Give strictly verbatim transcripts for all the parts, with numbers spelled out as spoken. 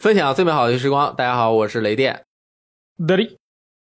分享最美好的时光。大家好，我是雷电。 德里。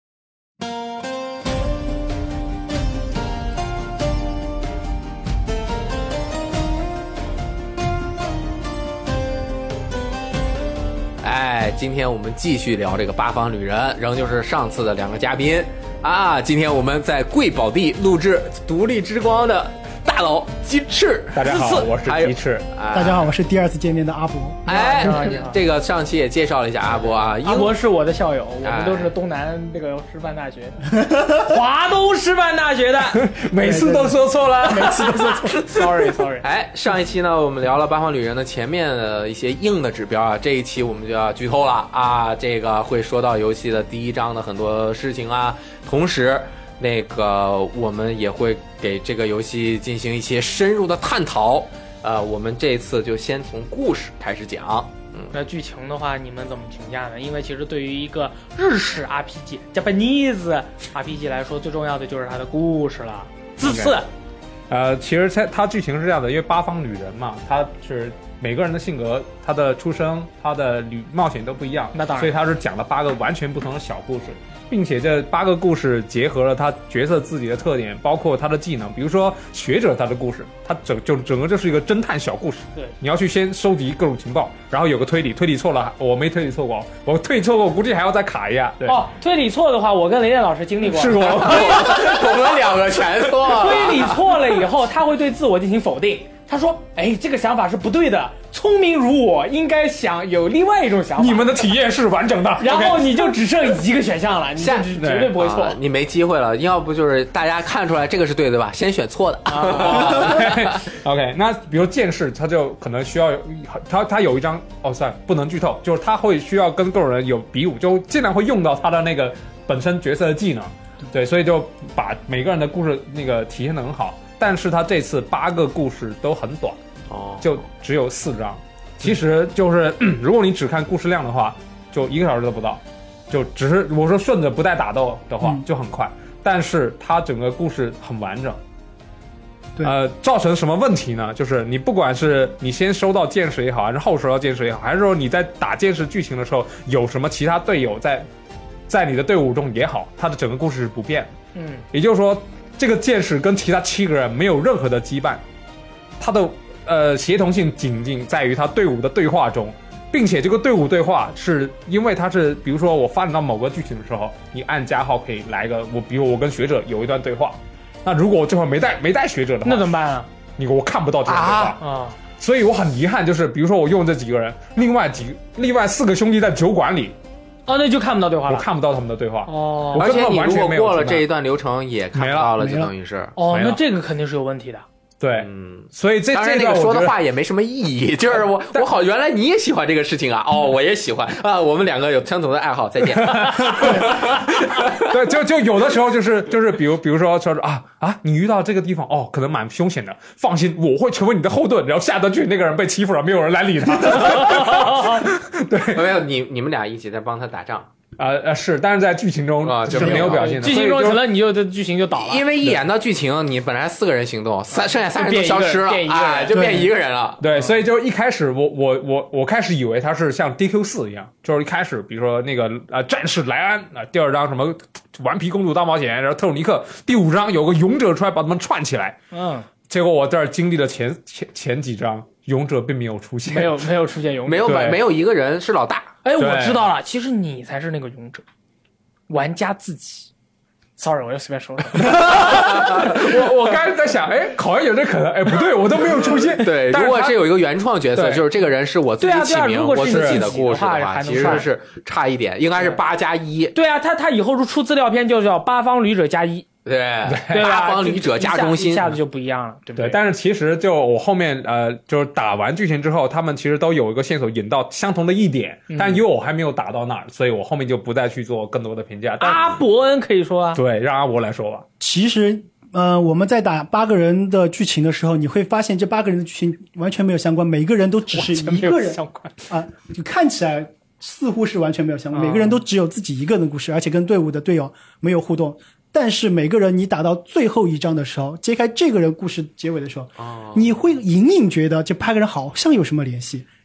哎，今天我们继续聊这个八方旅人，仍旧是上次的两个嘉宾啊。今天我们在贵宝地录制独立之光的大佬鸡翅。 大家好，我是鸡翅。 哎、 大家好，我是第二次见面的阿伯。 哎，这个上期也介绍了一下阿伯啊。 阿伯是我的校友，我们都是东南这个师范大学，华东师范大学的， 每次都说错了， 每次都说错了，sorry sorry。 哎，上一期呢，我们聊了八方旅人的前面的一些硬的指标啊，这一期我们就要剧透了啊，这个会说到游戏的第一章的很多事情啊，同时。那个我们也会给这个游戏进行一些深入的探讨，呃，我们这次就先从故事开始讲。嗯， 那剧情的话，你们怎么评价呢？因为其实对于一个日式 R P G、Japanese R P G 来说，最重要的就是它的故事了。自次， okay. 呃，其实它它剧情是这样的，因为八方旅人嘛，它是每个人的性格、他的出生、他的旅冒险都不一样， 那当然， 所以他是讲了八个完全不同的小故事。并且这八个故事结合了他角色自己的特点，包括他的技能。比如说学者他的故事，他整就整个就是一个侦探小故事。 对， 你要去先收集各种情报，然后有个推理，推理错了我没推理错过，我推理错过我估计还要再卡一下。对哦，推理错的话，我跟雷电老师经历过， 是过， 我们两个全错了。 推理错了以后，他会对自我进行否定。他说：“哎，这个想法是不对的。聪明如我，应该想有另外一种想法。 你们的体验是完整的， 然后你就只剩一个选项了，你就绝对不会错、 啊。你没机会了，要不就是大家看出来这个是对的吧？先选错的。 啊、OK， 那比如剑士，他就可能需要有他他有一张哦，算不能剧透，就是他会需要跟各种人有比武，就尽量会用到他的那个本身角色的技能。对，所以就把每个人的故事那个体现得很好。”但是他这次八个故事都很短，哦，就只有四章。其实就是，如果你只看故事量的话，就一个小时都不到，就只是我说顺着不带打斗的话，就很快。但是它整个故事很完整。 对， 呃，造成什么问题呢？就是你不管是你先收到剑士也好，还是后收到剑士也好，还是说你在打剑士剧情的时候有什么其他队友在在你的队伍中也好，它的整个故事是不变的。 嗯， 也就是说。这个剑士跟其他七个人没有任何的羁绊，他的呃协同性仅仅在于他队伍的对话中，并且这个队伍对话是因为他是，比如说我发展到某个剧情的时候，你按加号可以来一个我，比如我跟学者有一段对话，那如果我这会儿没带没带学者的话， 那怎么办啊？ 你我看不到这段对话啊， 所以我很遗憾，就是比如说我用这几个人，另外几另外四个兄弟在酒馆里。 哦，那就看不到对话了。 我看不到他们的对话。 哦， 而且你如果过了这一段流程也看不到了，就等于是。 哦，那这个肯定是有问题的。 对，嗯，所以这当然那个说的话也没什么意义，就是我我好，原来你也喜欢这个事情啊，哦，我也喜欢啊，我们两个有相同的爱好，再见。 对，就就有的时候就是就是比如比如说说啊啊，你遇到这个地方哦，可能蛮凶险的，放心，我会成为你的后盾，然后下得去那个人被欺负了，没有人来理他。对， 没有你你们俩一起在帮他打仗。 呃呃是，但是在剧情中啊就是没有表现的。 剧情中可能你就这剧情就倒了， 因为一演到剧情，你本来四个人行动，三剩下三人都消失了，哎，就变一个人了。 对，所以就一开始我我我我开始以为他是像 D Q 四 一样，就是一开始比如说那个呃战士莱安啊，第二章什么顽皮公主大冒险，然后特鲁尼克，第五章有个勇者出来把他们串起来。 嗯， 结果我这儿经历了前前前几章，勇者并没有出现， 没有没有出现勇者， 没有没有一个人是老大。 哎，我知道了，其实你才是那个勇者，玩家自己。Sorry， 我又随便说了。 我我刚才在想，哎，好像有这可能，哎，不对，我都没有出现。 对，如果是有一个原创角色，就是这个人是我自己起名，我自己的故事的话，其实是差一点，应该是八加一。 对啊，他他以后出资料片就叫八方旅者加一。 对对吧？ 八方旅者加中心， 一下子就不一样了，对不对？ 对，但是其实就我后面呃，就是打完剧情之后，他们其实都有一个线索引到相同的一点，嗯、但因为我还没有打到那儿，所以我后面就不再去做更多的评价。 阿伯恩可以说啊， 对，让阿伯来说吧。 其实呃，我们在打八个人的剧情的时候，你会发现这八个人的剧情完全没有相关，每个人都只是一个人相关啊，就看起来似乎是完全没有相关，每个人都只有自己一个人的故事，而且跟队伍的队友没有互动。但是每个人你打到最后一章的时候，揭开这个人故事结尾的时候，哦、你会隐隐觉得这八个人好像有什么联系，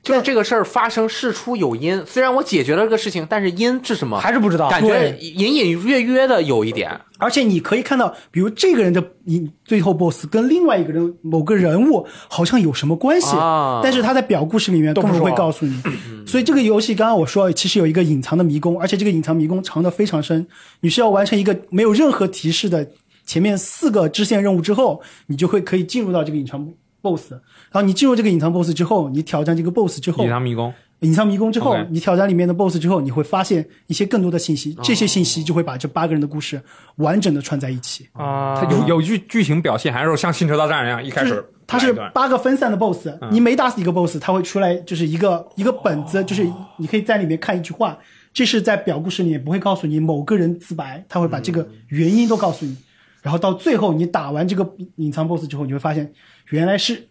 就是这个事儿发生事出有因，虽然我解决了这个事情，但是因是什么还是不知道， 感觉隐隐约约的有一点。 而且你可以看到，比如这个人的最后 boss 跟另外一个人某个人物好像有什么关系， 啊、 但是他在表故事里面根本不会告诉你。所以这个游戏刚刚我说，其实有一个隐藏的迷宫，而且这个隐藏迷宫藏得非常深。你需要完成一个没有任何提示的前面四个支线任务之后，你就会可以进入到这个隐藏 boss。然后你进入这个隐藏 boss 之后，你挑战这个 boss 之后， 隐藏迷宫。 隐藏迷宫之后， okay. 你挑战里面的 boss 之后，你会发现一些更多的信息，这些信息就会把这八个人的故事完整的串在一起啊。 它有有剧剧情表现，还是说像星球大战一样，一开始它是八个分散的 boss，、嗯、你每打死一个 boss， 它会出来就是一个一个本子，就是你可以在里面看一句话，这是在表故事里面不会告诉你某个人自白，他会把这个原因都告诉你，嗯、然后到最后你打完这个隐藏 boss 之后，你会发现原来是。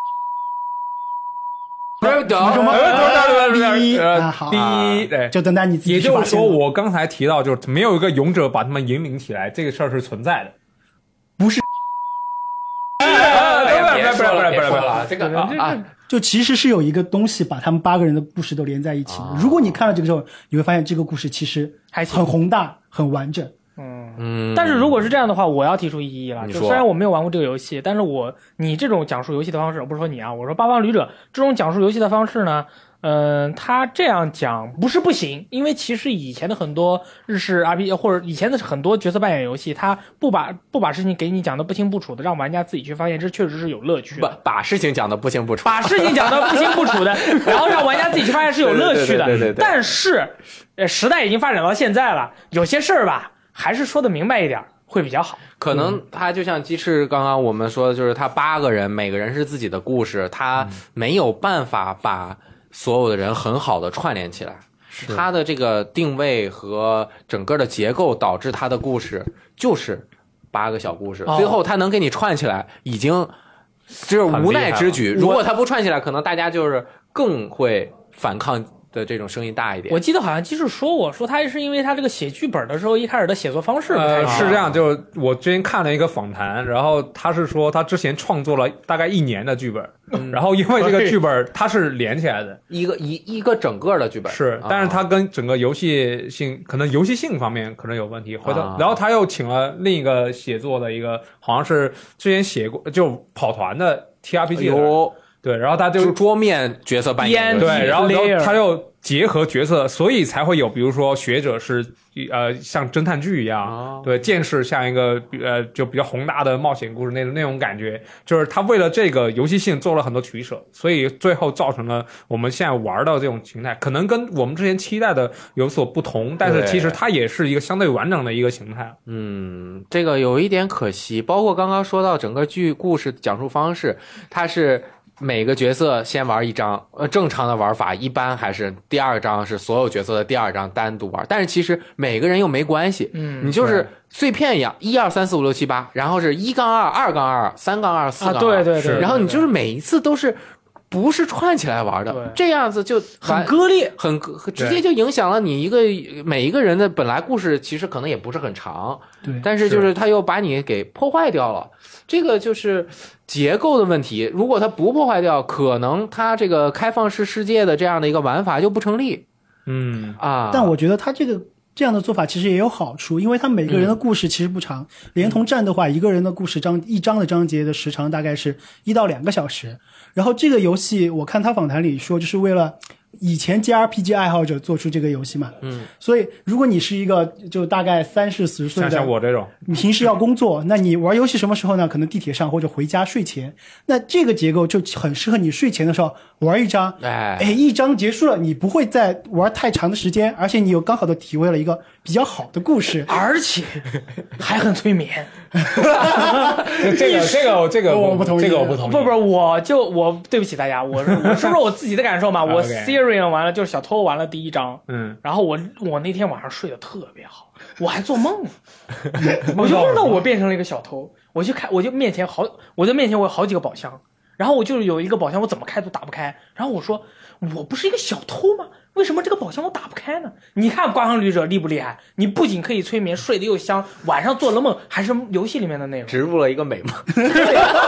什么什么？ 第一啊，好， 第一，对， 就等待你自己。 也就是说，我刚才提到，就是没有一个勇者把他们引领起来，这个事儿是存在的， 不是。 别说了，别说了，这个啊， 就其实是有一个东西把他们八个人的故事都连在一起的。如果你看到这个时候，你会发现这个故事其实很宏大、很完整。 嗯嗯，但是如果是这样的话，我要提出异议了。就虽然我没有玩过这个游戏，但是我你这种讲述游戏的方式，不是说你啊，我说八方旅者这种讲述游戏的方式呢，嗯、呃，他这样讲不是不行，因为其实以前的很多日式 R P G 或者以前的很多角色扮演游戏，他不把不把事情给你讲的不清不楚的，让玩家自己去发现，这确实是有乐趣的。 不把事情讲的不清不楚， 把事情讲的不清不楚的，然后让玩家自己去发现是有乐趣的。 对对对对对对。 但是，呃，时代已经发展到现在了，有些事儿吧。还是说的明白一点会比较好。 可能他就像鸡翅刚刚我们说的，就是他八个人，每个人是自己的故事，他没有办法把所有的人很好的串联起来。他的这个定位和整个的结构导致他的故事就是八个小故事， 哦、 最后他能给你串起来，已经只有无奈之举。如果他不串起来，可能大家就是更会反抗。的这种声音大一点。 我记得好像鸡翅说我说他是因为他这个写剧本的时候一开始的写作方式不太呃是这样，就是我之前看了一个访谈，然后他是说他之前创作了大概一年的剧本，嗯、然后因为这个剧本它是连起来的， 一个一一个整个的剧本是，但是它跟整个游戏性可能游戏性方面可能有问题，回头、啊、然后他又请了另一个写作的一个，好像是之前写过就跑团的 T R P G 的。 哎对，然后他就桌面角色扮演， 对，然后然后他又结合角色，所以才会有，比如说学者是呃像侦探剧一样，哦、对，剑士像一个呃就比较宏大的冒险故事那种那种感觉，就是他为了这个游戏性做了很多取舍，所以最后造成了我们现在玩到这种形态，可能跟我们之前期待的有所不同，但是其实它也是一个相对完整的一个形态。 嗯，这个有一点可惜，包括刚刚说到整个剧故事讲述方式，它是。每个角色先玩一张，呃，正常的玩法一般还是第二章是所有角色的第二章单独玩，但是其实每个人又没关系， 嗯， 你就是碎片一样，一二三四五六七八，然后是一杠二、二杠二、三杠二、四杠二， 啊，对对 对, 对， 然后你就是每一次都是不是串起来玩的，这样子就很割裂， 很直接就影响了你一个每一个人的本来故事，其实可能也不是很长， 对， 但是就是他又把你给破坏掉了，这个就是结构的问题。如果他不破坏掉，可能他这个开放式世界的这样的一个玩法就不成立。 嗯啊， 但我觉得他这个这样的做法其实也有好处，因为他每个人的故事其实不长，嗯、连同战的话，一个人的故事章一章的章节的时长大概是一到两个小时。然后这个游戏，我看他访谈里说，就是为了以前 J R P G 爱好者做出这个游戏嘛， 嗯， 所以如果你是一个就大概三四十岁的， 像我这种， 你平时要工作，那你玩游戏什么时候呢？可能地铁上或者回家睡前，那这个结构就很适合你睡前的时候玩一章， 哎， 哎，一章结束了，你不会再玩太长的时间，而且你有刚好的体会了一个比较好的故事， 而且还很催眠。 这个这个这个我不同意， 这个我不同意。 不不，我就我对不起大家，我是我说说我自己的感受嘛。我 Sirian 完了就是小偷完了第一章， 嗯， 然后我我那天晚上睡得特别好，我还做梦了，我就梦到我变成了一个小偷，我就看我就面前好，我在面前我有好几个宝箱，然后我就有一个宝箱我怎么开都打不开，然后我说我不是一个小偷吗？为什么这个宝箱我打不开呢？你看刮伤旅者厉不厉害？你不仅可以催眠，睡得又香，晚上做了梦还是游戏里面的内容， 植入了一个美梦。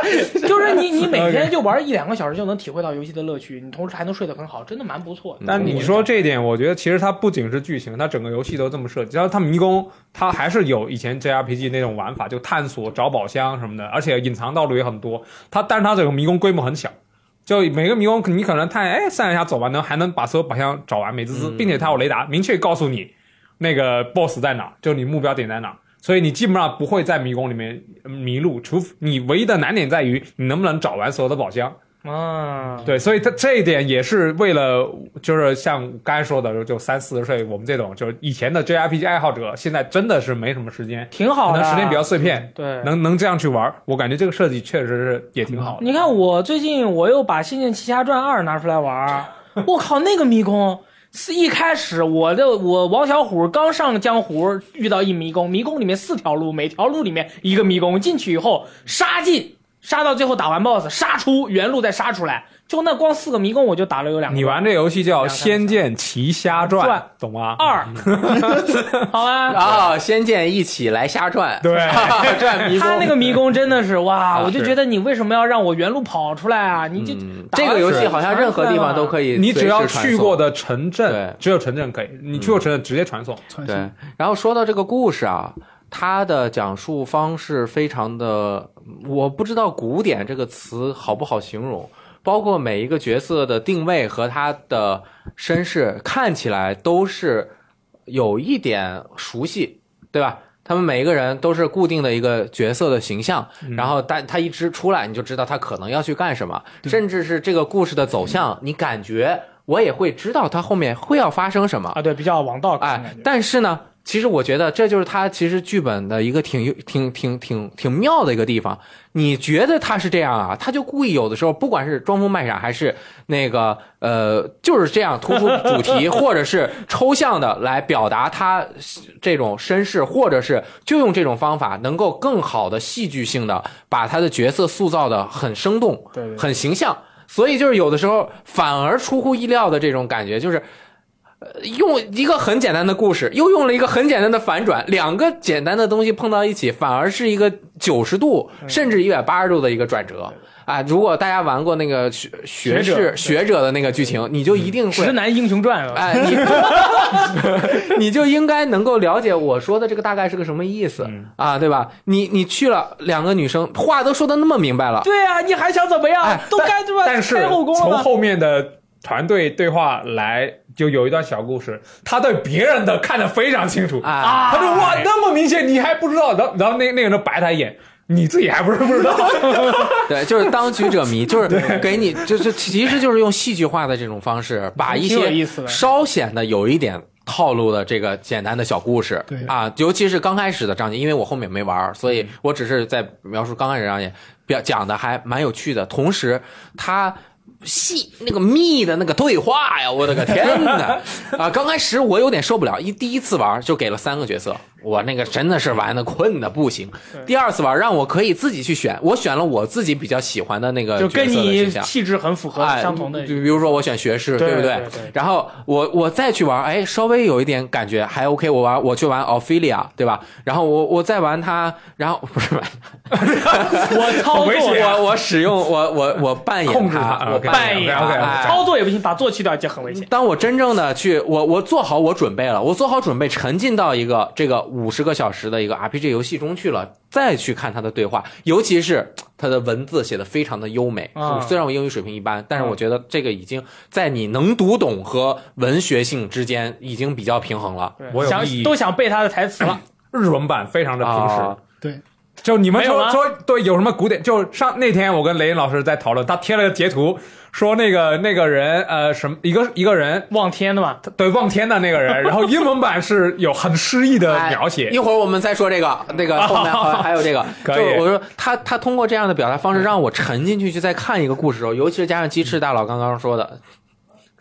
就是你你每天就玩一两个小时就能体会到游戏的乐趣，你同时还能睡得很好，真的蛮不错的。 但你说这一点，我觉得其实它不仅是剧情，它整个游戏都这么设计。只要它迷宫，它还是有以前 J R P G 那种玩法，就探索、找宝箱什么的，而且隐藏道路也很多。它但是它整个迷宫规模很小。就每个迷宫你可能探哎三两下走完能还能把所有宝箱找完美滋滋，并且它有雷达明确告诉你那个 boss 在哪，就你目标点在哪，所以你基本上不会在迷宫里面迷路，除你唯一的难点在于你能不能找完所有的宝箱。 啊， 对，所以它这一点也是为了，就是像刚才说的，就三四十岁我们这种就是以前的 J R P G 爱好者，现在真的是没什么时间， 挺好的， 可能时间比较碎片， 对， 能能这样去玩，我感觉这个设计确实是也挺好的。 你看我最近我又把《仙剑奇侠传二》拿出来玩，我靠，那个迷宫是一开始我的我王小虎刚上江湖遇到一迷宫，迷宫里面四条路，每条路里面一个迷宫，进去以后杀进。杀到最后打完 boss， 杀出原路再杀出来，就那光四个迷宫我就打了有两个。 你玩这游戏叫《仙剑奇侠传》，懂吗？ 二，好吧。 啊、哦，仙剑一起来瞎转， 对， 转迷宫。 他那个迷宫真的是哇，我就觉得你为什么要让我原路跑出来啊？你就、 嗯、这个游戏好像任何地方都可以， 你只要去过的城镇，只有城镇可以，你去过城镇直接传送。 嗯、对，然后说到这个故事啊。它的讲述方式非常的，我不知道古典这个词好不好形容，包括每一个角色的定位和他的身世看起来都是有一点熟悉，对吧？他们每一个人都是固定的一个角色的形象，嗯、然后但他一直出来你就知道他可能要去干什么，甚至是这个故事的走向，你感觉我也会知道他后面会要发生什么啊，对，比较王道哎，但是呢其实我觉得这就是他其实剧本的一个挺挺挺挺挺妙的一个地方。你觉得他是这样啊，他就故意有的时候不管是装疯卖傻还是那个呃就是这样突出主题或者是抽象的来表达他这种身世，或者是就用这种方法能够更好的戏剧性的把他的角色塑造的很生动， 对对， 很形象。所以就是有的时候反而出乎意料的这种感觉，就是用一个很简单的故事，又用了一个很简单的反转，两个简单的东西碰到一起，反而是一个九十度甚至一百八十度的一个转折啊！如果大家玩过那个学学士学者的那个剧情，你就一定会直男英雄传， 哎，你你就应该能够了解我说的这个大概是个什么意思、嗯、啊，对吧？你你去了，两个女生话都说的那么明白了， 对啊，你还想怎么样？ 哎、 都该对吧？ 但是从后面的团队对话来，就有一段小故事，他对别人的看得非常清楚啊， 他说哇那么明显你还不知道，然后然后那那个人白他一眼，你自己还不是不知道？ 对，就是当局者迷，就是给你就是其实就是用戏剧化的这种方式，把一些稍显得有一点套路的这个简单的小故事， 对啊，尤其是刚开始的章节，因为我后面没玩，所以我只是在描述刚开始章节，表讲的还蛮有趣的，同时他。细那个密的那个对话呀，我的个天哪！啊，刚开始我有点受不了，一第一次玩就给了三个角色，我那个真的是玩的困的不行。第二次玩让我可以自己去选，我选了我自己比较喜欢的那个角色的形象， 就跟你气质很符合相同的。 哎、比如说我选学士， 对不对？ 对对对然后我我再去玩，哎，稍微有一点感觉还 OK， 我玩我去玩奥菲利亚，对吧？然后我我再玩它，然后不是玩我操作， 我我使用我我我扮演它，我扮演它， okay, okay, okay, 哎、操作也不行，把坐骑掉就很危险。 当我真正的去，我我做好我准备了，我做好准备，沉浸到一个这个五十个小时的一个 R P G 游戏中去了，再去看它的对话，尤其是它的文字写的非常的优美。 啊、 虽然我英语水平一般，但是我觉得这个已经在你能读懂和文学性之间已经比较平衡了。 我有想都想背他的台词了。 日文版非常的平实， 啊、 对。 就你们说说对有什么古典？就上那天我跟雷音老师在讨论，他贴了个截图，说那个那个人呃什么一个一个人望天的嘛， 对望天的那个人，然后英文版是有很诗意的描写。 哎、一会儿我们再说这个那个后面还有这个， 可以。 就我说他他通过这样的表达方式让我沉进去去再看一个故事的时候，尤其是加上鸡翅大佬刚刚说的。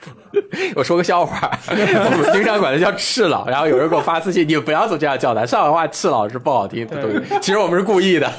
我说个笑话，我们经常管他叫赤佬，然后有人给我发私信，你不要总这样叫他，上海话赤佬是不好听的东西，其实我们是故意的。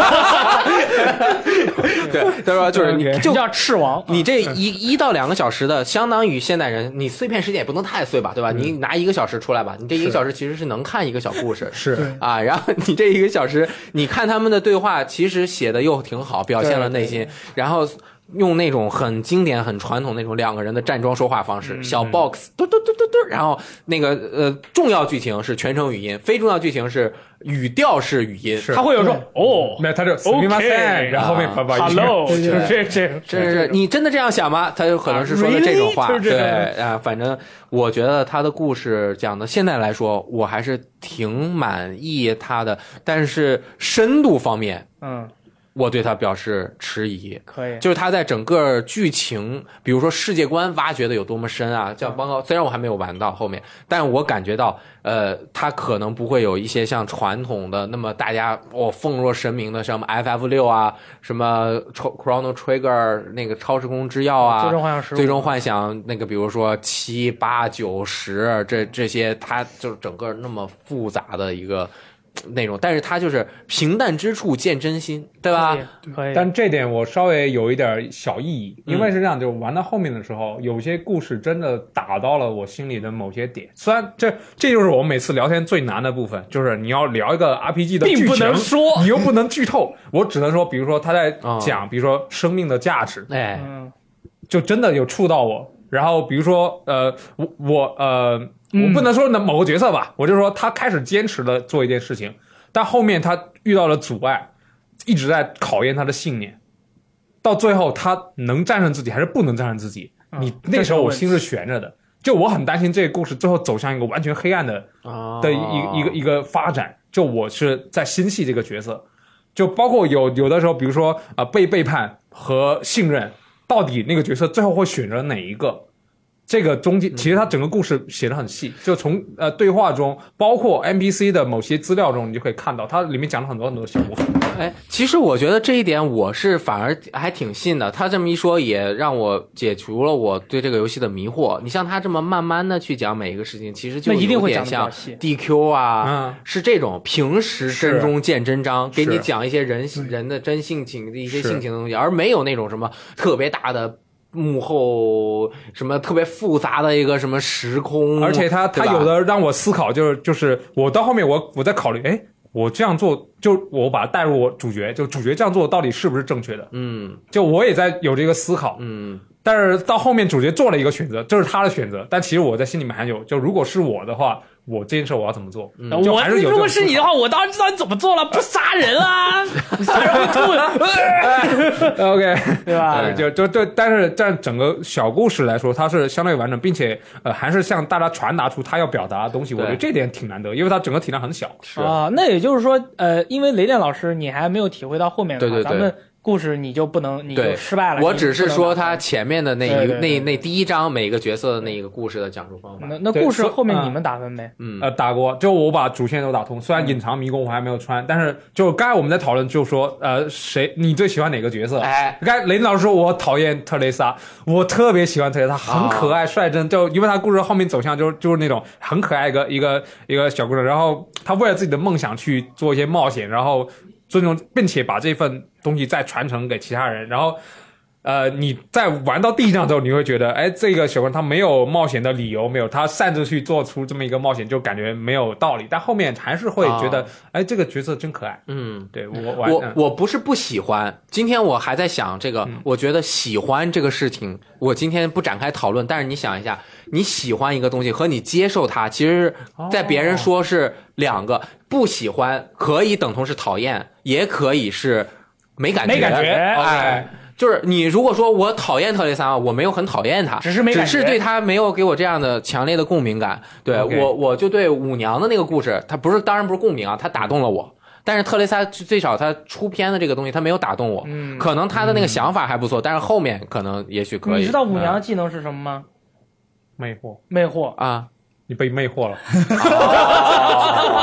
对，他说就是你就叫赤王， 你这一一到两个小时的，相当于现代人，你碎片时间也不能太碎吧，对吧？你拿一个小时出来吧，你这一个小时其实是能看一个小故事， 是啊，然后你这一个小时，你看他们的对话，其实写的又挺好，表现了内心，然后。用那种很经典、很传统那种两个人的站桩说话方式，嗯、小 box 嘟嘟嘟嘟嘟，然后那个呃重要剧情是全程语音，非重要剧情是语调式语音， 他会有说哦， 那他就 OK， 然后后面爸爸 Hello， 这这这是你真的这样想吗？他有可能是说的这种话， really? 对啊，反正我觉得他的故事讲的现在来说，我还是挺满意他的，但是深度方面， 嗯。 我对他表示迟疑， 可以， 就是他在整个剧情，比如说世界观挖掘的有多么深啊，像包括虽然我还没有玩到后面，但我感觉到，呃，他可能不会有一些像传统的那么大家哦奉若神明的，什么 F F 六 啊，什么 Chrono Trigger 那个超时空之钥啊， 最终幻想十， 最终幻想那个，比如说七八九十这这些，它就是整个那么复杂的一个。那种，但是它就是平淡之处见真心，对吧？ 可以。 但这点我稍微有一点小异议，因为是这样，就玩到后面的时候，有些故事真的打到了我心里的某些点。虽然这这就是我们每次聊天最难的部分，就是你要聊一个 R P G 的剧情， 并不能说， 你又不能剧透。我只能说，比如说他在讲，哦、比如说生命的价值， 哎， 就真的有触到我。然后比如说，呃，我我呃。我不能说那某个角色吧，我就说他开始坚持的做一件事情，但后面他遇到了阻碍，一直在考验他的信念，到最后他能战胜自己还是不能战胜自己？嗯、你那时候我心是悬着的，就我很担心这个故事最后走向一个完全黑暗的、哦、的一一个一个发展。就我是在心系这个角色，就包括有有的时候，比如说啊、呃、被背叛和信任，到底那个角色最后会选择哪一个？这个中间其实它整个故事写得很细，就从呃对话中，包括 N P C 的某些资料中，你就可以看到它里面讲了很多很多的小故事。 哎，其实我觉得这一点我是反而还挺信的。他这么一说，也让我解除了我对这个游戏的迷惑。你像他这么慢慢的去讲每一个事情，其实就有点像 D Q 啊， 嗯、 是这种平时真中见真章，给你讲一些人人的真性情的一些性情的东西，而没有那种什么特别大的。幕后什么特别复杂的一个什么时空， 而且他他有的让我思考，就是就是我到后面我我在考虑，哎，我这样做就我把它带入我主角，就主角这样做到底是不是正确的？ 嗯， 就我也在有这个思考， 嗯， 但是到后面主角做了一个选择，这是他的选择，但其实我在心里面还有，就如果是我的话。我这件事我要怎么做？ 嗯、我如果是你的话，我当然知道你怎么做了，不杀人啊，杀人会吐。 OK， 对吧？ 对就就对，但是在整个小故事来说，它是相对完整，并且呃，还是向大家传达出他要表达的东西。我觉得这点挺难得，因为它整个体量很小。 是啊，那也就是说，呃，因为雷电老师你还没有体会到后面的， 对对对， 咱们。故事你就不能，你就失败了。 我只是说他前面的那一对对对那那第一章每个角色的那一个故事的讲述方法。 那那故事后面你们打分没？ 嗯， 呃，打过，就我把主线都打通，虽然隐藏迷宫我还没有穿，嗯、但是就刚才我们在讨论，就说呃，谁你最喜欢哪个角色？ 哎， 刚才雷老师说我讨厌特蕾莎，我特别喜欢特蕾莎，很可爱、率真，就因为他故事后面走向就是就是那种很可爱一个一个一个小姑娘，然后他为了自己的梦想去做一些冒险，然后。尊重，并且把这份东西再传承给其他人，然后，呃，你在玩到第一章之后，你会觉得，哎，这个小姑娘她没有冒险的理由，没有，她擅自去做出这么一个冒险，就感觉没有道理。但后面还是会觉得，哦、哎，这个角色真可爱。 嗯， 对我我我我不是不喜欢，今天我还在想这个，嗯、我觉得喜欢这个事情，我今天不展开讨论。但是你想一下，你喜欢一个东西和你接受它，其实，在别人说是两个。哦不喜欢可以等同是讨厌，也可以是没感觉。 没感觉， 哎，就是你如果说我讨厌特蕾莎，我没有很讨厌她， 只是没感觉， 只是对她没有给我这样的强烈的共鸣感。对、okay. 我，我就对舞娘的那个故事，它不是，当然不是共鸣啊，它打动了我。但是特蕾莎最少她出片的这个东西，她没有打动我。 嗯， 可能她的那个想法还不错，嗯、但是后面可能也许可以。 你知道舞娘的技能是什么吗？ 魅惑。 魅惑啊。 你被魅惑了， 哦、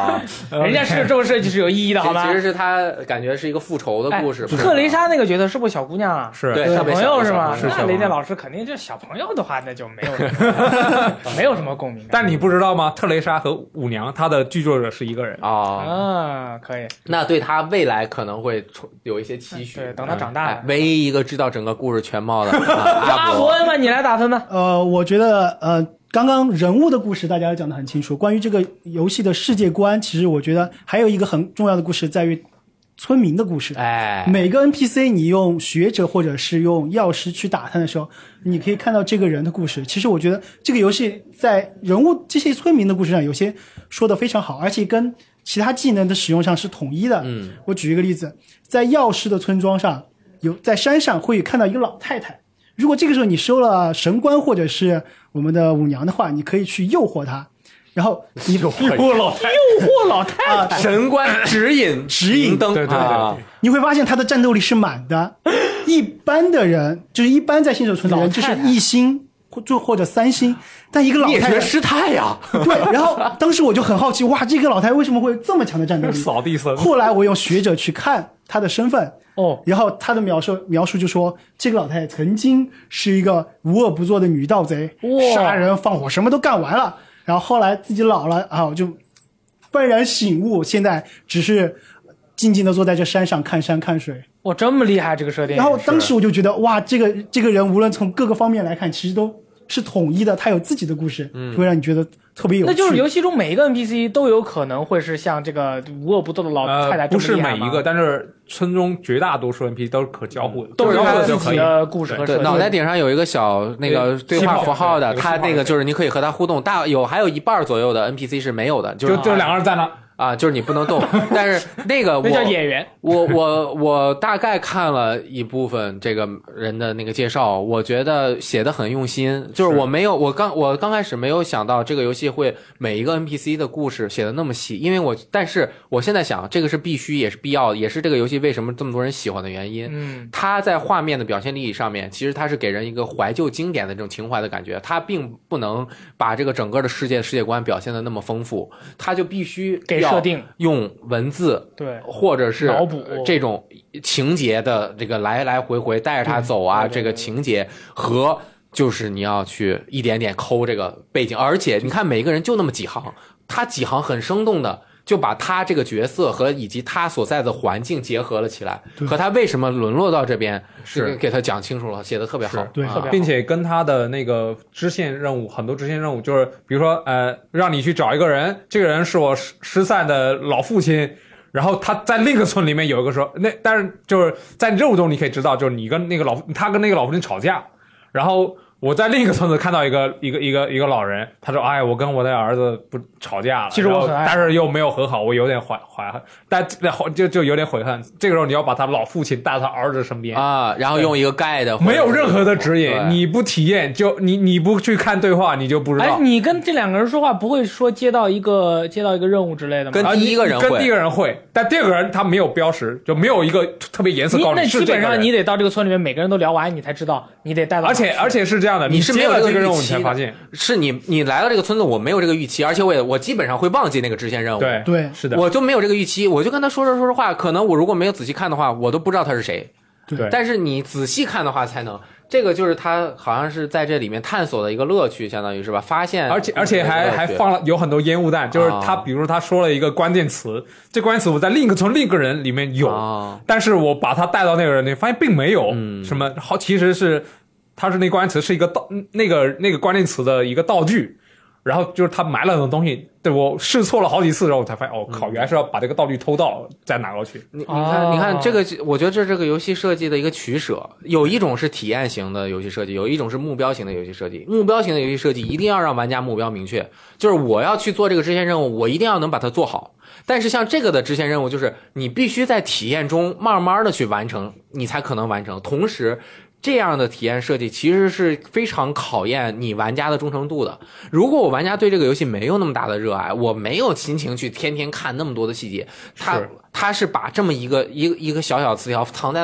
啊， 人家是这么设计是有意义的，好吧？ 其实是他感觉是一个复仇的故事。 哎、特蕾莎那个角色是不是小姑娘啊？ 是对， 小朋友是吗？ 是那雷电老师肯定就是小朋友的话，那就没有没有什么共鸣。 但你不知道吗？特蕾莎和舞娘，她的剧作者是一个人啊、哦、 啊，可以。 那对他未来可能会有一些期许。 对，等他长大了。 哎、唯一一个知道整个故事全貌的、啊、 阿伯恩嘛，你来打分吧。 呃，我觉得呃。刚刚人物的故事大家讲得很清楚，关于这个游戏的世界观，其实我觉得还有一个很重要的故事在于村民的故事。 哎， 每个 N P C 你用学者或者是用药师去打探的时候，你可以看到这个人的故事。其实我觉得这个游戏在人物这些村民的故事上有些说得非常好，而且跟其他技能的使用上是统一的。 嗯， 我举一个例子，在药师的村庄上，有在山上会看到一个老太太，如果这个时候你收了神官或者是我们的舞娘的话，你可以去诱惑她，然后你诱惑老太太， 诱惑老太太， 啊、 神官指引指引灯， 对对对、啊， 你会发现她的战斗力是满的。一般的人就是一般在新手村的人就是一星或就或者三星，但一个老太太灭绝师太呀， 对。然后当时我就很好奇，哇，这个老太太为什么会有这么强的战斗力？ 扫地僧。 后来我用学者去看她的身份。 哦， 然后他的描述描述就说，这个老太太曾经是一个无恶不作的女盗贼，杀人放火什么都干完了。然后后来自己老了啊，就幡然醒悟，现在只是静静的坐在这山上看山看水。 哇，这么厉害这个设定！ 然后当时我就觉得，哇，这个这个人无论从各个方面来看，其实都是统一的，他有自己的故事，嗯，会让你觉得特别有趣。 那就是游戏中每一个 N P C 都有可能会是像这个无恶不作的老太太这么厉害吗？ 呃、不是每一个，但是村中绝大多数 N P C 都是可交互的， 都是他自己的故事和设定。 脑袋顶上有一个小那个对话符号的，他那个就是你可以和他互动，大有还有一半左右的 N P C 是没有的，就是就就两个人在那。 啊，就是你不能动，但是那个我那叫演员。 我我我大概看了一部分这个人的那个介绍，我觉得写的很用心。就是我没有，我刚我刚开始没有想到这个游戏会每一个 N P C 的故事写的那么细，因为我但是我现在想，这个是必须也是必要的，也是这个游戏为什么这么多人喜欢的原因。 嗯， 它在画面的表现力上面，其实它是给人一个怀旧经典的这种情怀的感觉，它并不能把这个整个的世界世界观表现的那么丰富，它就必须给设定用文字， 对， 或者是脑补这种情节的这个来来回回带着他走啊，这个情节和就是你要去一点点抠这个背景，而且你看每一个人就那么几行，他几行很生动的就把他这个角色和以及他所在的环境结合了起来，和他为什么沦落到这边是给他讲清楚了，写的特别好， 对， 特别好， 并且跟他的那个支线任务很多支线任务就是比如说呃让你去找一个人，这个人是我失失散的老父亲，然后他在另一个村里面有一个说那但是就是在任务中你可以知道就是你跟那个老他跟那个老父亲吵架，然后我在另一个村子看到一个一个一个一个老人，他说：“哎，我跟我的儿子不吵架了， 其实我很爱， 但是又没有和好，我有点怀怀恨，但就就有点悔恨。这个时候你要把他老父亲带到他儿子身边啊，然后用一个 guide， 没有任何的指引，你不体验就你你不去看对话，你就不知道。 哎，你跟这两个人说话不会说接到一个接到一个任务之类的吗？ 跟第一个人会， 跟第一个人会，但第二个人他没有标识，就没有一个特别颜色告诉你。那基本上你得得到这个村里面每个人都聊完，你才知道你得带到。 而且而且是这样的， 你是没有这个任务你才发现， 是你你来到这个村子，我没有这个预期，而且我也我基本上会忘记那个支线任务。 对对， 是的， 我就没有这个预期，我就跟他说着说着话，可能我如果没有仔细看的话，我都不知道他是谁。 对， 但是你仔细看的话才能。这个就是他好像是在这里面探索的一个乐趣，相当于是吧？发现， 而且而且还还放了有很多烟雾弹，就是他比如说他说了一个关键词，哦、这关键词我在另一个从另一个人里面有，哦、但是我把他带到那个人里，发现并没有、嗯、什么好，其实是他是那关键词是一个道那个那个关键词的一个道具。然后就是他埋了很多东西，对我试错了好几次，然后我才发现，哦靠，原来是要把这个道具偷到再拿过去。 你你看，哦、你看这个，我觉得这是这个游戏设计的一个取舍。有一种是体验型的游戏设计，有一种是目标型的游戏设计。目标型的游戏设计一定要让玩家目标明确，就是我要去做这个支线任务，我一定要能把它做好。但是像这个的支线任务，就是你必须在体验中慢慢的去完成，你才可能完成。同时，这样的体验设计其实是非常考验你玩家的忠诚度的。如果我玩家对这个游戏没有那么大的热爱，我没有心情去天天看那么多的细节，他他是把这么一个一个一个小小词条藏在了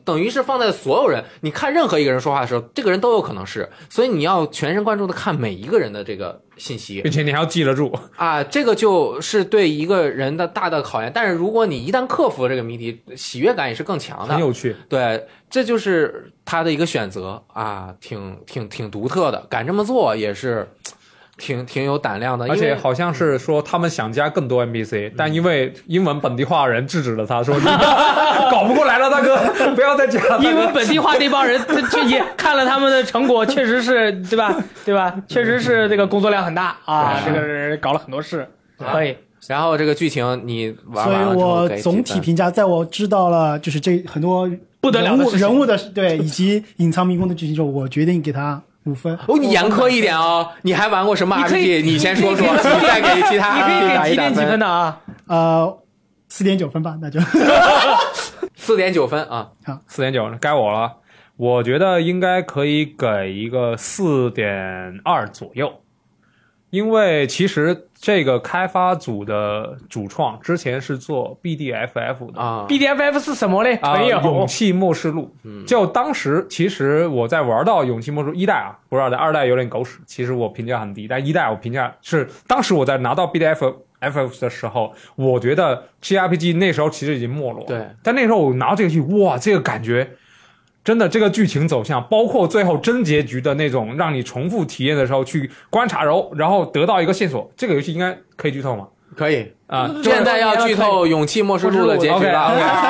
等于是放在所有人，你看任何一个人说话的时候，这个人都有可能是，所以你要全神贯注的看每一个人的这个信息， 并且你还要记得住啊，这个就是对一个人的大的考验。但是如果你一旦克服了这个谜题，喜悦感也是更强的， 很有趣。 对，这就是他的一个选择啊，挺挺挺独特的，敢这么做也是挺挺有胆量的。 而且好像是说他们想加更多 N P C，、嗯、但因为英文本地化人制止了他，说你搞不过来了，大哥，不要再加了。 英文本地化那帮人，这也看了他们的成果，确实是对吧？对吧？确实是这个工作量很大啊，这个人搞了很多事，可以。 然后这个剧情你玩完了之后， 所以我总体评价，在我知道了就是这很多不得了的人物的对以及隐藏迷宫的剧情之后，我决定给他五分。 哦，你严苛一点哦！你还玩过什么 R P G？ 你先说说，你再给其他。 你可以给提点几分的啊？ 呃，四点九分吧，那就四点九分啊。 好， 四点九，该我了。我觉得应该可以给一个四点二左右。因为其实这个开发组的主创之前是做 B D F F 的啊 ，B D F F 是什么嘞？ 啊，勇气末世录。嗯，就当时其实我在玩到勇气末世录一代啊，不是二代，二代有点狗屎，其实我评价很低，但一代我评价是当时我在拿到 B D F F 的时候，我觉得 G R P G 那时候其实已经没落了。 对， 但那时候我拿到这个剧，哇，这个感觉。真的，这个剧情走向，包括最后真结局的那种让你重复体验的时候去观察柔，然后得到一个线索，这个游戏应该可以剧透吗？ 可以啊、 呃，现在要剧透《勇气末世录》的结局了。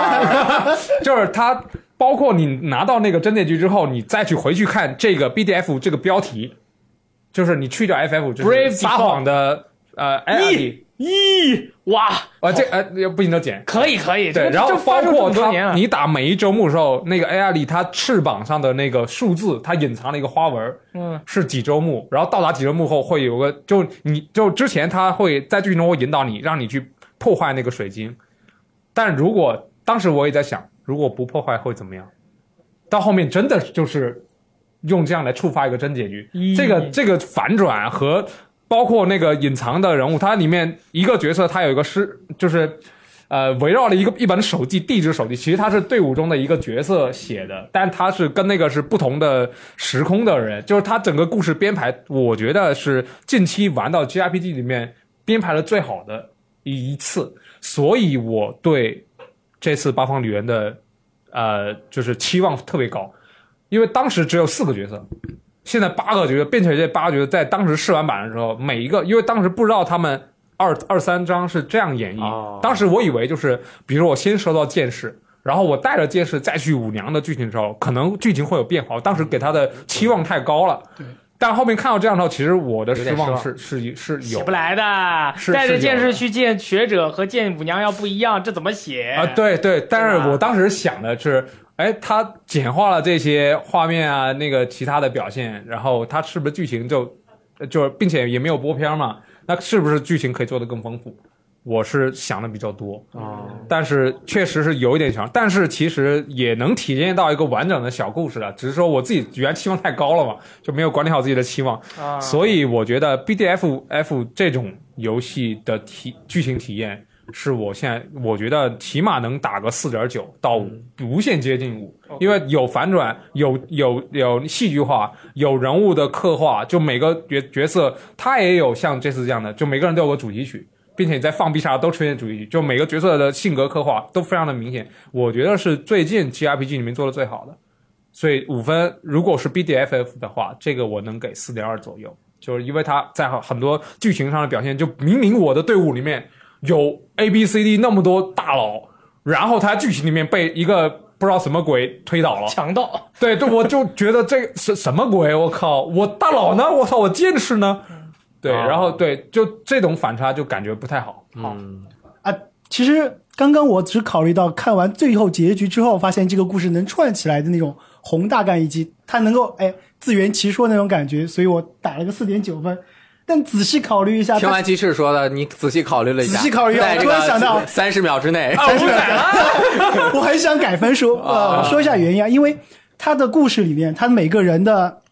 Okay. 就是它，包括你拿到那个真结局之后，你再去回去看这个 B D F 这个标题，就是你去掉 F F， 就是撒谎的呃 ，A 咦，哇， 啊，这呃不行就剪， 可以可以， 对，然后包括它，你打每一周目的时候，那个 A R 里它翅膀上的那个数字，它隐藏了一个花纹， 嗯， 是几周目，然后到达几周目后会有个，就你就之前它会在剧情中会引导你，让你去破坏那个水晶，但如果当时我也在想，如果不破坏会怎么样？到后面真的就是用这样来触发一个真结局，这个这个反转和。包括那个隐藏的人物，它里面一个角色，他有一个是就是，呃，围绕了一个一本手记，地址手记，其实他是队伍中的一个角色写的，但他是跟那个是不同的时空的人，就是他整个故事编排，我觉得是近期玩到 G R P G 里面编排的最好的一次，所以我对这次八方旅人的呃就是期望特别高，因为当时只有四个角色。现在八个角色，并且这八个角色在当时试玩版的时候，每一个，因为当时不知道他们二二三章是这样演绎， 哦、 当时我以为就是，比如说我先收到剑士，然后我带着剑士再去舞娘的剧情的时候，可能剧情会有变化。我当时给他的期望太高了， 对。 但后面看到这样的时候，其实我的失望是是是有写不来的，带着剑士去见学者和见舞娘要不一样，这怎么写啊？对对，但是我当时想的是。哎，他简化了这些画面啊，那个其他的表现，然后他是不是剧情就就并且也没有播片嘛？那是不是剧情可以做得更丰富？我是想的比较多哦， 但是确实是有一点想，但是其实也能体验到一个完整的小故事了。只是说我自己原来期望太高了嘛，就没有管理好自己的期望， 啊、 所以我觉得 B D F F 这种游戏的体剧情体验。是我现在我觉得起码能打个 四点九 到五、嗯、无限接近五，因为有反转，有有有戏剧化，有人物的刻画，就每个角角色他也有像这次这样的，就每个人都有个主题曲，并且你在放必杀都出现主题曲，就每个角色的性格刻画都非常的明显，我觉得是最近 G R P G 里面做的最好的，所以五分如果是 B D F F 的话，这个我能给 四点二 左右，就是因为他在很多剧情上的表现，就明明我的队伍里面有 A B C D 那么多大佬，然后他剧情里面被一个不知道什么鬼推倒了， 强盗。 对，对，我就觉得这是什么鬼？我靠，我大佬呢？我操，我剑士呢？对， 哦、 然后对，就这种反差就感觉不太好。好、 嗯、 啊，其实刚刚我只考虑到看完最后结局之后，发现这个故事能串起来的那种宏大感，以及它能够哎自圆其说那种感觉，所以我打了个 四点九 分。但仔细考虑一下， 听完鸡翅说的，你仔细考虑了一下， 仔细考虑，我突然想到三十秒之内， 三十秒之内，我很想改分数。呃，我说一下原因啊，因为他的故事里面，他每个人的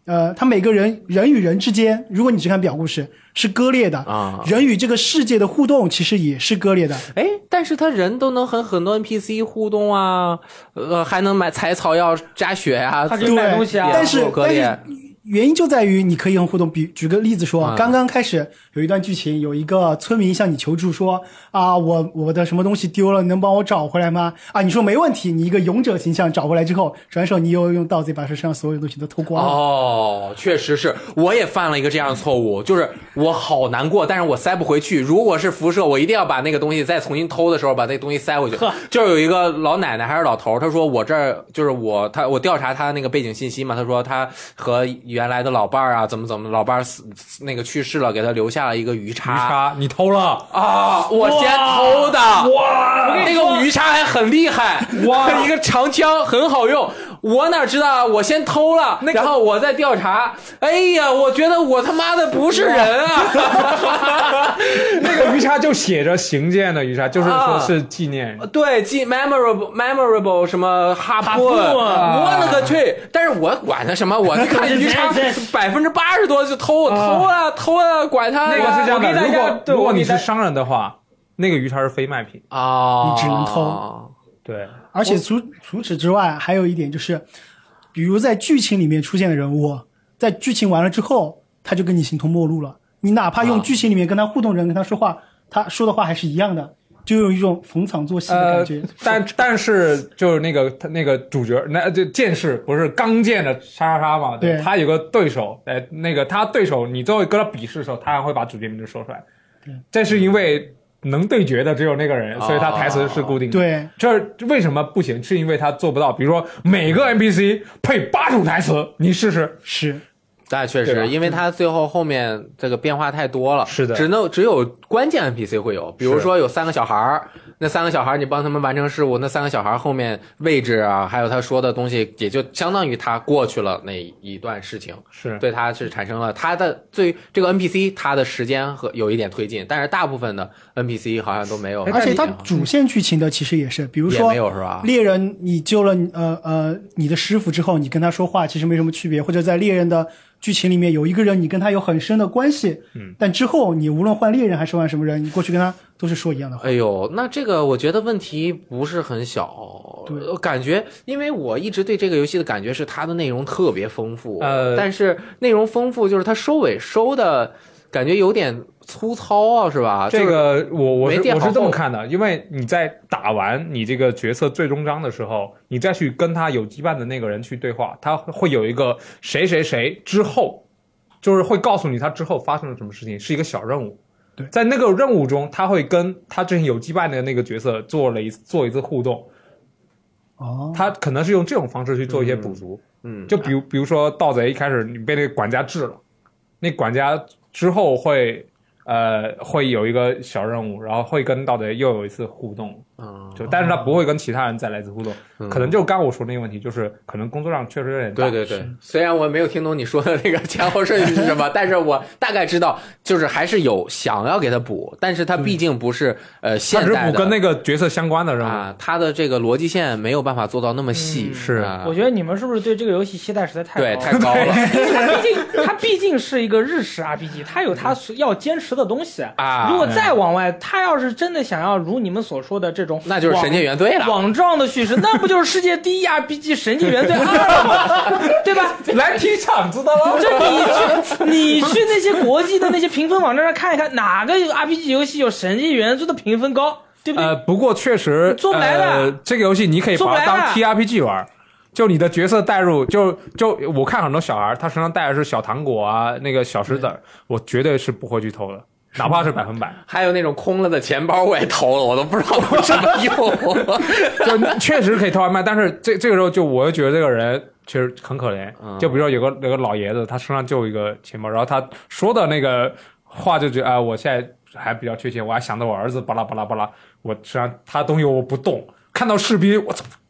呃，他每个人人与人之间，如果你只看表故事是割裂的啊， 人与这个世界的互动其实也是割裂的。 哎，但是他人都能和很多 N P C 互动啊，呃，还能买采草药加血啊， 他可以买东西啊， 但是割裂。 原因就在于你可以用互动，比举个例子说， 嗯、 刚刚开始有一段剧情，有一个村民向你求助说啊，我我的什么东西丢了，你能帮我找回来吗？啊，你说没问题，你一个勇者形象找回来之后，转手你又用盗贼把身上所有东西都偷光了。 哦，确实是，我也犯了一个这样的错误，就是我好难过，但是我塞不回去。如果是辐射，我一定要把那个东西再重新偷的时候把那个东西塞回去。就是有一个老奶奶还是老头，他说我这儿就是我他我调查他那个背景信息嘛，他说他和原来的老伴儿啊，怎么怎么，老伴儿死那个去世了，给他留下了一个鱼叉。 鱼叉，你偷了啊！我先偷的。 哇， 那个鱼叉还很厉害，哇，一个长枪很好用。我哪知道，我先偷了，那个、然后我再调查。哎呀，我觉得我他妈的不是人啊！ 那个鱼叉就写着行健的鱼叉，就是说是纪念。 啊、对，纪 memorable memorable 什么哈珀，我勒个去！但是我管他什么，我看鱼叉百分之八十多就偷，偷了偷了，管他。 那个是这样的，如果如果你是商人的话，那个鱼叉是非卖品啊， 你只能偷。 对， 而且除除此之外，还有一点就是，比如在剧情里面出现的人物，在剧情完了之后，他就跟你形同陌路了。你哪怕用剧情里面跟他互动人跟他说话，他说的话还是一样的，就有一种逢场作戏的感觉。 呃、但但是就是那个他那个主角，那这剑士不是刚剑的莎莎莎嘛？ 对， 他有个对手，哎，那个他对手，你最后跟他比试的时候，他还会把主角名字说出来。 对， 这是因为。能对决的只有那个人，所以他台词是固定的。 对， 这为什么不行？是因为他做不到。比如说每个 N P C 配八种台词，你试试。 是， 那确实，因为他最后后面这个变化太多了。 是的， 只能只有关键 N P C 会有，比如说有三个小孩那三个小孩你帮他们完成事务，那三个小孩后面位置啊，还有他说的东西，也就相当于他过去了那一段事情， 是对他是产生了他的最这个 N P C 他的时间和有一点推进，但是大部分的 N P C 好像都没有。 而且他主线剧情的其实也是，比如说没有是吧？ 猎人你救了呃呃你的师傅之后，你跟他说话其实没什么区别，或者在猎人的剧情里面有一个人你跟他有很深的关系， 嗯， 但之后你无论换猎人还是换什么人，你过去跟他都是说一样的话。 哎呦，那这个我觉得问题不是很小， 对， 感觉因为我一直对这个游戏的感觉是它的内容特别丰富， 呃， 但是内容丰富就是它收尾收的感觉有点粗糙啊，是吧？ 这个我我是我是这么看的，因为你在打完你这个角色最终章的时候，你再去跟他有羁绊的那个人去对话，他会有一个谁谁谁之后，就是会告诉你他之后发生了什么事情，是一个小任务。 对， 在那个任务中，他会跟他之前有羁绊的那个角色做了一次做一次互动。 哦， 他可能是用这种方式去做一些补足。 嗯， 就比如比如说盗贼一开始你被那个管家治了，那管家之后会呃会有一个小任务，然后会跟盗贼又有一次互动。嗯，就但是他不会跟其他人再来一次互动，嗯、可能就刚我说那个问题，就是可能工作量确实有点大。 对对对，虽然我没有听懂你说的那个前后顺序是什么，但是我大概知道，就是还是有想要给他补，但是他毕竟不是呃现代的， 他只补跟那个角色相关的任务啊，他的这个逻辑线没有办法做到那么细。 嗯、 是、 啊， 我觉得你们是不是对这个游戏期待实在太高了？ 对，太高了。 它毕竟它毕竟是一个日式 R P G， 它有它要坚持的东西啊。 如果再往外，他要是真的想要如你们所说的这种， 那就是神界原队了。 网状的叙事，那不就是世界第一 R P G《神界原队二》吗？对吧？ 来踢场子的了。 就你去，你去那些国际的那些评分网站上看一看，哪个 R P G 游戏有《神界原罪》的评分高，对不对？ 呃，不过确实做不来的、 呃。这个游戏你可以把它当 T R P G 玩。就你的角色带入，就就我看很多小孩，他身上带的是小糖果啊，那个小石子，我绝对是不会去偷的，哪怕是百分百。 还有那种空了的钱包我也偷了，我都不知道有什么用。 就确实可以偷外卖，但是这这个时候就我就觉得这个人其实很可怜。嗯、就比如说有个有个老爷子，他身上就有一个钱包，然后他说的那个话就觉得啊、呃，我现在还比较缺钱，我还想着我儿子巴拉巴拉巴拉，我身上他东西我不动。看到士兵，我操，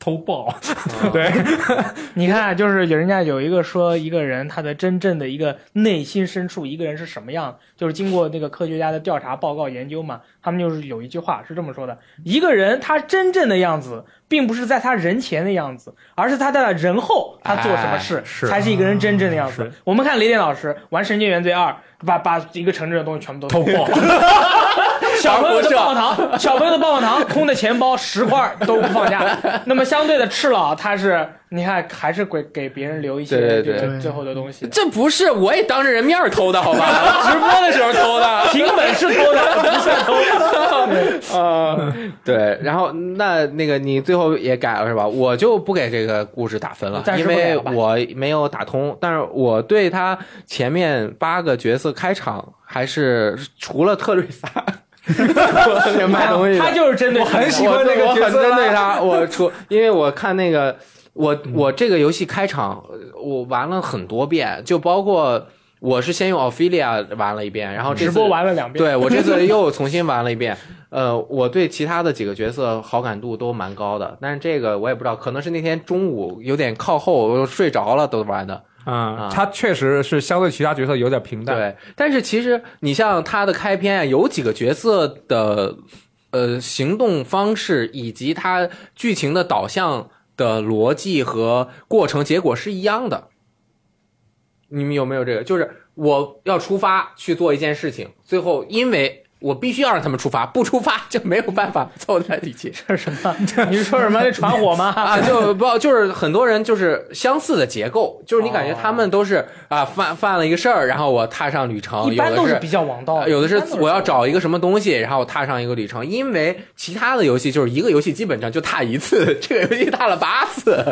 偷爆。对， 你看，就是有人家有一个说一个人他的真正的一个内心深处，一个人是什么样，就是经过那个科学家的调查报告研究嘛，他们就是有一句话是这么说的：一个人他真正的样子，并不是在他人前的样子，而是他在人后他做什么事， 哎、是才是一个人真正的样子。我们看雷电老师玩《神界原罪二》，把把一个城镇的东西全部都偷爆。小朋友的棒棒糖，小朋友的棒棒糖，空的钱包十块都不放下。那么相对的赤佬，他是你看还是给给别人留一些对对对最后的东西。 这不是我也当着人面偷的好吧？直播的时候偷的， 凭本事偷的，不算偷的。 呃，对，然后那那个你最后也改了是吧？我就不给这个故事打分了，因为我没有打通。但是我对他前面八个角色开场还是除了特瑞莎。卖东西， 他就是针对， 我很喜欢那个角色， 我很针对他。我出，因为我看那个，我我这个游戏开场我玩了很多遍，就包括我是先用 Ophelia 玩了一遍，然后这次直播玩了两遍。 对，我这次又重新玩了一遍。呃，我对其他的几个角色好感度都蛮高的，但是这个我也不知道，可能是那天中午有点靠后，我睡着了都玩的。 嗯，啊、他确实是相对其他角色有点平淡。 对，但是其实你像他的开篇啊，有几个角色的呃行动方式以及他剧情的导向的逻辑和过程结果是一样的。你们有没有这个？就是我要出发去做一件事情，最后因为我必须要让他们出发，不出发就没有办法凑在一起。 这是什么？你是说什么？这传火吗？ 啊，就不就是很多人就是相似的结构，就是你感觉他们都是啊犯犯了一个事儿，然后我踏上旅程， 一般都是比较王道的， 有的是我要找一个什么东西，然后踏上一个旅程。因为其他的游戏就是一个游戏基本上就踏一次，这个游戏踏了八次。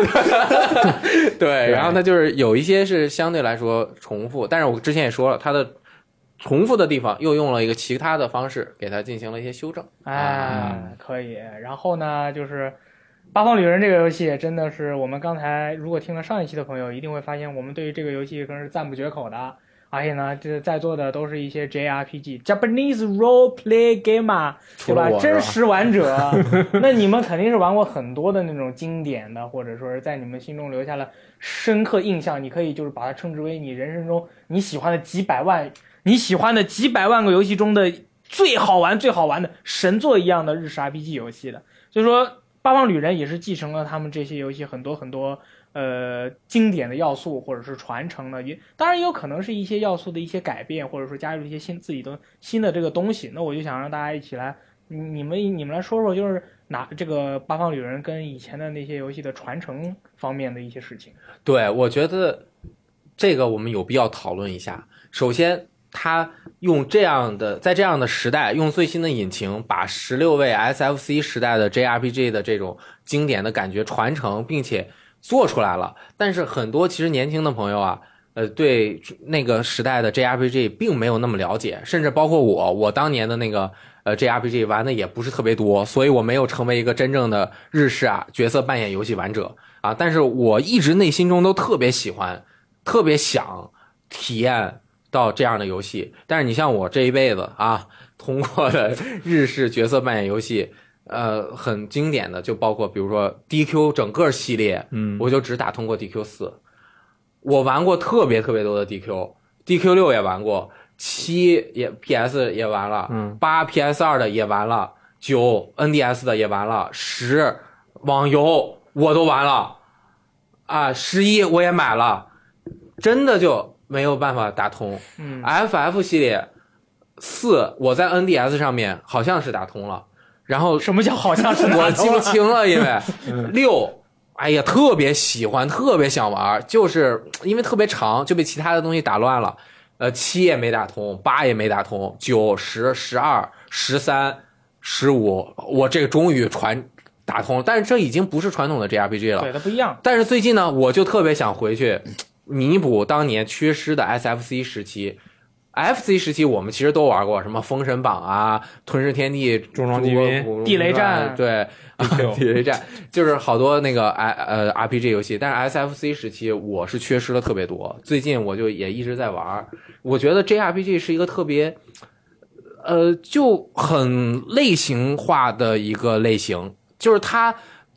对，然后它就是有一些是相对来说重复，但是我之前也说了，它的重复的地方又用了一个其他的方式给它进行了一些修正。 哎，可以。然后呢，就是八方旅人这个游戏真的是我们刚才如果听了上一期的朋友一定会发现我们对于这个游戏可是赞不绝口的。而且呢，这在座的都是一些 J R P G Japanese Role Play Game， 对吧？真实玩者。那你们肯定是玩过很多的那种经典的，或者说是在你们心中留下了深刻印象，你可以就是把它称之为你人生中你喜欢的几百万你喜欢的几百万个游戏中的最好玩最好玩的神作一样的日式 R P G 游戏的。所以说八方旅人也是继承了他们这些游戏很多很多呃经典的要素或者是传承的，也当然也有可能是一些要素的一些改变，或者说加入一些新自己的新的这个东西。那我就想让大家一起来你们你们来说说，就是拿这个八方旅人跟以前的那些游戏的传承方面的一些事情。 对，我觉得这个我们有必要讨论一下。首先他用这样的在这样的时代用最新的引擎把十六位 S F C 时代的 J R P G 的这种经典的感觉传承并且做出来了，但是很多其实年轻的朋友啊呃，对那个时代的 J R P G 并没有那么了解，甚至包括我我当年的那个呃 J R P G 玩的也不是特别多，所以我没有成为一个真正的日式啊角色扮演游戏玩者啊，但是我一直内心中都特别喜欢特别想体验到这样的游戏。但是你像我这一辈子啊通过的日式角色扮演游戏呃很经典的就包括比如说 D Q 整个系列，嗯，我就只打通过 D Q 四，我玩过特别特别多的 D Q， D Q 六也玩过，七也 P S 也玩了，嗯，八 P S 二的也玩了，九 N D S 的也玩了，十网游我都玩了啊，十一我也买了，真的就没有办法打通。嗯 ，F F 系列四我在 N D S 上面好像是打通了，然后什么叫好像是打通了？ 我记不清了，因为六。哎呀，特别喜欢，特别想玩，就是因为特别长，就被其他的东西打乱了。呃，七也没打通，八也没打通，九、十、十二、十三、十五，我这个终于传打通了。但是这已经不是传统的 J R P G 了， 对，它不一样。 但是最近呢，我就特别想回去弥补当年缺失的 S F C 时期。F C 时期我们其实都玩过，什么封神榜啊、吞噬天地、 重装机兵、 地雷战， 对，地雷战就是好多那个呃 R P G 游戏。但是 S F C 时期我是缺失了特别多，最近我就也一直在玩。我觉得 J R P G 是一个特别呃就很类型化的一个类型，就是它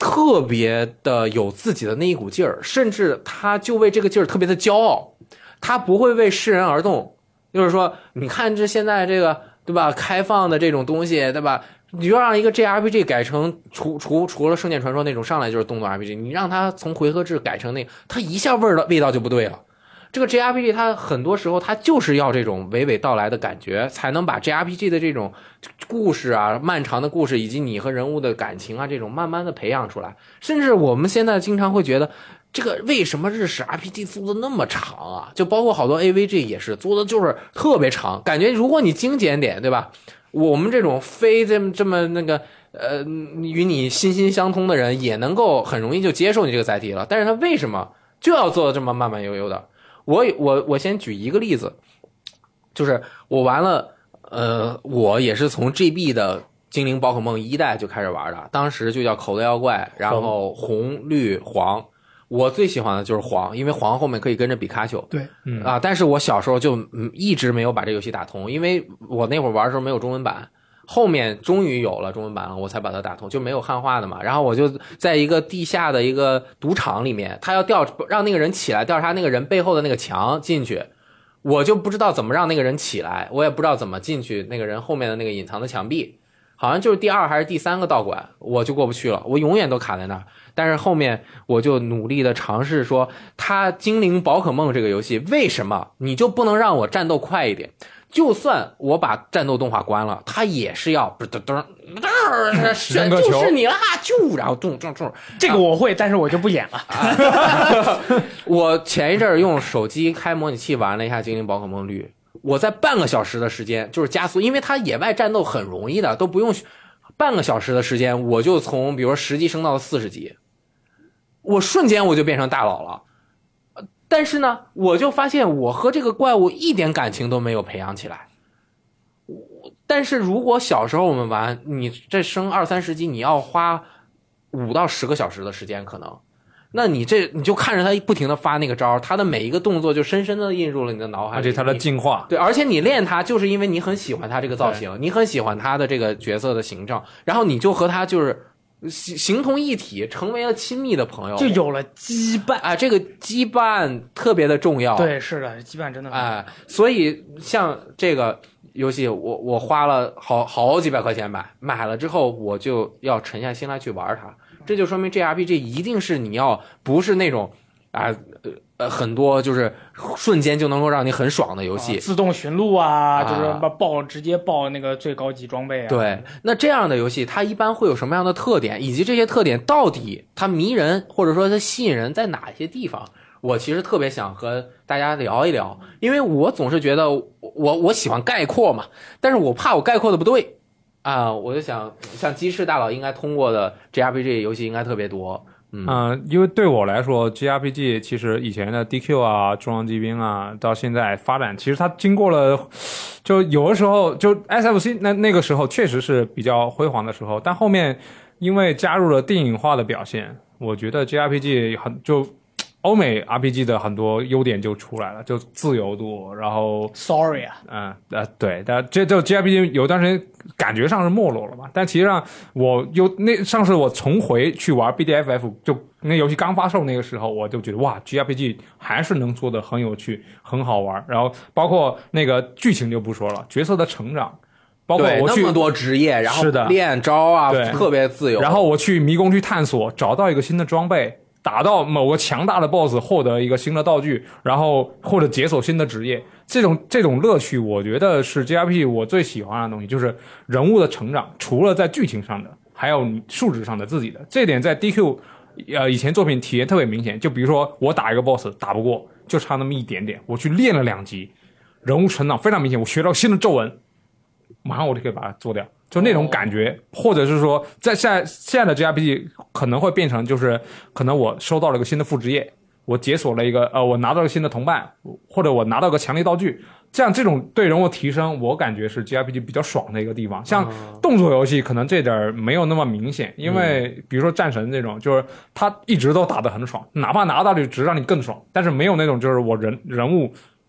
特别的有自己的那一股劲儿，甚至他就为这个劲儿特别的骄傲，他不会为世人而动。就是说，你看这现在这个对吧，开放的这种东西对吧？你就让一个 J R P G 改成除除除了圣剑传说那种上来就是动作 R P G， 你让它从回合制改成那，它一下味儿的味道就不对了。这个 J R P G 它很多时候它就是要这种娓娓道来的感觉，才能把 J R P G 的这种故事啊、漫长的故事以及你和人物的感情啊这种慢慢的培养出来。甚至我们现在经常会觉得，这个为什么日式 R P G 做的那么长啊？就包括好多 A V G 也是做的就是特别长，感觉如果你精简点，对吧？我们这种非这么这么那个呃与你心心相通的人也能够很容易就接受你这个载体了，但是他为什么就要做的这么慢慢悠悠的？我我我先举一个例子，就是我玩了，呃，我也是从 G B 的精灵宝可梦一代就开始玩的，当时就叫口袋妖怪，然后红绿黄，我最喜欢的就是黄，因为黄后面可以跟着比卡丘。 对， 嗯啊，但是我小时候就嗯一直没有把这游戏打通，因为我那会儿玩的时候没有中文版。后面终于有了中文版了，我才把它打通，就没有汉化的嘛。然后我就在一个地下的一个赌场里面，他要调让那个人起来，调查那个人背后的那个墙进去，我就不知道怎么让那个人起来，我也不知道怎么进去那个人后面的那个隐藏的墙壁，好像就是第二还是第三个道馆，我就过不去了，我永远都卡在那儿。但是后面我就努力的尝试说，他精灵宝可梦这个游戏为什么你就不能让我战斗快一点？就算我把战斗动画关了，它也是要噔噔噔，选就是你啦，就然后咚咚咚。 这个我会，但是我就不演了。 我前一阵用手机开模拟器玩了一下精灵宝可梦绿，我在半个小时的时间就是加速，因为它野外战斗很容易的，都不用半个小时的时间，我就从比如说十级升到了四十级，我瞬间我就变成大佬了。但是呢，我就发现我和这个怪物一点感情都没有培养起来。但是如果小时候我们玩，你这升二三十级，你要花五到十个小时的时间可能，那你这你就看着他不停的发那个招，他的每一个动作就深深的印入了你的脑海里， 而且他的进化， 对，而且你练他就是因为你很喜欢他这个造型，你很喜欢他的这个角色的形状，然后你就和他就是形同一体，成为了亲密的朋友， 就有了羁绊。 哎，这个羁绊特别的重要。 对，是的，羁绊真的很。 哎，所以像这个游戏，我我花了好好几百块钱买，买了之后我就要沉下心来去玩它。这就说明 J R P G 一定是你要不是那种啊呃很多就是瞬间就能够让你很爽的游戏， 啊、自动寻路啊， 啊就是报直接报那个最高级装备啊。 对，那这样的游戏它一般会有什么样的特点，以及这些特点到底它迷人或者说它吸引人在哪些地方？我其实特别想和大家聊一聊，因为我总是觉得我我喜欢概括嘛，但是我怕我概括的不对啊，我就想像鸡翅大佬应该通过的 J R P G 游戏应该特别多。嗯、 呃，因为对我来说 J R P G 其实以前的 D Q 啊、中央机兵啊，到现在发展，其实它经过了，就有的时候就 S F C 那那个时候确实是比较辉煌的时候，但后面因为加入了电影化的表现，我觉得 J R P G 很就欧美 R P G 的很多优点就出来了，就自由度，然后 sorry 啊， 嗯呃对，但这就 J R P G 有段时间感觉上是没落了嘛，但其实上我有那上次我重回去玩 B D F F， 就那游戏刚发售那个时候，我就觉得哇 J R P G 还是能做的很有趣，很好玩，然后包括那个剧情就不说了，角色的成长。包括我去那么多职业，然后练招啊，特别自由。 然后我去迷宫去探索，找到一个新的装备，打到某个强大的 B O S S， 获得一个新的道具，然后或者解锁新的职业，这种这种乐趣，我觉得是 J R P G 我最喜欢的东西，就是人物的成长，除了在剧情上的，还有数值上的自己的。这点在 D Q 呃以前作品体验特别明显，就比如说我打一个 B O S S 打不过，就差那么一点点，我去练了两级，人物成长非常明显，我学到新的皱纹，马上我就可以把它做掉，就那种感觉，或者是说，在现在现在的 J R P G 可能会变成，就是可能我收到了一个新的副职业，我解锁了一个呃，我拿到了新的同伴，或者我拿到个强力道具，这样这种对人物提升，我感觉是 J R P G 比较爽的一个地方。像动作游戏可能这点没有那么明显，因为比如说战神这种，就是他一直都打得很爽，哪怕拿到道具只让你更爽，但是没有那种就是我人人物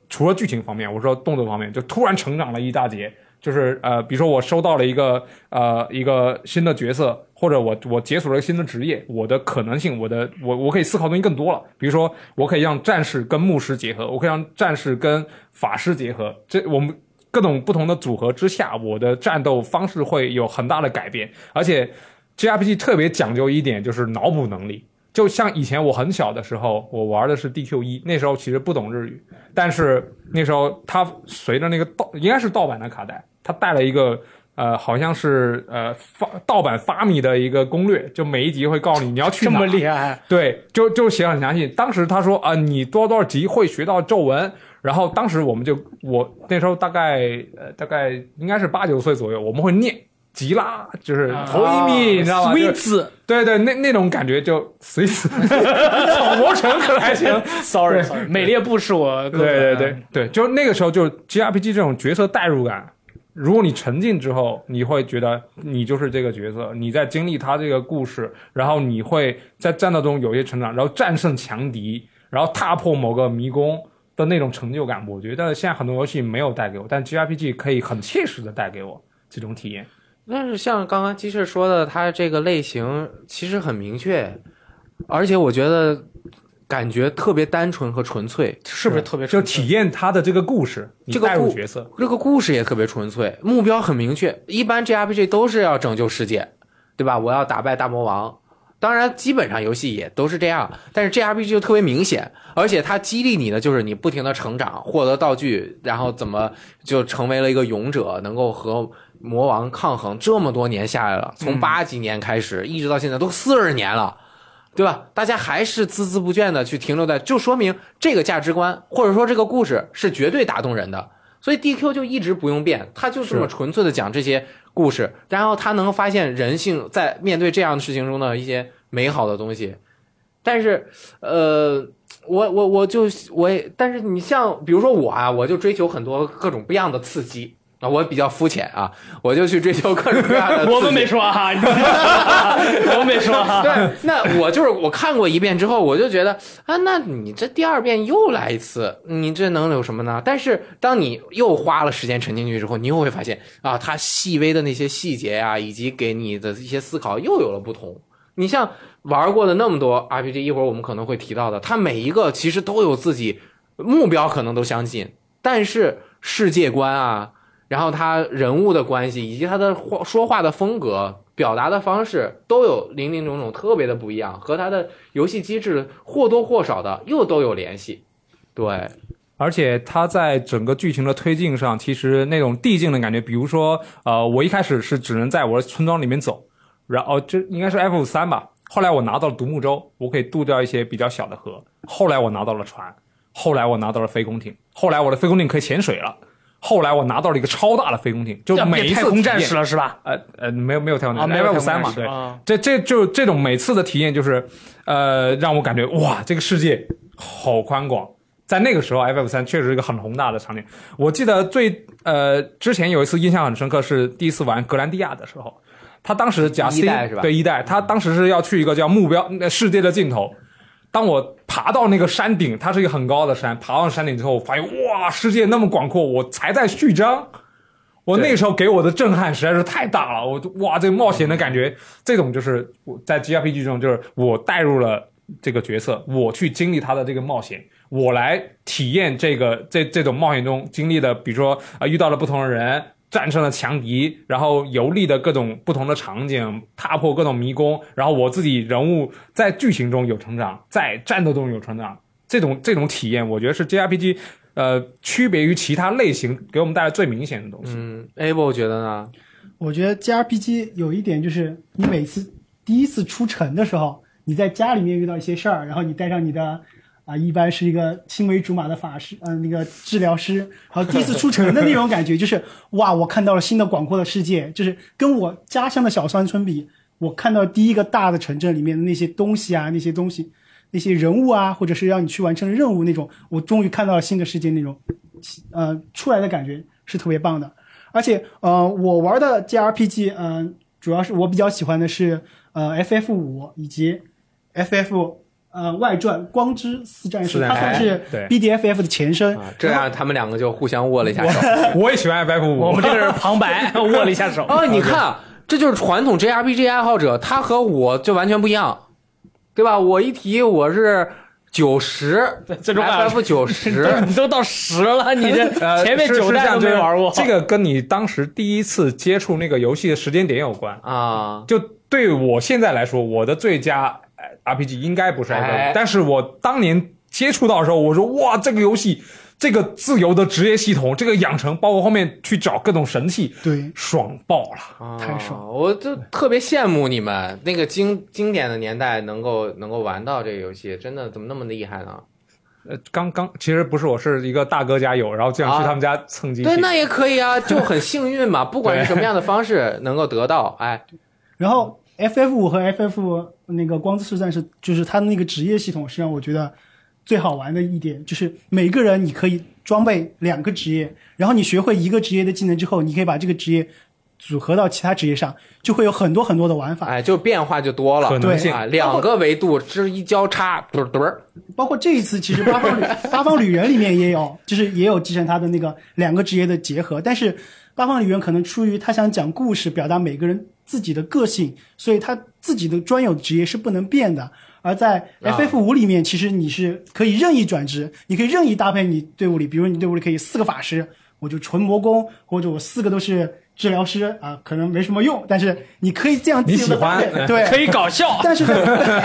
除了剧情方面，我说动作方面就突然成长了一大截。就是呃，比如说我收到了一个呃一个新的角色，或者我我解锁了一个新的职业，我的可能性，我的我我可以思考的东西更多了。比如说，我可以让战士跟牧师结合，我可以让战士跟法师结合，这我们各种不同的组合之下，我的战斗方式会有很大的改变。而且 J R P G 特别讲究一点，就是脑补能力。就像以前我很小的时候，我玩的是 D Q 一，那时候其实不懂日语，但是那时候它随着那个盗，应该是盗版的卡带。他带了一个呃，好像是呃发盗版发米的一个攻略，就每一集会告诉你你要去哪。 这么厉害？ 对，就就写很详细。当时他说啊、呃，你多少多少集会学到咒文，然后当时我们就我那时候大概呃大概应该是八九岁左右，我们会念吉拉，就是头一米，你知道吗？ Sweets， 对对，那那种感觉就 Sweets， 草魔城可能还行。 Sorry Sorry， 美列布是我哥哥。 对对对对，就那个时候就 J R P G 这种角色代入感。如果你沉浸之后，你会觉得你就是这个角色，你在经历他这个故事，然后你会在战斗中有一些成长，然后战胜强敌，然后踏破某个迷宫的那种成就感，我觉得现在很多游戏没有带给我，但 J R P G 可以很切实的带给我这种体验。 但是像刚刚鸡翅说的，它这个类型其实很明确，而且我觉得感觉特别单纯和纯粹， 是不是特别就体验他的这个故事， 这个带入角色， 这个故事也特别纯粹，目标很明确。一般 J R P G 都是要拯救世界，对吧？我要打败大魔王。当然，基本上游戏也都是这样，但是 J R P G 就特别明显，而且它激励你的就是你不停的成长，获得道具，然后怎么就成为了一个勇者，能够和魔王抗衡。这么多年下来了，从八几年开始，一直到现在都四十年了。对吧？大家还是孜孜不倦的去停留在，就说明这个价值观或者说这个故事是绝对打动人的。所以 D Q 就一直不用变，他就这么纯粹的讲这些故事，然后他能发现人性在面对这样的事情中的一些美好的东西。但是，呃，我我我就我也，但是你像比如说我啊，我就追求很多各种不一样的刺激。我比较肤浅啊，我就去追求各种各样的。 我们没说哈，我们没说哈。 对，那我就是我看过一遍之后，我就觉得啊，那你这第二遍又来一次，你这能有什么呢？但是当你又花了时间沉浸进去之后，你又会发现啊，它细微的那些细节啊，以及给你的一些思考又有了不同。你像玩过的那么多 R P G， 一会儿我们可能会提到的，它每一个其实都有自己目标，可能都相近，但是世界观啊。然后他人物的关系以及他的说话的风格表达的方式都有林林种种特别的不一样，和他的游戏机制或多或少的又都有联系。对， 而且他在整个剧情的推进上，其实那种递进的感觉，比如说呃我一开始是只能在我的村庄里面走，然后这应该是 F 三 吧，后来我拿到了独木舟，我可以渡掉一些比较小的河，后来我拿到了船，后来我拿到了飞空艇，后来我的飞空艇可以潜水了，后来我拿到了一个超大的飞空艇，就每一次太空战士了是吧？ 呃呃，没有没有太空战士， 没有 F 三 嘛，对， 啊、 这这就这种每次的体验就是，呃，让我感觉哇，这个世界好宽广。在那个时候 ，F 三 确实是一个很宏大的场景。我记得最呃之前有一次印象很深刻，是第一次玩格兰蒂亚的时候，他当时假 C 一代是吧？ 对一代，他当时是要去一个叫目标世界的尽头。当我爬到那个山顶，它是一个很高的山，爬到山顶之后，我发现哇，世界那么广阔，我才在序章。我那个时候给我的震撼实在是太大了，我哇，这个冒险的感觉，这种就是我在 G R P G 中，就是我带入了这个角色，我去经历他的这个冒险，我来体验这个这这种冒险中经历的，比如说啊、呃、遇到了不同的人。战胜了强敌，然后游历的各种不同的场景，踏破各种迷宫，然后我自己人物在剧情中有成长，在战斗中有成长，这种这种体验，我觉得是 J R P G 呃区别于其他类型给我们带来最明显的东西。 嗯 ，Able 觉得呢？ 我觉得 J R P G 有一点就是，你每次第一次出城的时候，你在家里面遇到一些事儿，然后你带上你的。啊，一般是一个青梅竹马的法师，嗯、呃，那个治疗师，然后第一次出城的那种感觉，就是哇，我看到了新的广阔的世界，就是跟我家乡的小山村比，我看到第一个大的城镇里面的那些东西啊，那些东西，那些人物啊，或者是让你去完成任务那种，我终于看到了新的世界那种，呃，出来的感觉是特别棒的。而且，呃，我玩的 J R P G， 嗯、呃，主要是我比较喜欢的是呃 F F 五以及 F F。 呃外传《光之四战士》， 是它算是 B D F F 的前身。 啊、这样他们两个就互相握了一下手。 我也喜欢 F F 五， 我们这个是旁白握了一下手。 哦，你看，这就是传统 J R P G 爱好者，他和我就完全不一样，对吧？我一提我是九十， 最终 F F 九十， 你都到十了，你这前面九代都没玩过。 这个跟你当时第一次接触那个游戏的时间点有关啊。 就对我现在来说，我的最佳 R P G 应该不是 F F 五、哎，但是我当年接触到的时候，我说哇，这个游戏。这个自由的职业系统，这个养成，包括后面去找各种神器， 对， 爽爆了， 啊、 太爽！ 我就特别羡慕你们那个经经典的年代能够能够玩到这个游戏，真的怎么那么厉害呢？ 呃，刚刚其实不是，我是一个大哥家有，然后这样去他们家蹭机器、啊。 对，那也可以啊，就很幸运嘛，不管是什么样的方式能够得到，哎。 然后 F F 五和 F F 那个光之四战士，就是它的那个职业系统，实际上我觉得。最好玩的一点就是每个人你可以装备两个职业，然后你学会一个职业的技能之后，你可以把这个职业组合到其他职业上，就会有很多很多的玩法。 哎，就变化就多了， 可能性啊，两个维度这一交叉，墩墩。 包括这一次，其实八方旅八方旅人里面也有，就是也有继承他的那个两个职业的结合，但是八方旅人可能出于他想讲故事，表达每个人自己的个性，所以他自己的专有的职业是不能变的。而在 F F 五 里面，其实你是可以任意转职，你可以任意搭配你队伍里，比如你队伍里可以四个法师，我就纯魔攻，或者我四个都是治疗师啊，可能没什么用，但是你可以这样自由的搭配，对， 可以搞笑， 但是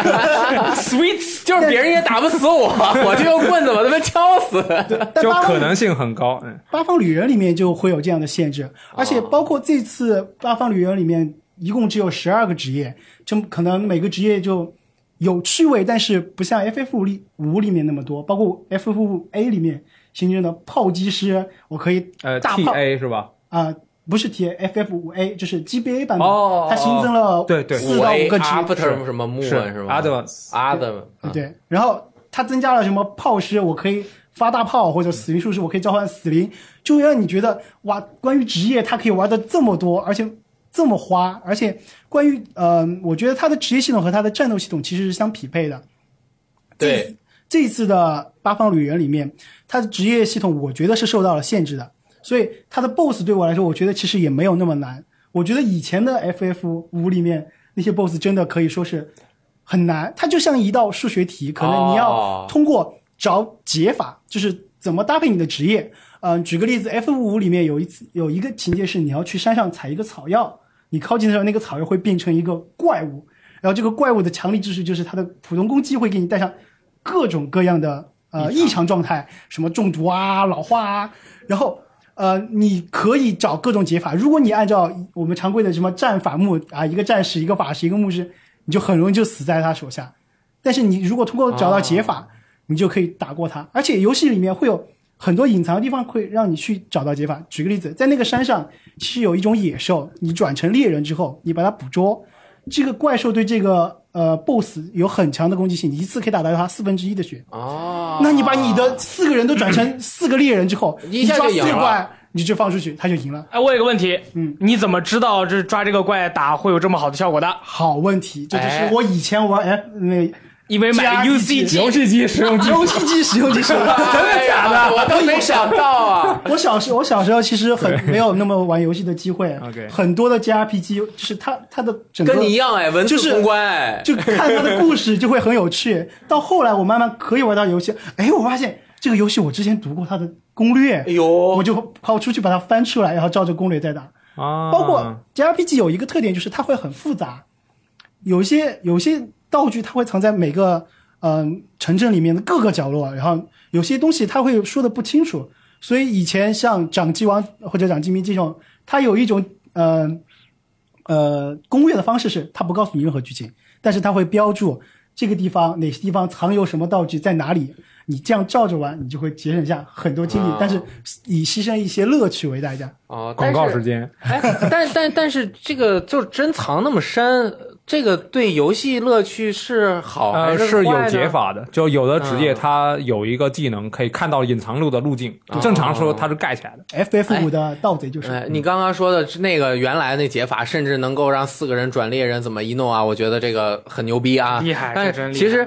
sweet 就是别人也打不死我，我就用棍子把他们敲死， 就可能性很高。嗯， 八方旅人里面就会有这样的限制，而且包括这次八方旅人里面一共只有十二个职业，就可能每个职业就。有趣味，但是不像 F F 五 里, 五里面那么多，包括 F F 五 A 里面新增的炮击师，我可以大炮、 呃、T A 是吧？ 啊、呃，不是 T A F F 五 A， 就是 G B A 版本， 哦、 它新增了对对四到五个职业 ，After 什么木是吗 ？Advance Advance 对对，然后它增加了什么炮师，我可以发大炮，或者死灵术士，我可以召唤死灵，就会让你觉得哇，关于职业它可以玩的这么多，而且。这么花，而且关于呃，我觉得它的职业系统和它的战斗系统其实是相匹配的。 对， 这一次的八方旅人里面，它的职业系统我觉得是受到了限制的，所以它的 B O S S 对我来说，我觉得其实也没有那么难。我觉得以前的 F F 五 里面那些 B O S S 真的可以说是很难，它就像一道数学题，可能你要通过找解法，就是怎么搭配你的职业。嗯、呃，举个例子 ，F F 五 里面有一次有一个情节是你要去山上采一个草药，你靠近的时候，那个草药会变成一个怪物，然后这个怪物的强力之势就是它的普通攻击会给你带上各种各样的呃异常状态，什么中毒啊、老化啊，然后呃你可以找各种解法。如果你按照我们常规的什么战法木啊，一个战士、一个法师、一个牧师，你就很容易就死在他手下。但是你如果通过找到解法，哦、你就可以打过他。而且游戏里面会有。很多隐藏的地方会让你去找到解法。举个例子，在那个山上其实有一种野兽，你转成猎人之后，你把它捕捉，这个怪兽对这个呃 B O S S 有很强的攻击性，你一次可以打到它四分之一的血。 哦， 那你把你的四个人都转成四个猎人之后， 一下就赢了， 你抓四个怪，你就放出去，他就赢了。 哎，我有个问题， 嗯， 你怎么知道这抓这个怪打会有这么好的效果的？ 好问题，这就是我以前玩哎那。 因为买 U C 机游戏机使用机游戏机使用机使用真的假的？ 我都没想到啊！ 我小时我小时候其实很没有那么玩游戏的机会，很多的 J R P G 就是它它的整个跟你一样哎，文字通关哎， 就看它的故事就会很有趣。到后来我慢慢可以玩到游戏，哎，我发现这个游戏我之前读过它的攻略， 哎呦， 我就跑出去把它翻出来，然后照着攻略再打。 啊， 包括 J R P G 有一个特点就是它会很复杂，有些有些道具它会藏在每个。嗯、呃，城镇里面的各个角落，然后有些东西他会说的不清楚，所以以前像掌机王或者掌机迷这种，他有一种呃呃攻略的方式是，他不告诉你任何剧情，但是他会标注这个地方哪些地方藏有什么道具在哪里，你这样照着玩，你就会节省下很多精力，啊、但是以牺牲一些乐趣为代价。 哦， 广告时间。 哎，但但但是这个就真藏那么深。这个对游戏乐趣是好还是坏呢？ 呃，是有解法的。就有的职业它有一个技能可以看到隐藏路的路径，嗯、正常说它是盖起来的。 F F 五 的盗贼就是、 哎哎。你刚刚说的那个原来那解法，甚至能够让四个人转猎人，怎么一弄啊？我觉得这个很牛逼啊， 厉害， 但是其实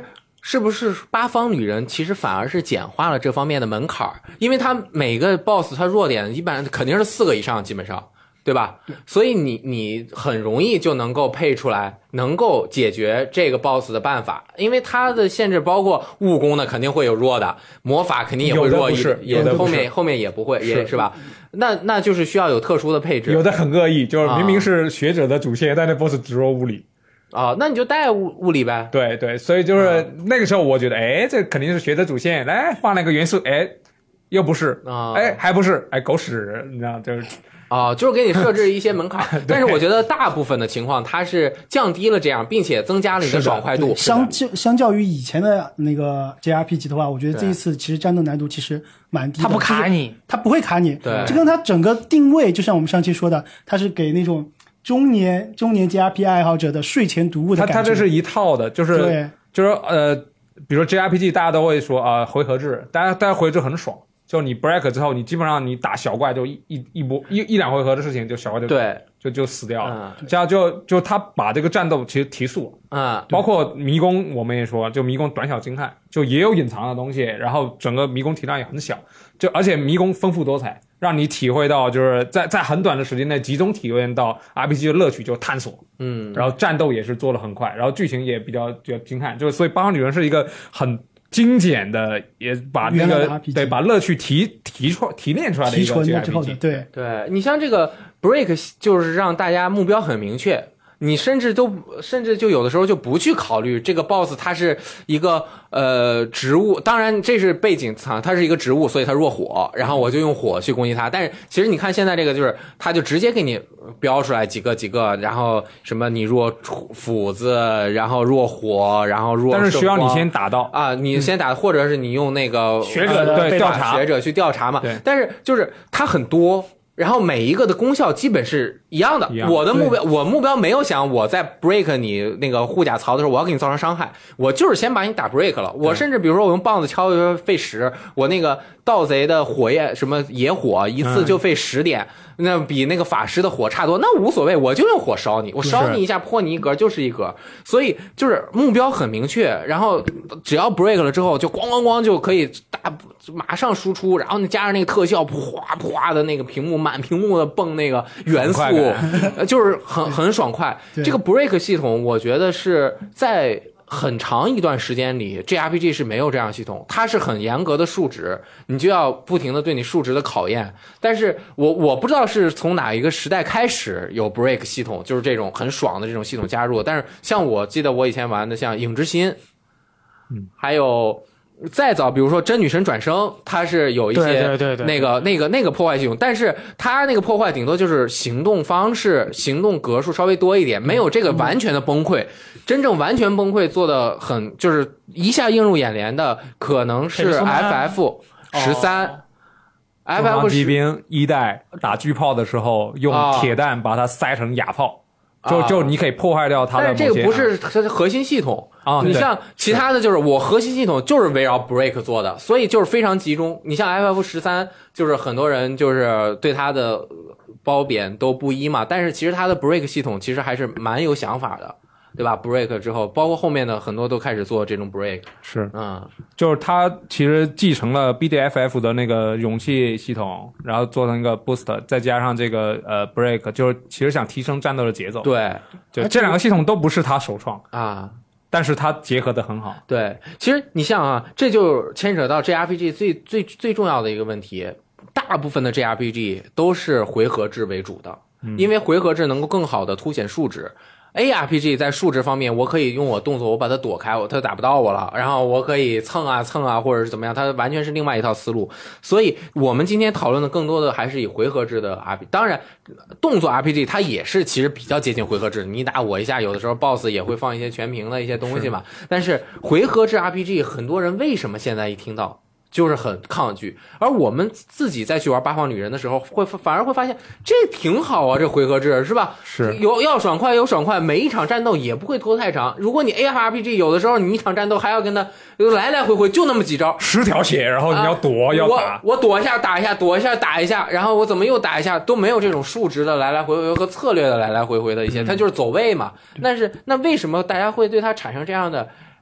是不是八方旅人其实反而是简化了这方面的门槛？因为他每个 boss 他弱点一般肯定是四个以上，基本上，对吧？对，所以你你很容易就能够配出来能够解决这个 boss 的办法，因为它的限制包括武功呢肯定会有弱的，魔法肯定也会弱一点，也后面后面也不会，也是吧？那那就是需要有特殊的配置， 有的很恶意，就是明明是学者的主线，啊、但那 boss 只弱物理。 啊、哦，那你就带物物理呗。 对对，所以就是那个时候，我觉得，哎，这肯定是学者主线，来换了一个元素，哎，又不是， 啊、 哎，还不是，哎，狗屎，你知道，就是， 哦，就是给你设置一些门槛，但是我觉得大部分的情况，它是降低了这样，并且增加了你的爽快度。 相较相较于以前的那个 J R P G 的话，我觉得这一次其实战斗难度其实蛮低的， 它不卡你， 它不会卡你， 对， 这跟它整个定位，就像我们上期说的，它是给那种。中年中年 J R P 爱好者的睡前读物的感觉， 它它这是一套的，就是对， 就是呃，比如说 J R P G， 大家都会说啊、呃，回合制，大家大家回合制很爽，就你 break 之后，你基本上你打小怪就一一一波一一两回合的事情，就小怪就对就就死掉了， 嗯、 这样就就他把这个战斗其实提速了， 嗯， 包括迷宫我们也说，就迷宫短小精悍，就也有隐藏的东西，然后整个迷宫体量也很小，就而且迷宫丰富多彩。让你体会到，就是在在很短的时间内集中体验到 R P G 的乐趣，就是探索， 嗯， 然后战斗也是做得很快，然后剧情也比较比较精悍，就是所以《八方旅人》是一个很精简的，也把那个对把乐趣提提出提炼出来的一个 J R P G。 对对，你像这个 Break 就是让大家目标很明确。你甚至都甚至就有的时候就不去考虑这个 boss 它是一个呃植物，当然这是背景层，它是一个植物，所以它弱火，然后我就用火去攻击它。但是其实你看现在这个就是它就直接给你标出来几个几个，然后什么你弱斧子，然后弱火，然后弱， 但是需要你先打到啊，你先打，或者是你用那个学者的对调查学者去调查嘛。但是就是它很多。然后每一个的功效基本是一样的。 样我的目标，我目标没有想我在 break 你那个护甲槽的时候，我要给你造成伤害，我就是先把你打 break 了。我甚至比如说我用棒子敲一个费十，我那个盗贼的火焰什么野火一次就费十点，嗯、那比那个法师的火差多，那无所谓，我就用火烧你，我烧你一下破你一格就是一格。所以就是目标很明确，然后只要 break 了之后，就咣咣咣就可以大马上输出，然后你加上那个特效，哗哗的那个屏幕满屏幕的蹦那个元素，就是很很爽快。这个 break 系统，我觉得是在很长一段时间里 ，J R P G 是没有这样系统，它是很严格的数值，你就要不停的对你数值的考验。但是我我不知道是从哪一个时代开始有 break 系统，就是这种很爽的这种系统加入。但是像我记得我以前玩的像影之心，嗯，还有。再早，比如说真女神转生，它是有一些对对对对那个那个那个破坏系统，但是它那个破坏顶多就是行动方式、行动格数稍微多一点，没有这个完全的崩溃。真正完全崩溃做的很，就是一下映入眼帘的，可能是 F F 十三。F F 骑兵一代打巨炮的时候，用铁弹把它塞成哑炮。就就你可以破坏掉它的某些， 但是这个不是它的核心系统啊。 你像其他的就是我核心系统就是围绕 break 做的，所以就是非常集中。你像 F F 十三，就是很多人就是对它的褒贬都不一嘛，但是其实它的 break 系统其实还是蛮有想法的。对吧 ？break 之后，包括后面的很多都开始做这种 break， 是， 嗯， 就是它其实继承了 B D F F 的那个勇气系统，然后做成一个 boost， 再加上这个呃 break， 就是其实想提升战斗的节奏。 对， 就这两个系统都不是他首创啊， 但是它结合的很好。 对，其实你像啊，这就牵扯到 J R P G 最最最重要的一个问题，大部分的 J R P G 都是回合制为主的，嗯、因为回合制能够更好的凸显数值。A R P G 在数值方面，我可以用我动作，我把它躲开，我它打不到我了，然后我可以蹭啊蹭啊，或者是怎么样，它完全是另外一套思路。所以我们今天讨论的更多的还是以回合制的 R P G， 当然动作 R P G 它也是其实比较接近回合制，你打我一下，有的时候 boss 也会放一些全屏的一些东西嘛。但是回合制 R P G 很多人为什么现在一听到就是很抗拒，而我们自己再去玩八方旅人的时候，会反而会发现这挺好啊，这回合制是吧？ 是有要爽快有爽快，每一场战斗也不会拖太长。如果你 A R P G 有的时候你一场战斗还要跟他来来回回就那么几招， 十条血，然后你要躲、啊、要打， 我我躲一下打一下，躲一下打一下，然后我怎么又打一下，都没有这种数值的来来回回和策略的来来回回的一些，它就是走位嘛。但是那为什么大家会对它产生这样的？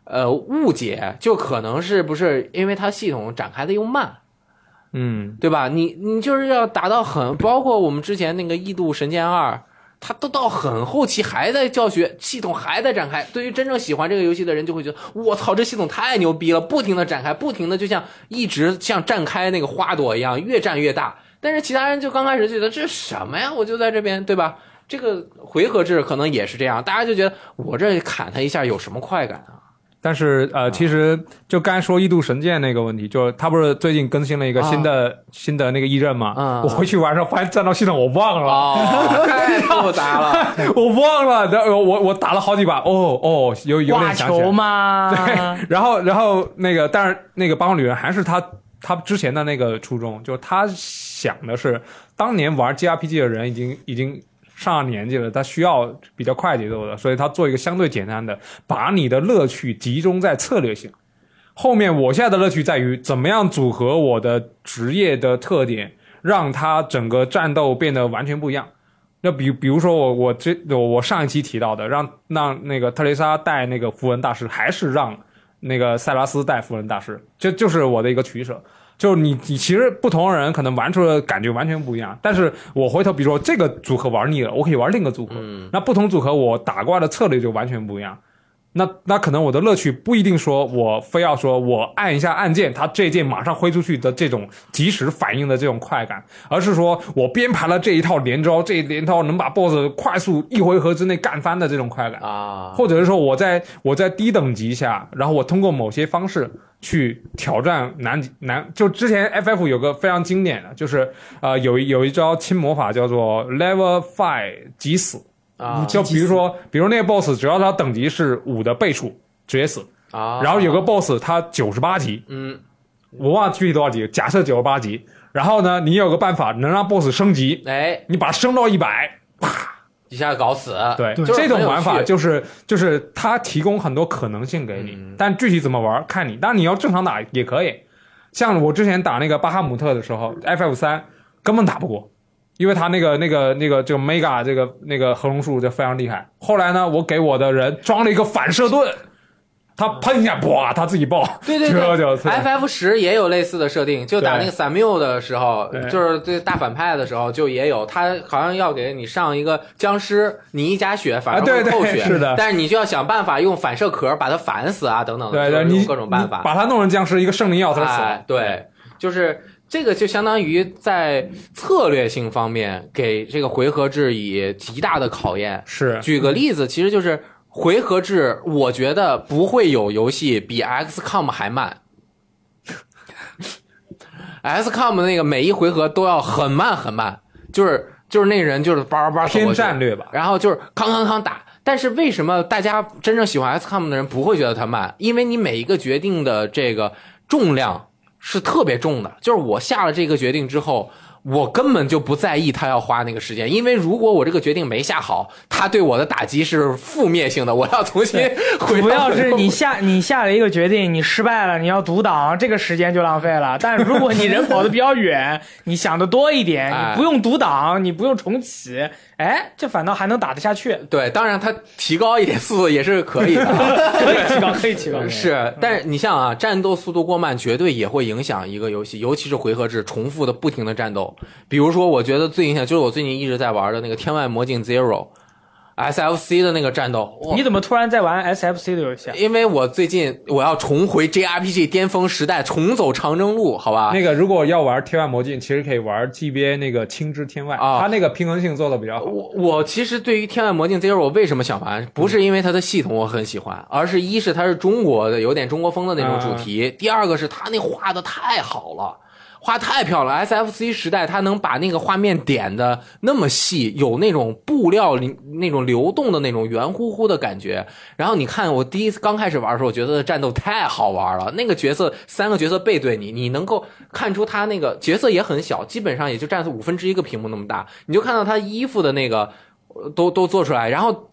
呃误解，就可能是不是因为它系统展开的又慢。 嗯， 对吧？你你就是要达到很，包括我们之前那个《异度神剑二》，它都到很后期还在教学，系统还在展开。对于真正喜欢这个游戏的人，就会觉得我操，这系统太牛逼了，不停的展开，不停的就像一直像绽开那个花朵一样，越绽越大。但是其他人就刚开始觉得这是什么呀？我就在这边，对吧？这个回合制可能也是这样，大家就觉得我这砍他一下有什么快感啊？ 但是呃，其实就刚才说《异度神剑》那个问题，就是他不是最近更新了一个新的、啊、新的那个异刃嘛？嗯，我回去玩的时候发现战斗系统我忘了， 哦，太复杂了， 我忘了，然后我我打了好几把，哦哦，有有点想起来。 挂球吗？ 对，然后然后那个，但是那个八方旅人还是他他之前的那个初衷，就是他想的是，当年玩 J R P G 的人已经已经。上了年纪了，他需要比较快节奏的，所以他做一个相对简单的，把你的乐趣集中在策略性。后面我现在的乐趣在于怎么样组合我的职业的特点，让它整个战斗变得完全不一样。那比比如说我我这我我上一期提到的，让让那个特蕾莎带那个符文大师，还是让那个塞拉斯带符文大师，这就是我的一个取舍。就是你，你其实不同的人可能玩出的感觉完全不一样，但是我回头比如说这个组合玩腻了，我可以玩另一个组合，嗯，那不同组合我打怪的策略就完全不一样。那那可能我的乐趣不一定说我非要说我按一下按键，它这一键马上挥出去的这种及时反应的这种快感，而是说我编排了这一套连招，这一连招能把 boss 快速一回合之内干翻的这种快感啊，或者是说我在我在低等级下，然后我通过某些方式去挑战难难，就之前 F F 有个非常经典的，就是呃有有一招轻魔法叫做 Level Five 即死。啊，就比如说，比如那个 boss， 只要他等级是五的倍数，直接死啊。然后有个 boss， 他九十八级，嗯，我忘了具体多少级，假设九十八级。然后呢，你有个办法能让 boss 升级，哎，你把它升到一百，啪， 一下搞死。 对，这种玩法就是就是它提供很多可能性给你，嗯、但具体怎么玩看你。当然你要正常打也可以，像我之前打那个巴哈姆特的时候 ，F F 三根本打不过。因为他那个那个那个这个 mega 这个那个合龙术就非常厉害。后来呢，我给我的人装了一个反射盾，他喷一下，哇，他自己爆。 对对对 ，F F 十也有类似的设定，就打那个 Samuel 的时候，就是对大反派的时候就也有，他好像要给你上一个僵尸，你一加血反而会扣血， 啊、是的。 但是你就要想办法用反射壳把他反死啊，等等的， 对对， 用各种办法把他弄成僵尸，一个圣灵药他死、 哎。对，就是。这个就相当于在策略性方面给这个回合制以极大的考验。 是， 举个例子，其实就是回合制，我觉得不会有游戏比 X COM 还慢。X COM 那个每一回合都要很慢很慢，就是就是那人就是叭叭叭偏战略吧， 然后就是康康康打。但是为什么大家真正喜欢 X COM 的人不会觉得它慢？因为你每一个决定的这个重量是特别重的，就是我下了这个决定之后，我根本就不在意他要花那个时间，因为如果我这个决定没下好，他对我的打击是负面性的，我要重新回到。 主要是你下你下了一个决定，你失败了，你要读档，这个时间就浪费了。但是如果你人跑得比较远，你想的多一点，你不用读档，你不用重启，哎，这反倒还能打得下去。 对，当然它提高一点速度也是可以的， 可以提高，可以提高。 是，但是你像啊，战斗速度过慢，绝对也会影响一个游戏，尤其是回合制重复的不停的战斗。比如说，我觉得最影响就是我最近一直在玩的那个《天外魔镜 Zero》。S F C 的那个战斗， 你怎么突然在玩 S F C 的游戏啊？ 因为我最近我要重回 J R P G 巅峰时代，重走长征路，好吧？ 那个如果要玩天外魔镜，其实可以玩 G B A 那个青之天外，啊，它那个平衡性做的比较好。 我我其实对于天外魔镜 Zero 我为什么想玩，不是因为它的系统我很喜欢，而是一是它是中国的，有点中国风的那种主题，嗯，第二个是它那画的太好了。画太漂亮了 ，S F C 时代它能把那个画面点的那么细，有那种布料那种流动的那种圆乎乎的感觉。然后你看我第一次刚开始玩的时候，我觉得战斗太好玩了。那个角色三个角色背对你，你能够看出他那个角色也很小，基本上也就占五分之一个屏幕那么大，你就看到他衣服的那个都都做出来，然后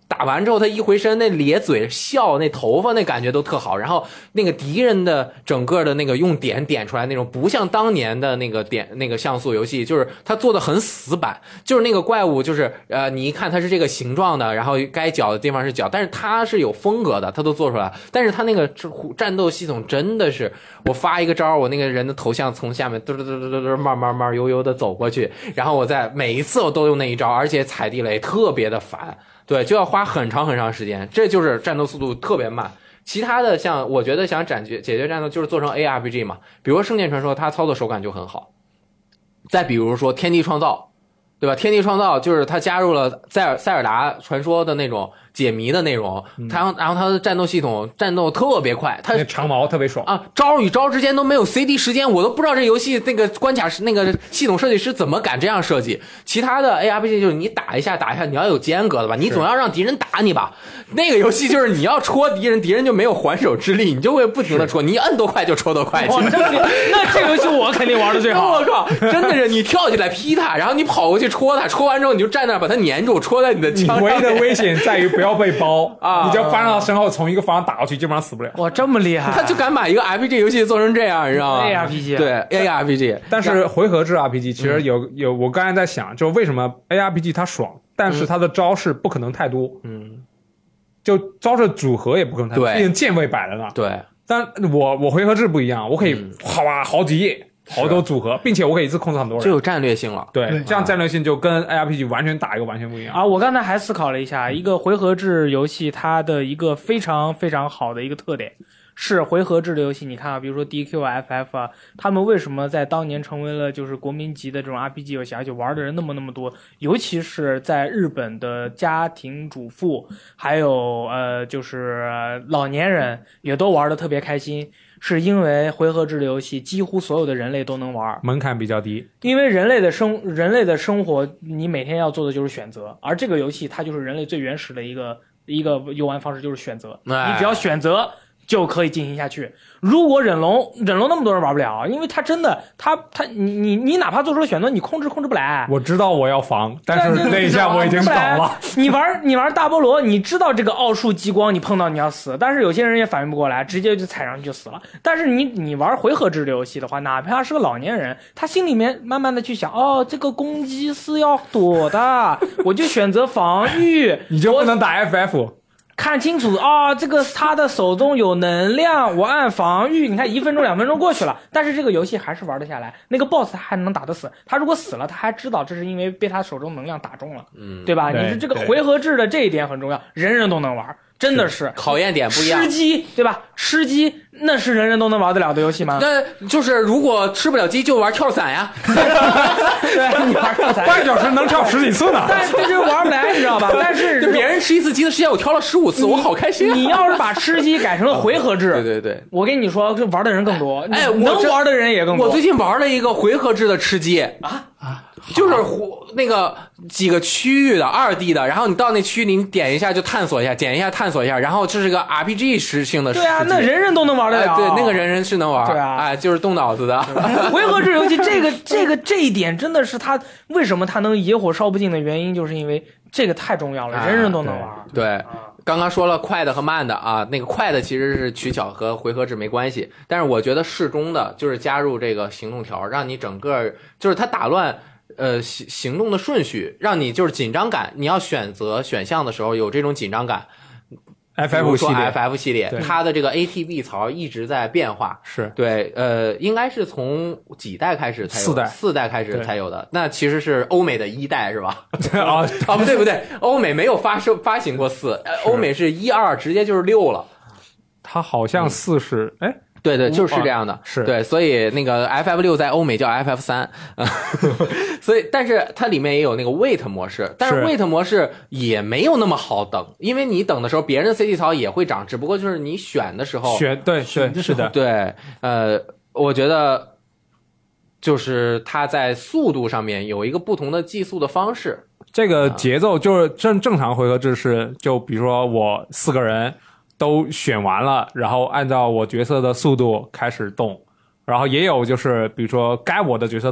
打完之后，他一回身，那咧嘴笑，那头发那感觉都特好。然后那个敌人的整个的那个用点点出来那种，不像当年的那个点那个像素游戏，就是他做的很死板，就是那个怪物就是呃，你一看它是这个形状的，然后该脚的地方是脚，但是它是有风格的，它都做出来。但是它那个战斗系统真的是，我发一个招，我那个人的头像从下面嘟嘟嘟嘟嘟嘟慢慢慢悠悠的走过去，然后我在每一次我都用那一招，而且踩地雷特别的烦。对，就要花很长很长时间，这就是战斗速度特别慢。其他的像我觉得想解决解决战斗就是做成 A R P G 嘛，比如说《圣剑传说》，它操作手感就很好。再比如说《天地创造》，对吧？《天地创造》就是它加入了塞尔塞尔达传说的那种解谜的内容，它然后它的战斗系统战斗特别快，它长矛特别爽啊，招与招之间都没有 C D 时间，我都不知道这游戏那个关卡是那个系统设计师怎么敢这样设计。其他的 A R P G 就是你打一下打一下，你要有间隔的吧，你总要让敌人打你吧。那个游戏就是你要戳敌人，敌人就没有还手之力，你就会不停的戳，你摁多快就戳多快。 哇，这那这个游戏我肯定玩的最好。 我靠，真的是你跳起来劈他，然后你跑过去戳他，戳完之后你就站那儿把他粘住，戳在你的枪上。 你唯一的危险在于不要被包啊， 你就翻到身后从一个方向打过去，基本上死不了。 哇，这么厉害！ 他就敢把一个 R P G 游戏做成这样，你知道吗 ？A R P G 对 A R P G， 但是回合制 R P G 其实有、嗯、有，我刚才在想，就为什么 A R P G 它爽，但是它的招式不可能太多。嗯。就招式组合也不可能太多，毕竟键位摆了呢。 对， 但我我回合制不一样，我可以好啊好几页，好多组合，并且我可以一次控制很多人， 就有战略性了。 对，对这样战略性就跟 A R P G 完全打一个完全不一样啊！我刚才还思考了一下，一个回合制游戏它的一个非常非常好的一个特点。是回合制的游戏，你看啊，比如说 D Q 啊 F F 啊，他们为什么在当年成为了就是国民级的这种 R P G 游戏，而且玩的人那么那么多，尤其是在日本的家庭主妇还有呃就是老年人也都玩的特别开心，是因为回合制的游戏几乎所有的人类都能玩， 门槛比较低， 因为人类的生人类的生活你每天要做的就是选择，而这个游戏它就是人类最原始的一个一个游玩方式，就是选择，你只要选择就可以进行下去。如果忍龙忍龙那么多人玩不了，因为他真的他他你你你哪怕做出了选择，你控制控制不来。 我知道我要防，但是那一下我已经倒了。 你玩你玩大菠萝，你知道这个奥数激光你碰到你要死，但是有些人也反应不过来，直接就踩上去就死了。但是你你玩回合制的游戏的话，哪怕是个老年人，他心里面慢慢的去想，哦，这个攻击是要躲的，我就选择防御， 你就不能打 F F。 看清楚啊、哦，这个他的手中有能量，我按防御，你看一分钟两分钟过去了，但是这个游戏还是玩得下来，那个 boss 他还能打得死，他如果死了他还知道这是因为被他手中能量打中了，嗯，对吧？ 对你是这个回合制的这一点很重要，人人都能玩，真的是考验点不一样。 吃鸡对吧？吃鸡那是人人都能玩得了的游戏吗？ 那就是如果吃不了鸡就玩跳伞呀。 对，你玩跳伞， 半小时能跳十几次呢。 但是这就玩不来，你知道吧？但是别人吃一次鸡的时间我跳了十五次，我好开心、啊。 你要是把吃鸡改成了回合制， 对对对， 我跟你说，玩的人更多， 哎， 能玩的人也更多。 我最近玩了一个回合制的吃鸡啊啊。就是那个几个区域的二 D 的，然后你到那区域你点一下就探索一下，点一下探索一下，然后这是个 R P G 实性的。 对啊，那人人都能玩得了。 哎、对，那个人人是能玩。 对啊， 哎，就是动脑子的。 回合制游戏这个这个这一点真的是它为什么它能野火烧不尽的原因，就是因为这个太重要了， 啊、 人人都能玩。 对。对刚刚说了快的和慢的啊，那个快的其实是取巧和回合制没关系，但是我觉得适中的就是加入这个行动条，让你整个就是它打乱呃行行动的顺序，让你就是紧张感，你要选择选项的时候有这种紧张感。 F F 系列 F F 系列它的这个 A T B 槽一直在变化， 是对，呃，应该是从几代开始才有， 四代四代开始才有的。那其实是欧美的一代是吧？ 啊啊，不对不对，欧美没有发售发行过四，欧美是一二直接就是六了。 它好像四是哎。嗯对对，就是这样的， 啊、是对，所以那个 F F 六在欧美叫 F F 三，所以但是它里面也有那个 wait 模式，但是 wait 模式也没有那么好等，因为你等的时候，别人的 C D 槽也会涨，只不过就是你选的时候选对对是的， 对，呃，我觉得就是它在速度上面有一个不同的计速的方式， 这个节奏就是正正常回合制是，就比如说我四个人。都选完了，然后按照我角色的速度开始动，然后也有就是比如说该我的角色动，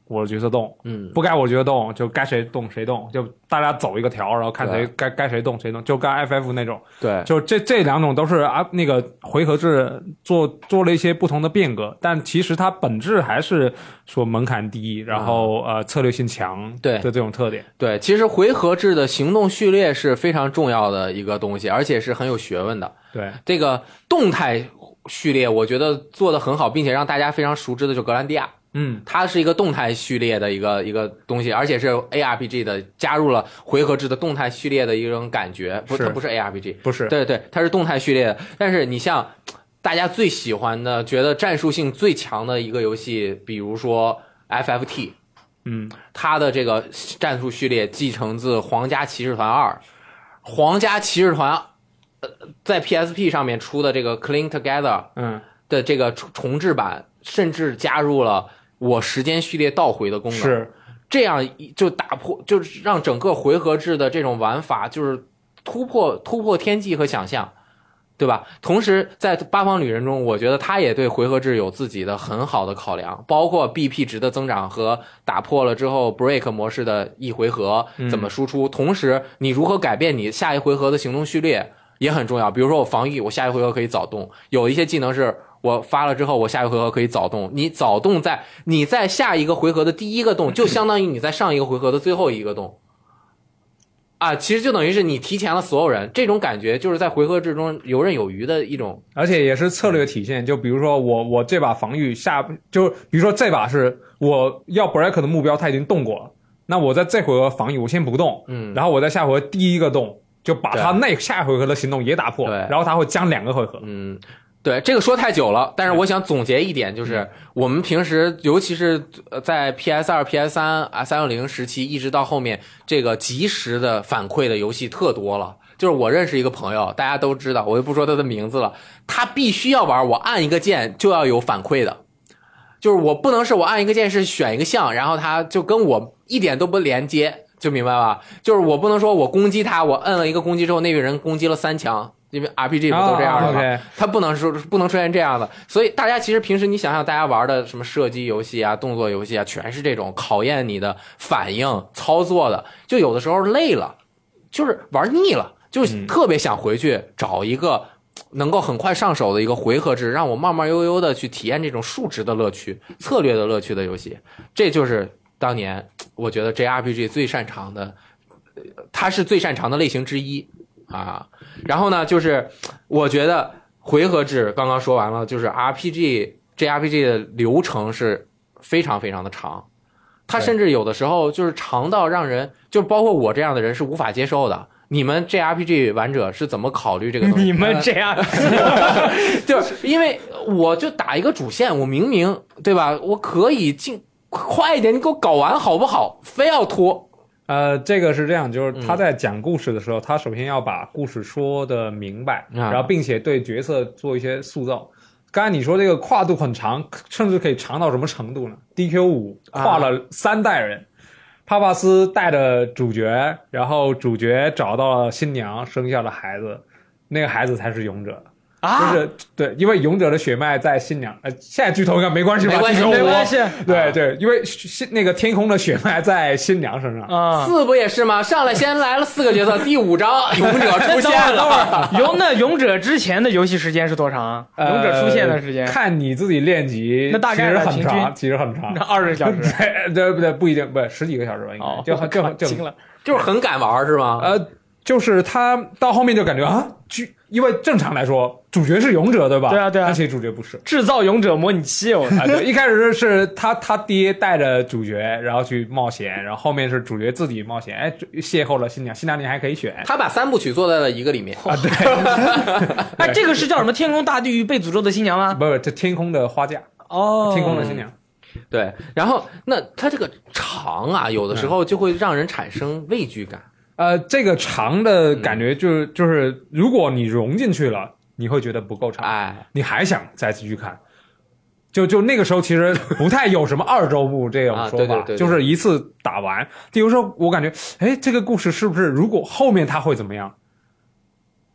我的角色动， 嗯， 不该我角色动就该谁动谁动，就大家走一个条，然后看谁该该谁动谁动，就跟 F F 那种， 对， 就这这两种都是啊那个回合制做做了一些不同的变革，但其实它本质还是说门槛低，然后、嗯、呃策略性强对的这种特点。 对，其实回合制的行动序列是非常重要的一个东西，而且是很有学问的。 对， 这个动态序列我觉得做得很好，并且让大家非常熟知的就格兰蒂亚。 嗯， 它是一个动态序列的一个一个东西，而且是 A R P G 的，加入了回合制的动态序列的一种感觉。不，它不是 A R P G， 不是， 对对，它是动态序列的。但是你像大家最喜欢的、觉得战术性最强的一个游戏，比如说 F F T， 嗯， 它的这个战术序列继承自皇家骑士团二，皇家骑士团呃在 P S P 上面出的这个 Clean Together， 嗯的这个重置版，甚至加入了我时间序列倒回的功能， 是这样就打破，就是让整个回合制的这种玩法就是突破突破天际和想象，对吧？同时在八方旅人中，我觉得他也对回合制有自己的很好的考量，包括 B P 值的增长和打破了之后 break 模式的一回合怎么输出，嗯、同时你如何改变你下一回合的行动序列也很重要。比如说我防御，我下一回合可以早动，有一些技能是我发了之后，我下一回合可以早动。你早动在你在下一个回合的第一个动，就相当于你在上一个回合的最后一个动，啊，其实就等于是你提前了所有人。这种感觉就是在回合制中游刃有余的一种， 而且也是策略体现。就比如说我我这把防御下，就比如说这把是我要 break 的目标，他已经动过了，那我在这回合防御我先不动，嗯，然后我在下回合第一个动就把他那下回合的行动也打破，然后他会将两个回合， 嗯。对，这个说太久了，但是我想总结一点，就是我们平时尤其是在 P S 二 P S 三 啊三六零时期一直到后面，这个即时的反馈的游戏特多了。就是我认识一个朋友，大家都知道，我就不说他的名字了，他必须要玩我按一个键就要有反馈的，就是我不能是我按一个键是选一个项，然后他就跟我一点都不连接，就明白吧？就是我不能说我攻击他，我摁了一个攻击之后那个人攻击了三枪，因为 R P G 不都这样的吗？ oh, okay. 它不能说不能出现这样的，所以大家其实平时你想想，大家玩的什么射击游戏啊、动作游戏啊，全是这种考验你的反应、操作的，就有的时候累了，就是玩腻了，就是特别想回去找一个能够很快上手的一个回合制，让我慢慢悠悠的去体验这种数值的乐趣、策略的乐趣的游戏。这就是当年我觉得 J R P G 最擅长的，它是最擅长的类型之一。啊，然后呢，就是我觉得回合制刚刚说完了，就是 R P G J R P G 的流程是非常非常的长，它甚至有的时候就是长到让人，就包括我这样的人是无法接受的。你们 J R P G 玩者是怎么考虑这个东西？ 你们这样， 就是因为我就打一个主线，我明明对吧，我可以尽快一点，你给我搞完好不好？非要拖。 呃，这个是这样，就是他在讲故事的时候，嗯、他首先要把故事说的明白， 嗯、 然后并且对角色做一些塑造。刚才你说这个跨度很长，甚至可以长到什么程度呢 ？D Q 五跨了三代人，啊、帕帕斯带着主角，然后主角找到了新娘，生下了孩子，那个孩子才是勇者。 啊， 就是对，因为勇者的血脉在新娘，呃，现在剧透应该没关系吧？ 没关系， 没关系。 对对，因为新那个天空的血脉在新娘身上啊。 四不也是吗？上来先来了四个角色，第五章勇者出现了。 勇那勇者之前的游戏时间是多长？ 呃、 勇者出现的时间？ 看你自己练级， 那大概其实很长，其实很长， 那二十小时。 对对不对？不一定，不十几个小时吧，应该。 哦、 就就就惊了， 就是很敢玩是吗？ 呃。就是他到后面就感觉啊，因为正常来说主角是勇者对吧？ 对啊对啊， 但其实主角不是， 制造勇者模拟器哦。 啊，对，一开始是他他爹带着主角然后去冒险，然后后面是主角自己冒险，哎，邂逅了新娘，新娘你还可以选。 他把三部曲做在了一个里面啊，对。 哎，这个是叫什么？天空大地狱被诅咒的新娘吗？ 不是，这天空的花嫁哦， 天空的新娘。 对，然后那他这个长啊，有的时候就会让人产生畏惧感。 呃，这个长的感觉就是、嗯、就是，如果你融进去了，你会觉得不够长， 哎， 你还想再继续看。就就那个时候其实不太有什么二周目这种说法，啊、 对对对对， 就是一次打完。比如说我感觉，哎，这个故事是不是如果后面他会怎么样？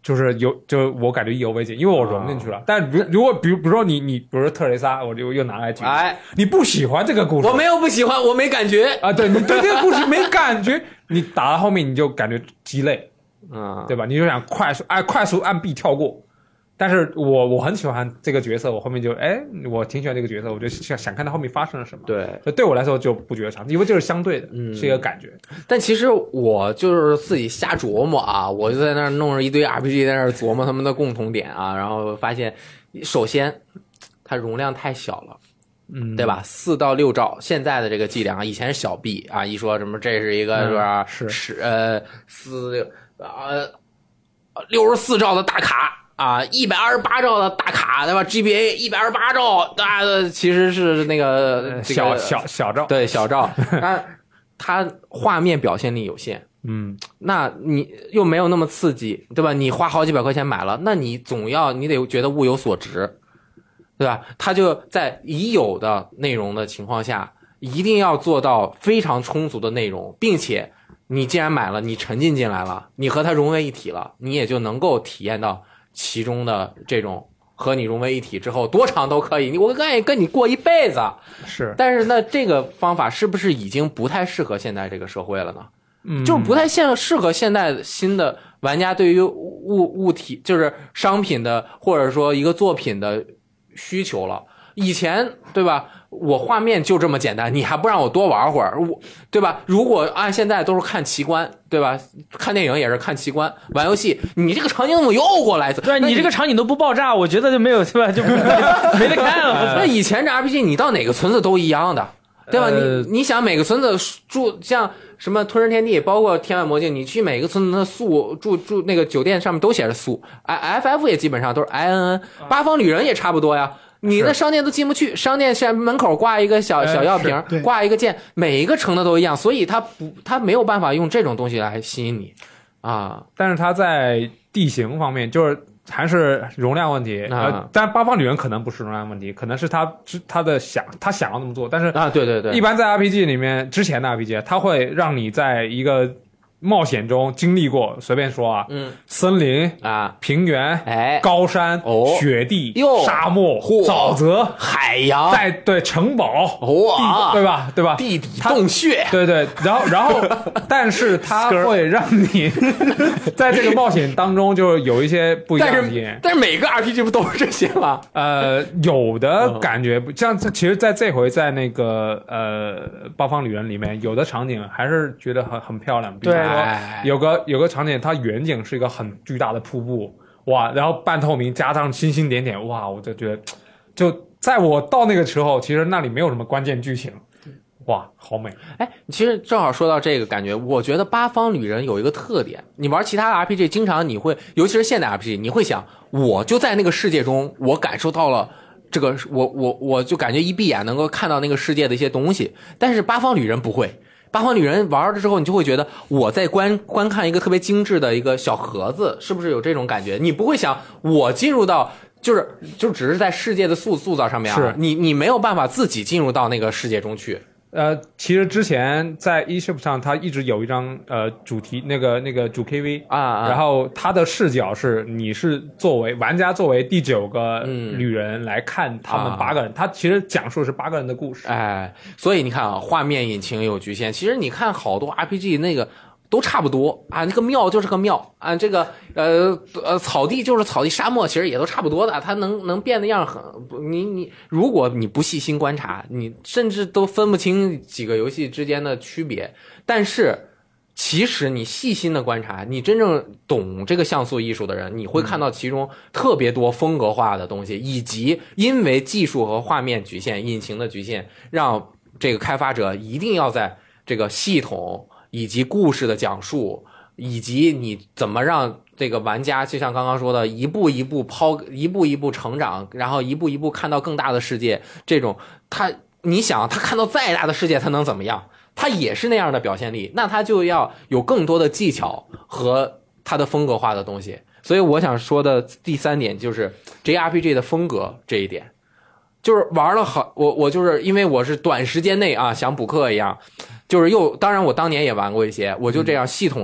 就是有，就我感觉意犹未尽，因为我融进去了。啊、但如如果比如比如说你你比如说特蕾莎，我就又拿来举， 哎， 你不喜欢这个故事， 我没有不喜欢，我没感觉啊，对你对这个故事没感觉，你打到后面你就感觉鸡肋， 嗯， 对吧？你就想快速按快速按 B 跳过。但是我我很喜欢这个角色，我后面就哎，我挺喜欢这个角色，我就想想看他后面发生了什么。 对， 所以对我来说就不觉得长，因为这是相对的， 嗯， 是一个感觉。 但其实我就是自己瞎琢磨啊，我就在那儿弄着一堆 R P G 在那儿琢磨他们的共同点啊，然后发现，首先它容量太小了。 嗯， 对吧？四到六兆，现在的这个计量，以前是小 B 啊，一说什么这是一个、嗯、是吧？ 是是呃四六呃六十四兆的大卡。啊，一百二十八兆的大卡，对吧 ？G B A 一百二十八兆，啊，其实是那个、这个、 小小小兆， 对小兆，但它画面表现力有限， 嗯， 那你又没有那么刺激，对吧？你花好几百块钱买了，那你总要你得觉得物有所值，对吧？它就在已有的内容的情况下，一定要做到非常充足的内容，并且你既然买了，你沉浸进来了，你和它融为一体了，你也就能够体验到。其中的这种和你融为一体之后多长都可以，我愿意跟你过一辈子。 是， 但是那这个方法是不是已经不太适合现在这个社会了呢？ 嗯， 就是不太现适合现在新的玩家对于物物体就是商品的或者说一个作品的需求了。以前对吧？我画面就这么简单，你还不让我多玩会儿，我对吧？如果按现在都是看奇观，对吧？看电影也是看奇观，玩游戏，你这个场景怎么又过来一次？ 对，你这个场景都不爆炸，我觉得就没有对吧？就没得看了。 那以前这 R P G 你到哪个村子都一样的，对吧？ 呃、 你你想每个村子住像什么吞食天地，包括天外魔境，你去每个村子的宿住住那个酒店上面都写着宿 ，F F 也基本上都是 I N N， 八方旅人也差不多呀。你的商店都进不去，商店现在门口挂一个小小药瓶， 呃、 挂一个剑，每一个城的都一样，所以它不，它没有办法用这种东西来吸引你啊。 但是它在地形方面，就是还是容量问题。 啊、 呃，但八方旅人可能不是容量问题，可能是他他的想他想要那么做，但是啊，对对对， 一般在 R P G 里面，之前的 R P G， 它会让你在一个冒险中经历过，随便说啊， 嗯， 森林啊， 平原， 哎， 高山， 哦， 雪地， 哟， 沙漠，沼泽， 海洋， 在对城堡， 哇， 对吧？对吧？ 地底洞穴， 对对，然后然后，但是它会让你在这个冒险当中就有一些不一样的体验。 但是每个 R P G 不都是这些吗？ 呃，有的感觉不像，其实在这回在那个呃八方旅人里面，有的场景还是觉得很很漂亮。 对。 有个有个场景，它远景是一个很巨大的瀑布，哇，然后半透明加上星星点点，哇，我就觉得，就在我到那个时候，其实那里没有什么关键剧情，哇，好美。 哎，其实正好说到这个感觉，我觉得八方旅人有一个特点，你玩其他的 R P G， 经常你会，尤其是现代 R P G， 你会想，我就在那个世界中，我感受到了。这个我我我就感觉一闭眼能够看到那个世界的一些东西，但是八方旅人不会。八方旅人玩了之后，你就会觉得我在观观看一个特别精致的一个小盒子，是不是有这种感觉？你不会想我进入到就是就只是在世界的塑塑造上面啊， 是你你没有办法自己进入到那个世界中去。 呃，其实之前在 eShop 上，它一直有一张呃主题那个那个主 K V 啊, 啊， 然后它的视角是你是作为玩家作为第九个旅人来看他们八个人，嗯啊、他其实讲述是八个人的故事。 哎，所以你看啊，画面引擎有局限。其实你看好多 R P G 那个。都差不多啊，那个庙就是个庙啊，这个呃呃草地就是草地，沙漠其实也都差不多的，它能能变的样很，你你如果你不细心观察，你甚至都分不清几个游戏之间的区别。但是其实你细心的观察，你真正懂这个像素艺术的人，你会看到其中特别多风格化的东西，以及因为技术和画面局限、引擎的局限，让这个开发者一定要在这个系统。以及故事的讲述，以及你怎么让这个玩家，就像刚刚说的，一步一步抛，一步一步成长，然后一步一步看到更大的世界。这种他，你想他看到再大的世界，他能怎么样？他也是那样的表现力，那他就要有更多的技巧和他的风格化的东西。所以我想说的第三点就是 J R P G 的风格这一点，就是玩了好，我我就是因为我是短时间内啊，想补课一样。就是又，当然我当年也玩过一些，我就这样系统的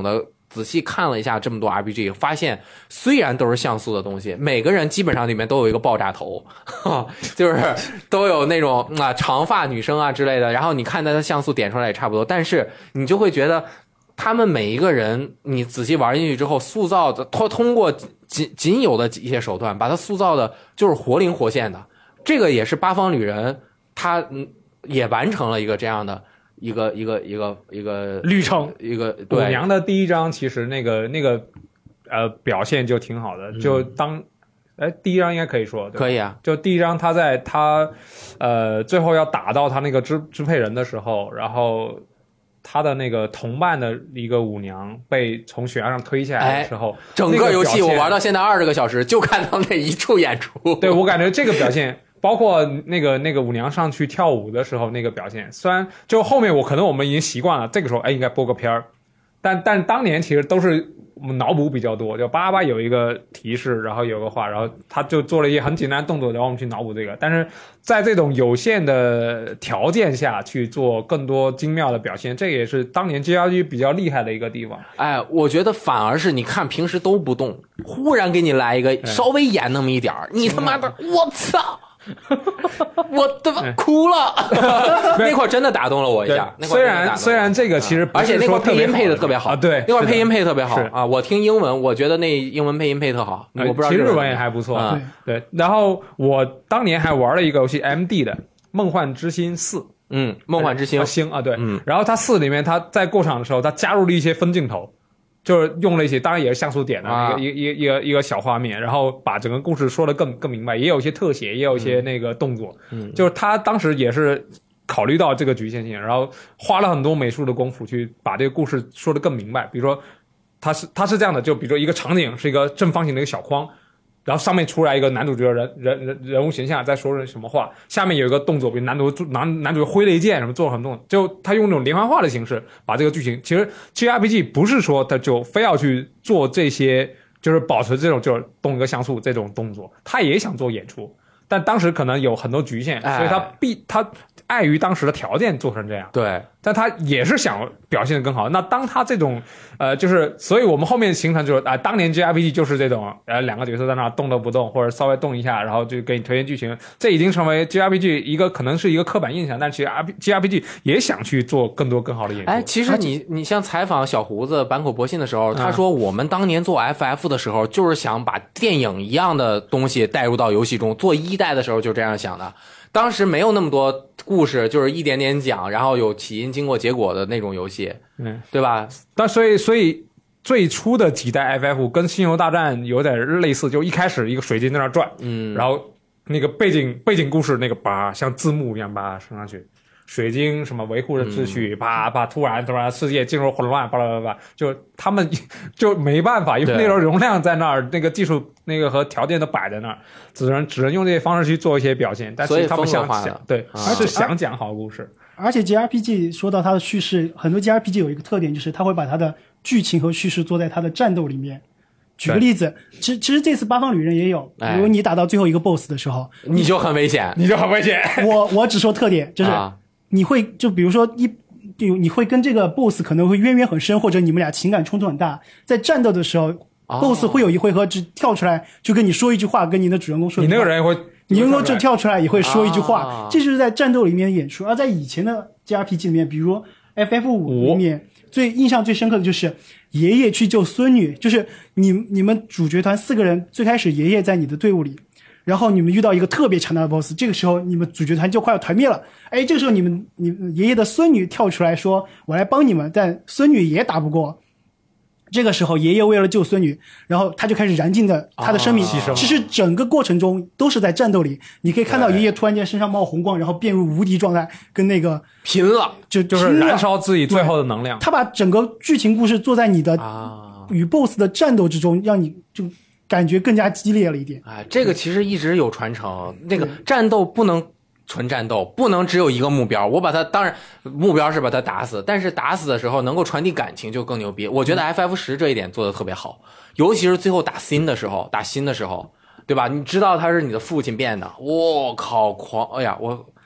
仔细看了一下这么多 R P G， 发现虽然都是像素的东西，每个人基本上里面都有一个爆炸头，就是都有那种啊长发女生啊之类的，然后你看它的像素点出来也差不多，但是你就会觉得他们每一个人，你仔细玩进去之后，塑造的通通过仅仅有的一些手段，把它塑造的就是活灵活现的。这个也是八方旅人，他也完成了一个这样的。一个一个一个一个旅程， 一个对。 舞娘的第一章其实那个那个呃表现就挺好的，就当哎第一章应该可以说可以啊， 就第一章他在他呃最后要打到他那个支支配人的时候，然后他的那个同伴的一个舞娘被从悬崖上推下来的时候， 哎、整个游戏我玩到现在二十个小时，就看到那一处演出。 对，我感觉这个表现。包括那个那个舞娘上去跳舞的时候那个表现，虽然就后面我可能我们已经习惯了，这个时候哎应该播个片儿，但但当年其实都是我们脑补比较多，就八八有一个提示，然后有个话，然后他就做了一些很简单的动作，然后我们去脑补这个。但是在这种有限的条件下去做更多精妙的表现，这也是当年 J R P G 比较厉害的一个地方。 哎，我觉得反而是你看平时都不动，忽然给你来一个稍微演那么一点儿，你他妈的我操！我他妈哭了，那块真的打动了我一下。那虽然虽然这个其实不而且那块配音配的特别好， 啊、对， 那块配音配的特别好啊。我听英文，我觉得那英文配音配特好，我不知道其实日文也还不错。 啊、 对, 对，然后我当年还玩了一个游戏 M D 的《梦幻之星四》， 嗯，梦幻之星星啊，对， 嗯。 然后它四里面，它在过场的时候，它加入了一些分镜头。就是用了一些，当然也是像素点的一个、啊、一个一个一个小画面，然后把整个故事说得更更明白，也有一些特写，也有一些那个动作， 嗯， 就是他当时也是考虑到这个局限性，然后花了很多美术的功夫去把这个故事说得更明白。比如说，他是他是这样的，就比如说一个场景是一个正方形的一个小框。然后上面出来一个男主角人人人人物形象在说什么话，下面有一个动作，比如男主男男主挥了一剑什么，做了很多动作，就他用那种连环画的形式把这个剧情。其实 J R P G 不是说他就非要去做这些，就是保持这种就是动一个像素这种动作，他也想做演出，但当时可能有很多局限，所以他必他碍于当时的条件做成这样。 对， 但他也是想表现得更好。那当他这种呃，就是所以我们后面形成就是啊、呃，当年 J R P G 就是这种呃，两个角色在那动都不动，或者稍微动一下，然后就给你推荐剧情，这已经成为 J R P G 一个可能是一个刻板印象，但其实 J R P G 也想去做更多更好的演出。 哎，其实你你像采访小胡子坂口博信的时候，他说我们当年做 F F 的时候，就是想把电影一样的东西带入到游戏中，做一代的时候就这样想的。当时没有那么多故事，就是一点点讲，然后有起因经过结果的那种游戏， 嗯， 对吧？ 但所以所以最初的几代 F F 跟星球大战有点类似，就一开始一个水晶在那转， 嗯， 然后那个背景背景故事那个叭像字幕一样叭升上去，水晶什么维护着秩序，啪啪突然突然世界进入混乱，巴拉巴拉巴拉，就他们就没办法，因为那时候容量在那儿，那个技术那个和条件都摆在那儿，只能只能用这些方式去做一些表现。但是他们想想对，而是想讲好故事。 而且 J R P G 说到它的叙事，很多 J R P G 有一个特点，就是它会把它的剧情和叙事做在它的战斗里面。举个例子，其实其实这次八方旅人也有，比如你打到最后一个 B O S S 的时候， 哎、你就很危险， 你就很危险。 我我只说特点，就是你会就比如说一。你会跟这个 B O S S 可能会渊源很深，或者你们俩情感冲突很大，在战斗的时候、哦、B O S S 会有一回合只跳出来就跟你说一句话，跟你的主人公说一句话， 你那个人会你能够就跳出来也会说一句话、 啊、 这就是在战斗里面演出。而在以前的 J R P G 里面，比如 F F 五 里面最印象最深刻的就是爷爷去救孙女，就是你你们主角团四个人，最开始爷爷在你的队伍里，然后你们遇到一个特别强大的 boss， 这个时候你们主角团就快要团灭了。哎，这个时候你们你爷爷的孙女跳出来说我来帮你们，但孙女也打不过。这个时候爷爷为了救孙女，然后他就开始燃尽的他的生命、 哦、 其实整个过程中都是在战斗里，你可以看到爷爷突然间身上冒红光，然后变入无敌状态，跟那个拼了， 就就是燃烧自己最后的能量。 他把整个剧情故事做在你的与 boss 的战斗之中，让你就感觉更加激烈了一点。 哎，这个其实一直有传承，那个战斗不能纯战斗，不能只有一个目标。我把它当然目标是把它打死，但是打死的时候能够传递感情就更牛逼。我觉得 F F 十 这一点做的特别好，尤其是最后打新的时候，打新的时候，对吧？你知道他是你的父亲变的，我靠狂！哎呀，我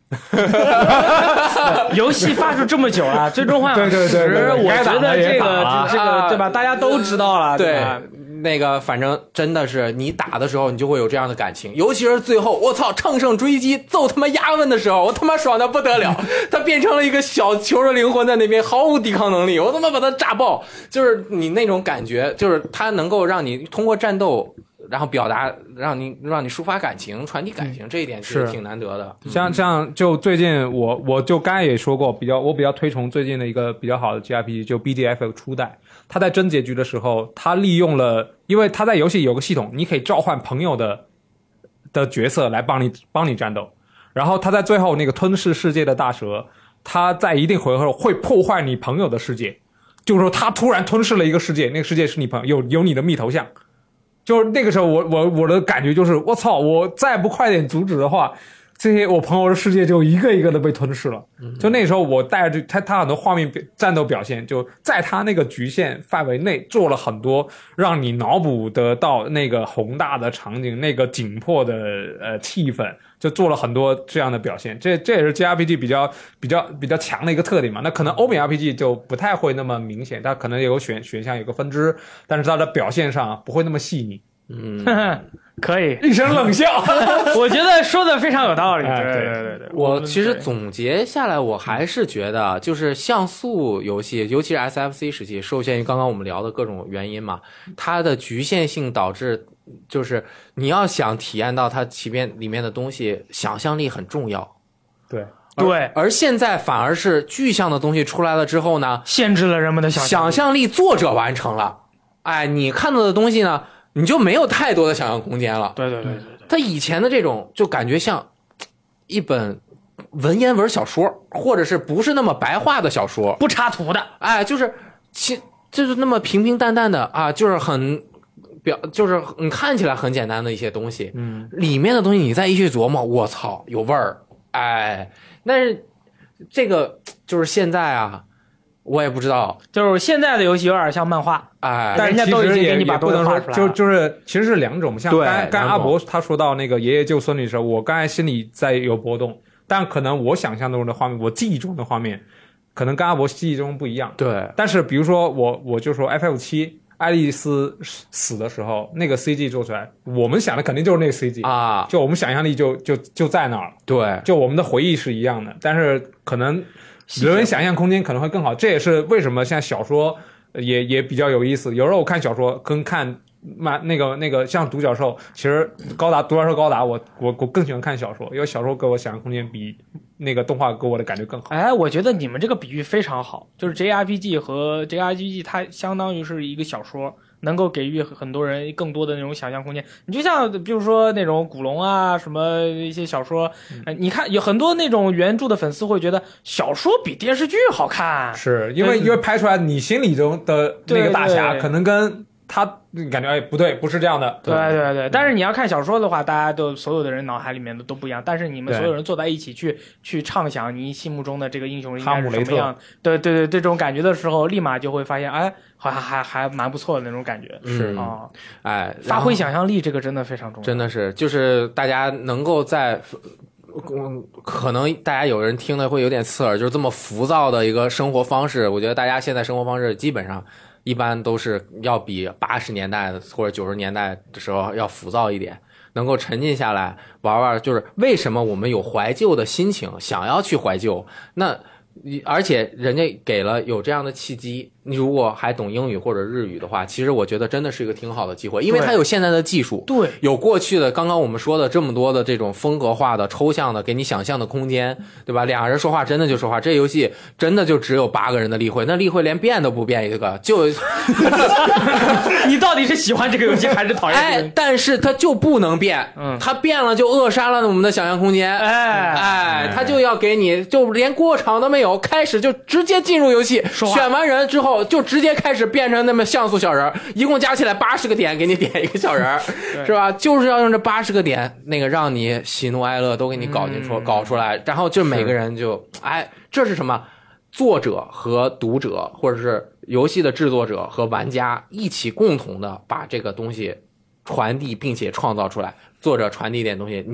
游戏发出这么久了，最终幻想十，我觉得这个这个对吧？大家都知道了， 对吧？ 那个反正真的是你打的时候，你就会有这样的感情，尤其是最后，我操，乘胜追击揍他妈亚文的时候，我他妈爽的不得了，他变成了一个小球的灵魂在那边毫无抵抗能力，我他妈把他炸爆，就是你那种感觉，就是他能够让你通过战斗。然后表达，让你让你抒发感情，传递感情，这一点是挺难得的。 像像就最近我我就刚才也说过，比较我比较推崇最近的一个比较好的 G R P G， 就 B D F 初代。他在真结局的时候，他利用了，因为他在游戏有个系统，你可以召唤朋友的的角色来帮你帮你战斗。然后他在最后那个吞噬世界的大蛇，他在一定回合会破坏你朋友的世界，就是说他突然吞噬了一个世界，那个世界是你朋友，有有你的密头像。就是那个时候我我我的感觉就是我操，我再不快点阻止的话，这些我朋友的世界就一个一个的被吞噬了。就那时候我带着他他很多画面战斗表现，就在他那个局限范围内做了很多让你脑补得到那个宏大的场景，那个紧迫的呃气氛，就做了很多这样的表现。这这也是 J R P G 比较比较比较强的一个特点嘛。那可能欧美 R P G 就不太会那么明显，它可能有选选项有个分支，但是它的表现上不会那么细腻。 嗯， 可以， 一声冷笑。 我觉得说的非常有道理。 哎、 对对对对， 我其实总结下来，我还是觉得，就是像素游戏，尤其是 S F C 时期，受限于刚刚我们聊的各种原因嘛，它的局限性导致，就是你要想体验到它里面里面的东西，想象力很重要。 对。 对， 而现在反而是具象的东西出来了之后呢， 限制了人们的想象力，想象力作者完成了，哎，你看到的东西呢，你就没有太多的想象空间了。 对对对对对， 他以前的这种就感觉像一本文言文小说，或者是不是那么白话的小说， 不插图的， 哎，就是其就是那么平平淡淡的啊，就是很表，就是你看起来很简单的一些东西， 嗯， 里面的东西你再一去琢磨，我操，有味儿，哎。但是这个就是现在啊，我也不知道， 就是现在的游戏有点像漫画， 哎， 但人家都已经给你把不能说就就是其实是两种，像刚刚阿伯他说到那个爷爷救孙女的时候，我刚才心里在有波动，但可能我想象中的画面，我记忆中的画面，可能跟阿伯记忆中不一样。 对， 但是比如说我我就说 F F 七。爱丽丝死的时候，那个 C G 做出来，我们想的肯定就是那个 C G 啊， 就我们想象力就就就在那儿了。 对， 就我们的回忆是一样的，但是可能人想象空间可能会更好。这也是为什么像小说也也比较有意思。有时候我看小说跟看漫那个那个像独角兽，其实高达独角兽高达我我我更喜欢看小说，因为小说给我想象空间比那个动画给我的感觉更好。 哎，我觉得你们这个比喻非常好，就是 J R P G 和 J R P G 它相当于是一个小说，能够给予很多人更多的那种想象空间。你就像比如说那种古龙啊什么一些小说、呃、你看有很多那种原著的粉丝会觉得小说比电视剧好看， 是因为因为拍出来你心里中的那个大侠可能跟他感觉哎不对，不是这样的。 对对 对, 对，但是你要看小说的话，大家都所有的人脑海里面的都不一样，但是你们所有人坐在一起去去畅想你心目中的这个英雄应该是什么样，对对对，这种感觉的时候，立马就会发现，哎，好像还还蛮不错的那种感觉。 是啊、嗯， 哎， 发挥想象力这个真的非常重要， 真的是，就是大家能够在。嗯，可能大家有人听的会有点刺耳，就是这么浮躁的一个生活方式。我觉得大家现在生活方式基本上一般都是要比八十年代或者九十年代的时候要浮躁一点，能够沉浸下来玩玩。就是为什么我们有怀旧的心情，想要去怀旧，那而且人家给了有这样的契机，你如果还懂英语或者日语的话，其实我觉得真的是一个挺好的机会，因为它有现在的技术， 对， 有过去的刚刚我们说的这么多的这种风格化的抽象的给你想象的空间，对吧？两个人说话真的就说话，这游戏真的就只有八个人的例会，那例会连变都不变一个，就你到底是喜欢这个游戏还是讨厌这个游戏？ 哎，但是它就不能变， 嗯， 它变了就扼杀了我们的想象空间， 哎哎，它就要给你就连过场都没有，开始就直接进入游戏，选完人之后就直接开始变成那么像素小人，一共加起来八十个点，给你点一个小人，是吧？就是要用这八十个点，那个让你喜怒哀乐都给你搞进出、嗯、搞出来，然后就每个人就哎，这是什么？作者和读者，或者是游戏的制作者和玩家一起共同的把这个东西传递并且创造出来。作者传递一点东西，你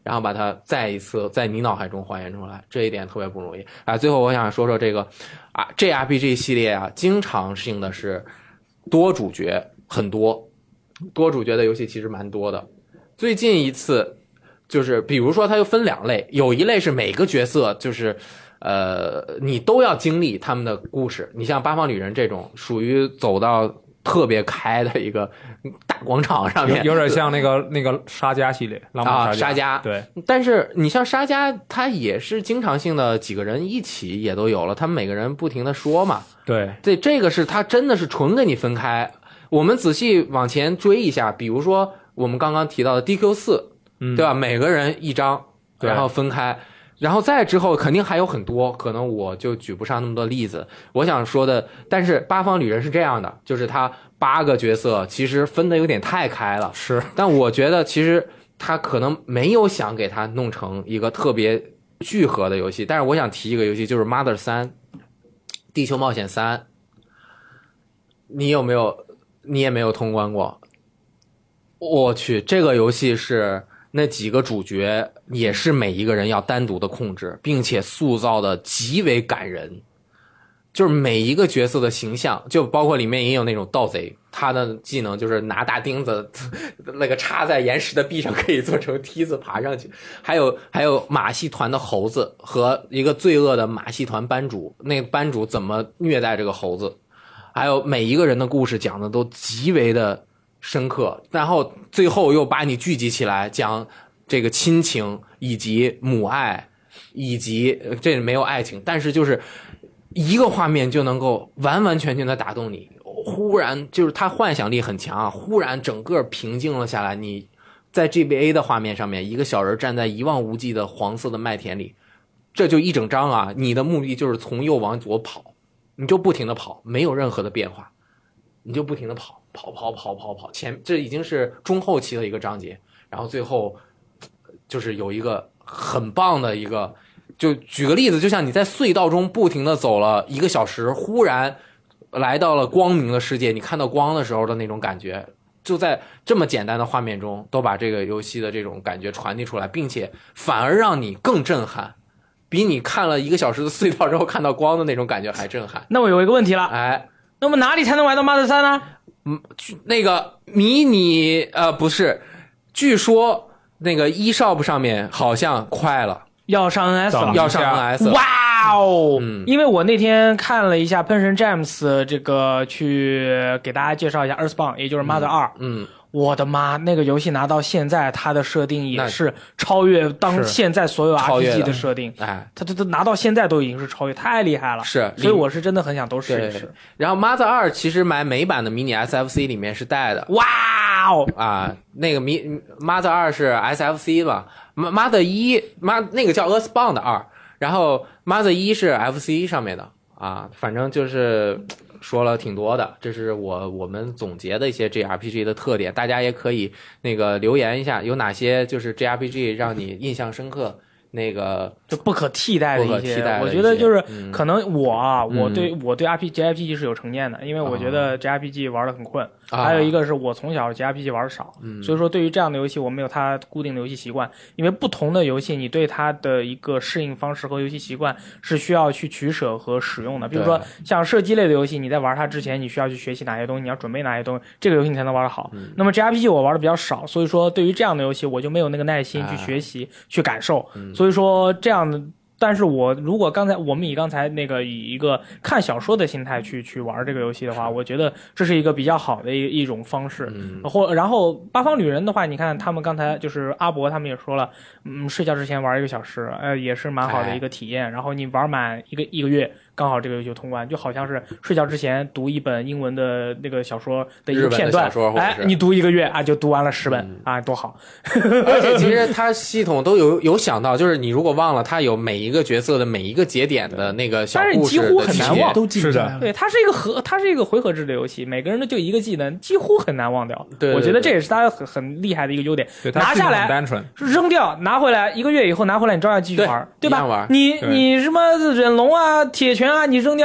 然后把它再一次在你脑海中还原出来，这一点特别不容易啊。最后我想说说这个啊 J R P G 系列啊，经常性的是多主角很多，多主角的游戏其实蛮多的。最近一次就是比如说它又分两类，有一类是每个角色就是呃你都要经历他们的故事，你像八方旅人这种属于走到特别开的一个大广场上面， 有点像那个那个沙加系列，浪漫沙加、 啊、对。 但是你像沙加，它也是经常性的几个人一起也都有了，他们每个人不停的说嘛。 对， 这这个是它真的是纯给你分开。我们仔细往前追一下，比如说我们刚刚提到的 D Q 四， 嗯， 对吧？每个人一张，然后分开。然后再之后肯定还有很多，可能我就举不上那么多例子。我想说的，但是八方旅人是这样的，就是他八个角色其实分的有点太开了， 是。 但我觉得其实他可能没有想给他弄成一个特别聚合的游戏。但是我想提一个游戏，就是 Mother 三，地球冒险三，你有没有？你也没有通关过？我去，这个游戏是。那几个主角也是每一个人要单独的控制，并且塑造的极为感人，就是每一个角色的形象，就包括里面也有那种盗贼，他的技能就是拿大钉子那个插在岩石的壁上，可以做成梯子爬上去。还有还有马戏团的猴子和一个罪恶的马戏团班主，那个班主怎么虐待这个猴子，还有每一个人的故事讲的都极为的深刻，然后最后又把你聚集起来讲这个亲情以及母爱，以及这没有爱情，但是就是一个画面就能够完完全全的打动你，忽然就是它幻想力很强啊，忽然整个平静了下来。你在 G B A 的画面上面，一个小人站在一望无际的黄色的麦田里，这就一整张啊，你的目的就是从右往左跑，你就不停的跑，没有任何的变化，你就不停的跑跑跑跑跑跑，前这已经是中后期的一个章节，然后最后就是有一个很棒的一个，就举个例子，就像你在隧道中不停的走了一个小时，忽然来到了光明的世界，你看到光的时候的那种感觉，就在这么简单的画面中都把这个游戏的这种感觉传递出来，并且反而让你更震撼，比你看了一个小时的隧道之后看到光的那种感觉还震撼。 那我有一个问题了， 哎， 那么哪里才能玩到 Mother 三呢？ 嗯，那个迷你呃不是，据说那个 eShop 上面好像快了， 要上 N S 了， 要上 N S。 哇哦！ 嗯， 因为我那天看了一下喷神 James 这个，去给大家介绍一下 Earthbound， 也就是 Mother 二。 嗯。嗯， 我的妈，那个游戏拿到现在，它的设定也是超越当现在所有 R P G 的设定。 哎， 它它它拿到现在都已经是超越，太厉害了。 是， 所以我是真的很想都试一试。 然后 Mother 二其实买美版的迷你 S F C 里面是带的。 哇哦！ 啊，那个迷 Mother 二是 S F C 嘛 ，Mother 一妈那个叫 Earthbound 二，然后 Mother 一是 F C 上面的啊，反正就是。说了挺多的，这是我我们总结的一些 J R P G 的特点，大家也可以那个留言一下，有哪些就是 J R P G 让你印象深刻，那个就不可替代的一些。 不可替代的一些我觉得就是可能我啊， 嗯、 我对我对 R P J R P G 是有成见的，因为我觉得 J R P G 玩的很困。 啊、 还有一个是我从小 J R P G 玩的少、 嗯， 所以说对于这样的游戏我没有它固定的游戏习惯，因为不同的游戏你对它的一个适应方式和游戏习惯是需要去取舍和使用的。比如说像射击类的游戏，你在玩它之前你需要去学习哪些东西，你要准备哪些东西，这个游戏你才能玩得好、嗯、那么 J R P G 我玩的比较少，所以说对于这样的游戏我就没有那个耐心去学习、哎、去感受、嗯、所以说这样的。但是我如果刚才我们以刚才那个以一个看小说的心态去去玩这个游戏的话，我觉得这是一个比较好的一一种方式。 嗯， 或然后八方旅人的话，你看他们刚才就是阿伯他们也说了，嗯，睡觉之前玩一个小时，呃，也是蛮好的一个体验。哎、然后你玩满一个一个月，刚好这个游戏就通关，就好像是睡觉之前读一本英文的那个小说的一个片段，哎，你读一个月啊，就读完了十本、嗯、啊，多好！ 而且其实它系统都有有想到，就是你如果忘了，它有每一个角色的每一个节点的那个小故事的， 但是几乎很难忘， 都记是的。 对，它是一个和它是一个回合制的游戏，每个人的就一个技能，几乎很难忘掉。 对， 对， 对， 我觉得这也是它很很厉害的一个优点。 对， 拿下来单纯扔掉，拿回来一个月以后拿回来，你照样继续玩， 对, 对吧？ 玩你你什么忍龙啊、铁拳啊，你扔掉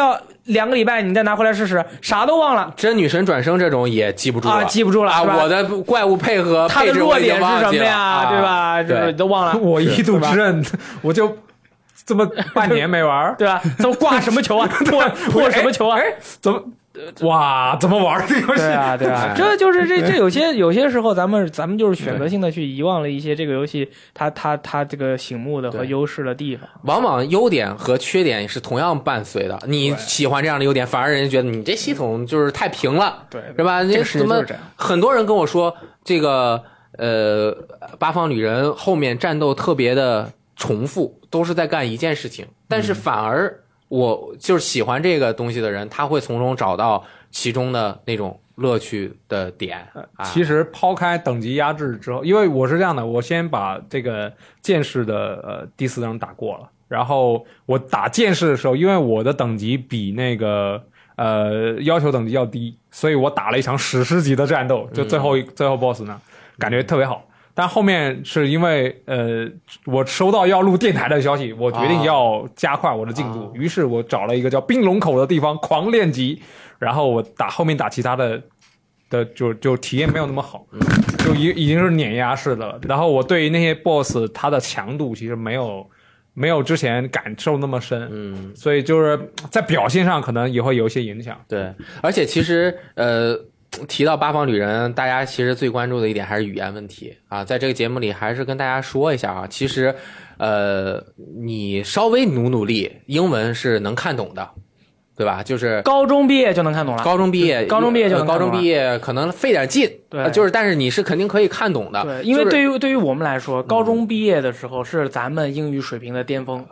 两个礼拜你再拿回来试试，啥都忘了。 真女神转生这种也记不住了啊，记不住了啊！我的怪物配合它的弱点是什么呀？ 啊、 对吧？ 对， 都忘了。 我一度之刃，我就这么半年没玩， 对吧？怎么挂什么球啊？破破什么球啊？ 哎，怎么？哇，怎么玩这个游戏？ 对啊，对啊，这就是这这有些有些时候，咱们咱们就是选择性的去遗忘了一些这个游戏它它它这个醒目的和优势的地方。 往往优点和缺点是同样伴随的。你喜欢这样的优点，反而人家觉得你这系统就是太平了， 对， 是吧？ 这个世界就是这样。 很多人跟我说，这个呃，八方旅人后面战斗特别的重复，都是在干一件事情，但是反而我就是喜欢这个东西的人，他会从中找到其中的那种乐趣的点。 啊、其实抛开等级压制之后，因为我是这样的，我先把这个剑士的呃第四等打过了，然后我打剑士的时候，因为我的等级比那个呃要求等级要低，所以我打了一场史诗级的战斗，就最后、嗯、最后 boss 呢，感觉特别好。但后面是因为呃，我收到要录电台的消息，我决定要加快我的进度，啊、于是我找了一个叫冰龙口的地方狂练级，然后我打后面打其他的的就就体验没有那么好，嗯、就已已经是碾压式的了。然后我对于那些 boss 它的强度其实没有没有之前感受那么深，嗯，所以就是在表现上可能也会有一些影响。 对，而且其实呃。提到八方旅人，大家其实最关注的一点还是语言问题啊，在这个节目里还是跟大家说一下啊，其实呃你稍微努努力，英文是能看懂的，对吧？就是高中毕业就能看懂了， 高中毕业， 高中毕业就能看懂了， 高中毕业可能费点劲， 对， 呃、就是但是你是肯定可以看懂的， 对，因为对于、就是、对于我们来说，高中毕业的时候是咱们英语水平的巅峰，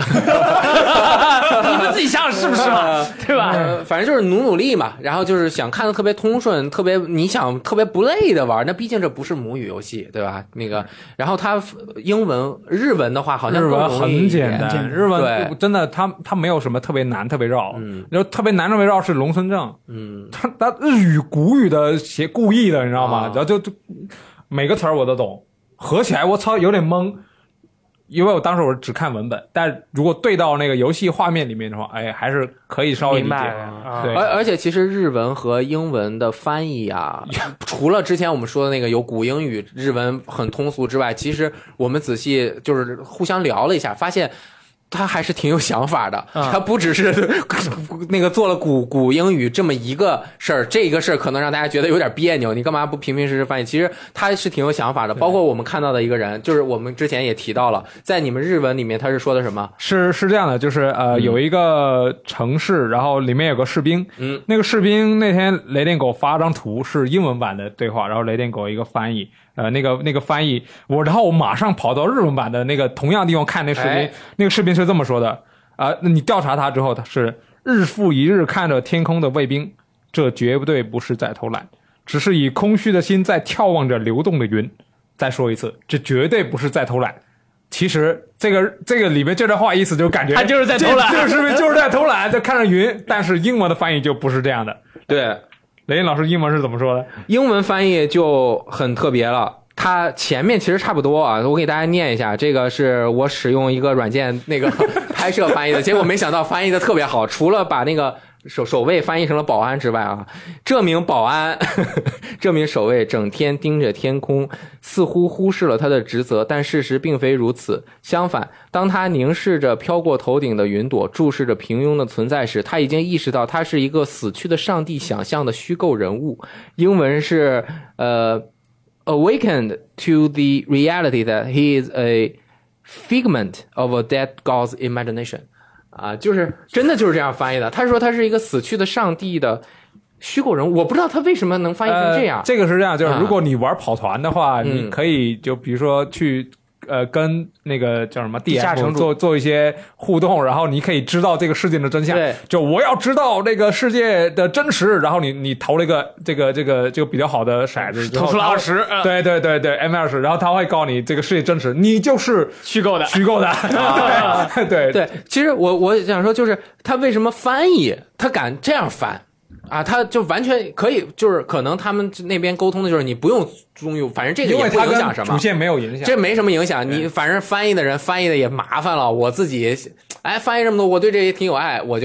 你们自己想想是不是嘛？对吧、 呃？反正就是努努力嘛，然后就是想看的特别通顺，特别你想特别不累的玩，那毕竟这不是母语游戏，对吧？那个，然后它英文、日文的话，好像日文很简单，日文对真的它它没有什么特别难、特别绕，嗯，然后特别难、特别绕是龙村正， 嗯， 他他日语、古语的写故意的，你知道吗？然后、啊、就就每个词儿我都懂，合起来我操有点懵。因为我当时我只看文本，但如果对到那个游戏画面里面的话，哎，还是可以稍微理解。 啊、 对， 而而且其实日文和英文的翻译啊，除了之前我们说的那个有古英语日文很通俗之外，其实我们仔细就是互相聊了一下，发现他还是挺有想法的， 嗯、 他不只是那个做了古古英语这么一个事儿，这个事儿可能让大家觉得有点别扭，你干嘛不平平实实翻译？其实他是挺有想法的，包括我们看到的一个人，就是我们之前也提到了，在你们日文里面他是说的什么？ 是是这样的，就是呃、嗯、有一个城市，然后里面有个士兵， 嗯， 那个士兵那天雷电狗发张图是英文版的对话，然后雷电狗一个翻译。呃，那个那个翻译，我然后我马上跑到日文版的那个同样地方看那视频， 哎、 那个视频是这么说的啊、呃，你调查他之后，他是日复一日看着天空的卫兵，这绝对不是在偷懒，只是以空虚的心在眺望着流动的云。再说一次，这绝对不是在偷懒。其实这个这个里面这段话意思就感觉他就是在偷懒， 这个视频就是在偷懒，在看着云，但是英文的翻译就不是这样的。 对。 雷音老师英文是怎么说的？ 英文翻译就很特别了，它前面其实差不多啊，我给大家念一下，这个是我使用一个软件那个拍摄翻译的，结果没想到翻译的特别好，除了把那个守守卫翻译成了保安之外啊，这名保安呵呵这名守卫整天盯着天空，似乎忽视了他的职责，但事实并非如此。相反，当他凝视着飘过头顶的云朵，注视着平庸的存在时，他已经意识到他是一个死去的上帝想象的虚构人物。英文是呃 awakened to the reality that he is a figment of a dead god's imagination。啊，就是真的就是这样翻译的。他说他是一个死去的上帝的虚构人物，我不知道他为什么能翻译成这样。 呃、这个是这样，就是如果你玩跑团的话， 嗯、 你可以就比如说去呃跟那个叫什么 D M 做做一些互动，然后你可以知道这个事件的真相。 对， 就我要知道这个世界的真实，然后你你投了一个这个这个这个比较好的骰子， 投出了二十， 对对对对 M 二十，然后他会告诉你这个世界真实，你就是虚构的， 虚构的。啊、对对，其实我我想说，就是他为什么翻译，他敢这样翻。啊，他就完全可以，就是可能他们那边沟通的就是你不用中用，反正这个也不影响什么， 主线没有影响， 这没什么影响。你反正翻译的人翻译的也麻烦了，我自己哎翻译这么多，我对这也挺有爱，我就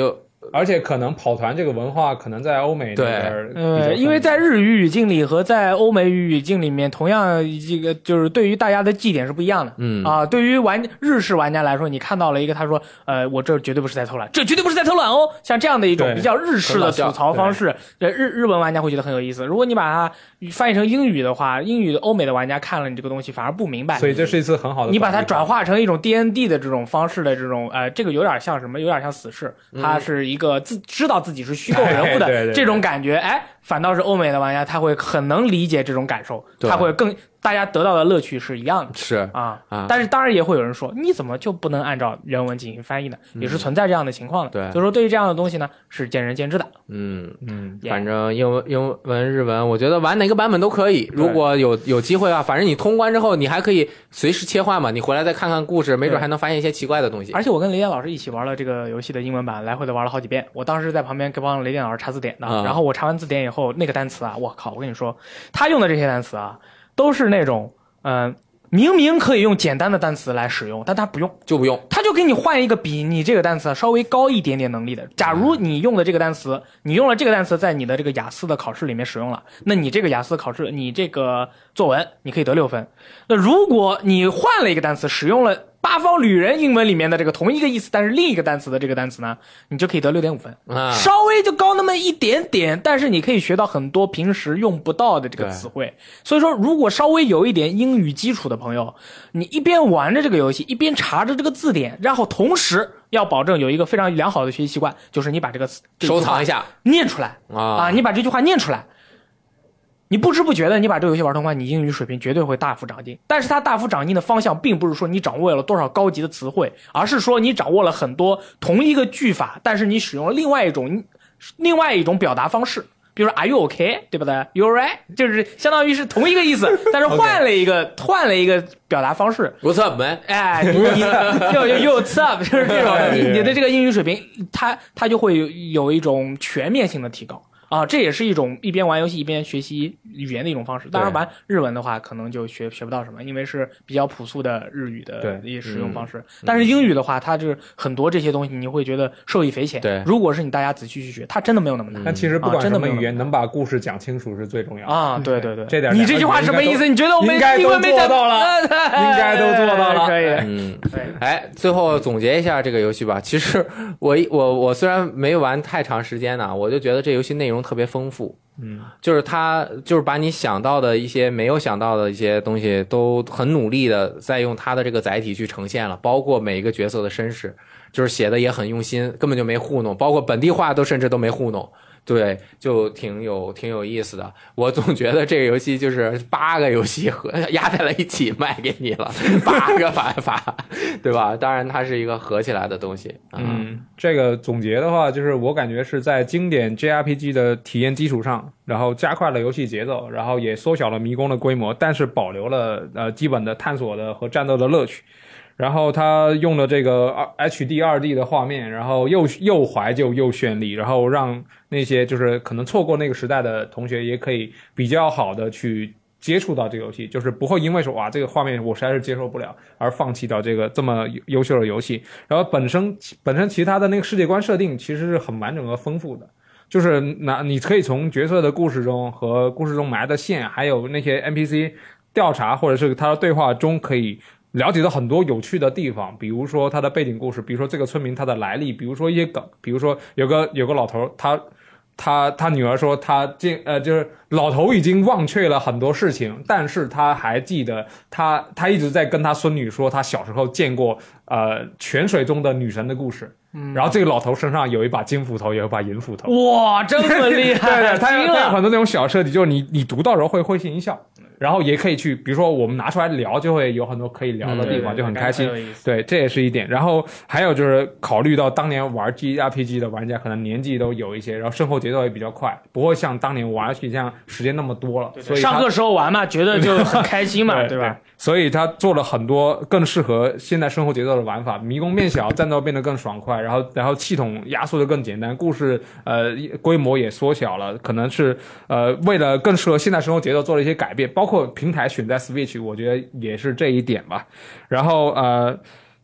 而且可能跑团这个文化可能在欧美那边呃，因为在日语语境里和在欧美语语境里面，同样这个就是对于大家的记点是不一样的。 嗯啊，对于玩日式玩家来说，你看到了一个他说，呃，我这绝对不是在偷懒，这绝对不是在偷懒哦，像这样的一种比较日式的吐槽方式，日日文玩家会觉得很有意思。如果你把它翻译成英语的话，英语的欧美的玩家看了你这个东西反而不明白， 所以这是一次很好的。 你把它转化成一种 D N D 的这种方式的这种，呃，这个有点像什么？有点像死侍，它是一个自知道自己是虚构人物的这种感觉，哎，反倒是欧美的玩家他会很能理解这种感受，他会更。大家得到的乐趣是一样的， 是啊啊， 但是当然也会有人说，你怎么就不能按照原文进行翻译呢？嗯、也是存在这样的情况的。 对， 所以说对于这样的东西呢，是见仁见智的。 嗯嗯， 反正英文、英文、日文，我觉得玩哪个版本都可以。如果有有机会啊，反正你通关之后，你还可以随时切换嘛，你回来再看看故事，没准还能发现一些奇怪的东西。 而且我跟雷电老师一起玩了这个游戏的英文版，来回的玩了好几遍。我当时在旁边给帮雷电老师查字典的，嗯、然后我查完字典以后，那个单词啊，我靠，我跟你说，他用的这些单词啊，都是那种。嗯，明明可以用简单的单词来使用，但他不用， 就不用， 他就给你换一个比你这个单词稍微高一点点能力的。假如你用的这个单词，你用了这个单词在你的这个雅思的考试里面使用了，那你这个雅思考试，你这个作文你可以得六分。那如果你换了一个单词，使用了八方旅人英文里面的这个同一个意思，但是另一个单词的这个单词呢，你就可以得 六点五分， 啊， 稍微就高那么一点点，但是你可以学到很多平时用不到的这个词汇。所以说，如果稍微有一点英语基础的朋友，你一边玩着这个游戏，一边查着这个字典，然后同时要保证有一个非常良好的学习习惯，就是你把这个收藏一下， 念出来啊啊！你把这句话念出来。你不知不觉的，你把这个游戏玩通关，你英语水平绝对会大幅长进。但是它大幅长进的方向，并不是说你掌握了多少高级的词汇，而是说你掌握了很多同一个句法，但是你使用了另外一种另外一种表达方式。比如说 Are you okay， 对不对 ？You're right， 就是相当于是同一个意思，但是换了一个换了一个表达方式。 What's up, man？ 哎，你你就就 What's up， 就是这种你你的这个英语水平，它它就会有有一种全面性的提高。啊，这也是一种一边玩游戏一边学习语言的一种方式。当然，玩日文的话，可能就学学不到什么，因为是比较朴素的日语的一使用方式。嗯、但是英语的话，它就是很多这些东西，你会觉得受益匪浅。 对， 如果是你大家仔细去学，它真的没有那么难。 但其实不管什么语言，啊、能把故事讲清楚是最重要的啊！对对对， 这点你这句话什么意思？你觉得我们应该都做到了？ 应该都做到了， 可以。 嗯，哎，最后总结一下这个游戏吧。其实我我我虽然没玩太长时间呢，我就觉得这游戏内容特别丰富。 嗯， 就是他就是把你想到的一些没有想到的一些东西都很努力的在用他的这个载体去呈现了，包括每一个角色的身世，就是写的也很用心，根本就没糊弄，包括本地化都甚至都没糊弄。对，就挺有挺有意思的。我总觉得这个游戏就是八个游戏合压在了一起卖给你了，八个玩法，对吧？当然它是一个合起来的东西。 嗯，嗯这个总结的话，就是我感觉是在经典 J R P G 的体验基础上，然后加快了游戏节奏，然后也缩小了迷宫的规模，但是保留了呃基本的探索的和战斗的乐趣。然后他用了这个 H D 二 D 的画面，然后又又怀旧又绚丽，然后让那些就是可能错过那个时代的同学也可以比较好的去接触到这个游戏，就是不会因为说哇这个画面我实在是接受不了而放弃掉这个这么优秀的游戏。然后本身本身其他的那个世界观设定其实是很完整和丰富的，就是那你可以从角色的故事中和故事中埋的线，还有那些 N P C 调查或者是他的对话中可以了解到很多有趣的地方，比如说他的背景故事，比如说这个村民他的来历，比如说一些梗，比如说有个有个老头，他他他女儿说他进呃就是老头已经忘却了很多事情，但是他还记得他他一直在跟他孙女说他小时候见过呃泉水中的女神的故事。嗯，然后这个老头身上有一把金斧头，有一把银斧头。 哇，这么厉害！ 对对，他有他有很多那种小设计，就是你你读到时候会会心一笑。然后也可以去，比如说我们拿出来聊，就会有很多可以聊的地方，嗯、就很开心。对，这也是一点。然后还有就是考虑到当年玩 G R P G 的玩家可能年纪都有一些，然后生活节奏也比较快，不会像当年玩游戏这样时间那么多了。 对对所以上课时候玩嘛，觉得就很开心嘛，对, 对吧？ 所以他做了很多更适合现在生活节奏的玩法，迷宫变小，战斗变得更爽快，然后然后系统压缩的更简单，故事呃规模也缩小了，可能是呃为了更适合现在生活节奏做了一些改变，包括平台选在 Switch， 我觉得也是这一点吧。然后呃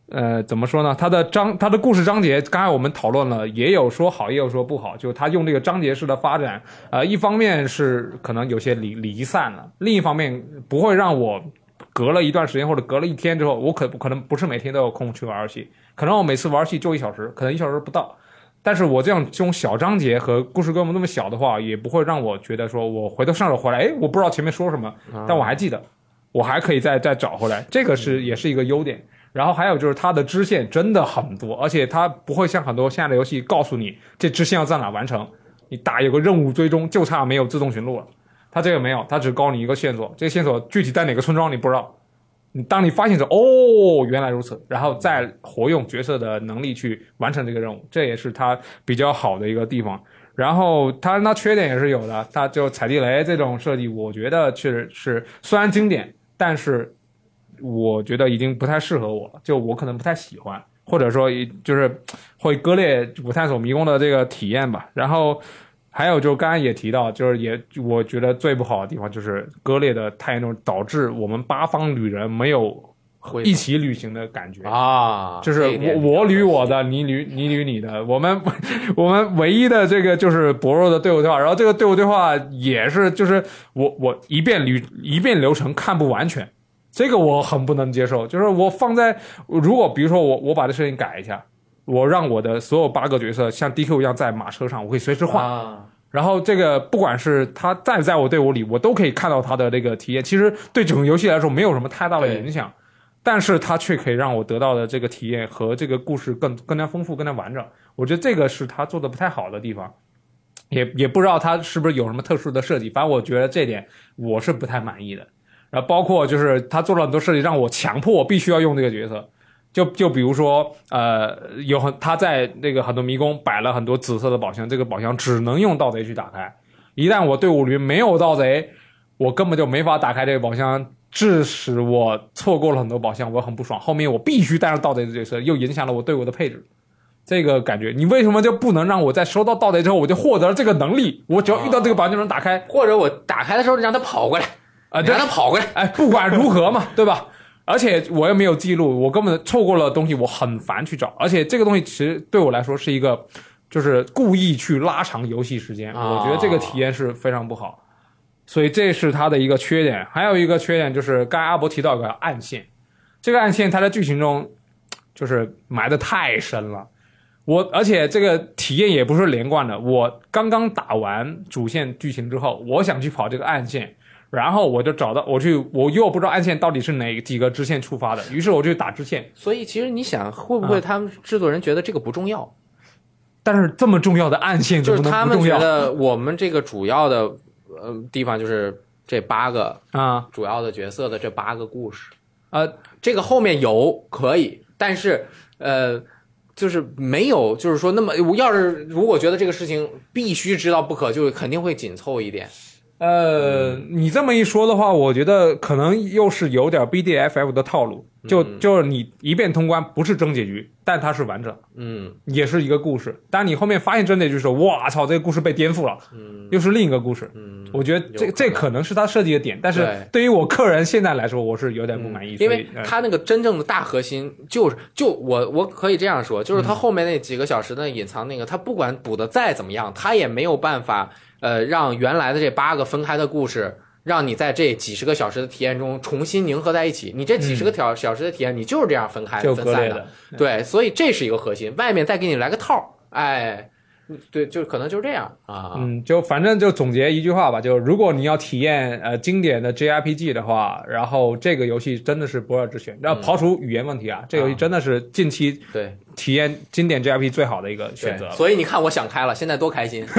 呃，怎么说呢？它的章，它的故事章节，刚才我们讨论了，也有说好，也有说不好。就它用这个章节式的发展，呃，一方面是可能有些离离散了，另一方面不会让我隔了一段时间或者隔了一天之后，我可可能不是每天都有空去玩游戏，可能我每次玩游戏就一小时，可能一小时不到。但是我这样这种小章节和故事规模那么小的话，也不会让我觉得说我回头上手回来，哎，我不知道前面说什么，但我还记得，我还可以再再找回来，这个是也是一个优点。然后还有就是它的支线真的很多，而且它不会像很多现在的游戏告诉你这支线要在哪完成，你打有个任务追踪就差没有自动寻路了。它这个没有，它只告诉你一个线索，这个线索具体在哪个村庄你不知道。你当你发现说哦原来如此，然后再活用角色的能力去完成这个任务，这也是它比较好的一个地方。然后它那缺点也是有的，它就踩地雷这种设计，我觉得确实是虽然经典，但是我觉得已经不太适合我了，就我可能不太喜欢，或者说就是会割裂我探索迷宫的这个体验吧。然后还有就是刚才也提到，就是也我觉得最不好的地方就是割裂的太严重，导致我们八方旅人没有一起旅行的感觉啊， 就是我我捋我的，你捋你捋你的，我们我们唯一的这个就是薄弱的队伍对话，然后这个队伍对话也是就是我我一遍捋一遍流程看不完全。这个我很不能接受，就是我放在如果比如说我我把这事情改一下，我让我的所有八个角色像 D Q 一样在马车上，我可以随时换、啊、然后这个不管是他在不在我队伍里，我都可以看到他的这个体验，其实对整个游戏来说没有什么太大的影响，但是它却可以让我得到的这个体验和这个故事更更加丰富更加完整，我觉得这个是他做的不太好的地方，也也不知道他是不是有什么特殊的设计，反正我觉得这点我是不太满意的。然后包括就是他做了很多设计让我强迫我必须要用这个角色，就就比如说呃有很他在那个很多迷宫摆了很多紫色的宝箱，这个宝箱只能用盗贼去打开，一旦我队伍里没有盗贼，我根本就没法打开这个宝箱，致使我错过了很多宝箱，我很不爽，后面我必须带上盗贼的角色，又影响了我队伍的配置。这个感觉你为什么就不能让我在收到盗贼之后我就获得了这个能力，我只要遇到这个宝箱就能打开、啊、 或者我打开的时候让他跑过来啊， 让他跑过来， 哎，不管如何嘛，对吧？而且我又没有记录，我根本错过了东西，我很烦去找。而且这个东西其实对我来说是一个，就是故意去拉长游戏时间，我觉得这个体验是非常不好。所以这是它的一个缺点。还有一个缺点就是刚才阿伯提到一个暗线，这个暗线它在剧情中就是埋得太深了。我而且这个体验也不是连贯的，我刚刚打完主线剧情之后，我想去跑这个暗线，然后我就找到我去，我又不知道暗线到底是哪几个支线触发的，于是我就打支线。 所以其实你想，会不会他们制作人觉得这个不重要？啊、 但是这么重要的暗线怎么能不重要？ 就是他们觉得我们这个主要的呃地方就是这八个啊主要的角色的这八个故事， 呃， 这个后面有可以，但是呃。就是没有，就是说，那么我要是如果觉得这个事情必须知道不可，就肯定会紧凑一点。 呃，嗯、你这么一说的话，我觉得可能又是有点 B D F F 的套路，就、嗯、就是你一遍通关不是真结局，但它是完整， 嗯， 也是一个故事。当你后面发现真结局的时候，哇操，这个故事被颠覆了， 嗯， 又是另一个故事。 嗯， 我觉得这这可能是他设计的点，但是对于我客人现在来说，我是有点不满意， 嗯、因为他那个真正的大核心就是就我我可以这样说，就是他后面那几个小时的隐藏那个，他不管补的再怎么样，他也没有办法。呃，让原来的这八个分开的故事，让你在这几十个小时的体验中重新凝合在一起。你这几十个小小时的体验，你就是这样分开的、分散的。对，所以这是一个核心。外面再给你来个套，哎，对，就可能就是这样啊。 嗯，就反正就总结一句话吧，就如果你要体验呃经典的 J R P G 的话，然后这个游戏真的是不二之选。然后刨除语言问题啊，嗯、这个游戏真的是近期对体验经典 J R P G 最好的一个选择。 所以你看，我想开了，现在多开心。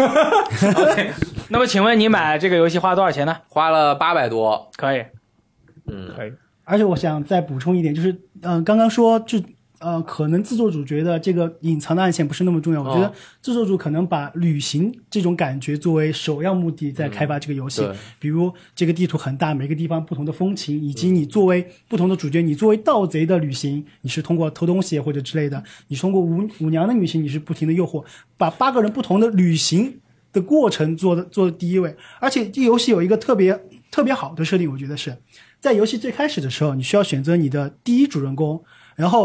OK， 那么请问你买这个游戏花了多少钱呢？ 花了八百多。 可以， 嗯， 可以。 而且我想再补充一点，就是嗯、呃，刚刚说就。呃，可能制作组觉得这个隐藏的暗线不是那么重要，我觉得制作组可能把旅行这种感觉作为首要目的在开发这个游戏、 嗯、 比如这个地图很大，每个地方不同的风情，以及你作为不同的主角，你作为盗贼的旅行，你是通过偷东西或者之类的，你通过舞舞娘的旅行，你是不停的诱惑，把八个人不同的旅行的过程做的做的第一位。而且这游戏有一个特别特别好的设定，我觉得是在游戏最开始的时候，你需要选择你的第一主人公，然后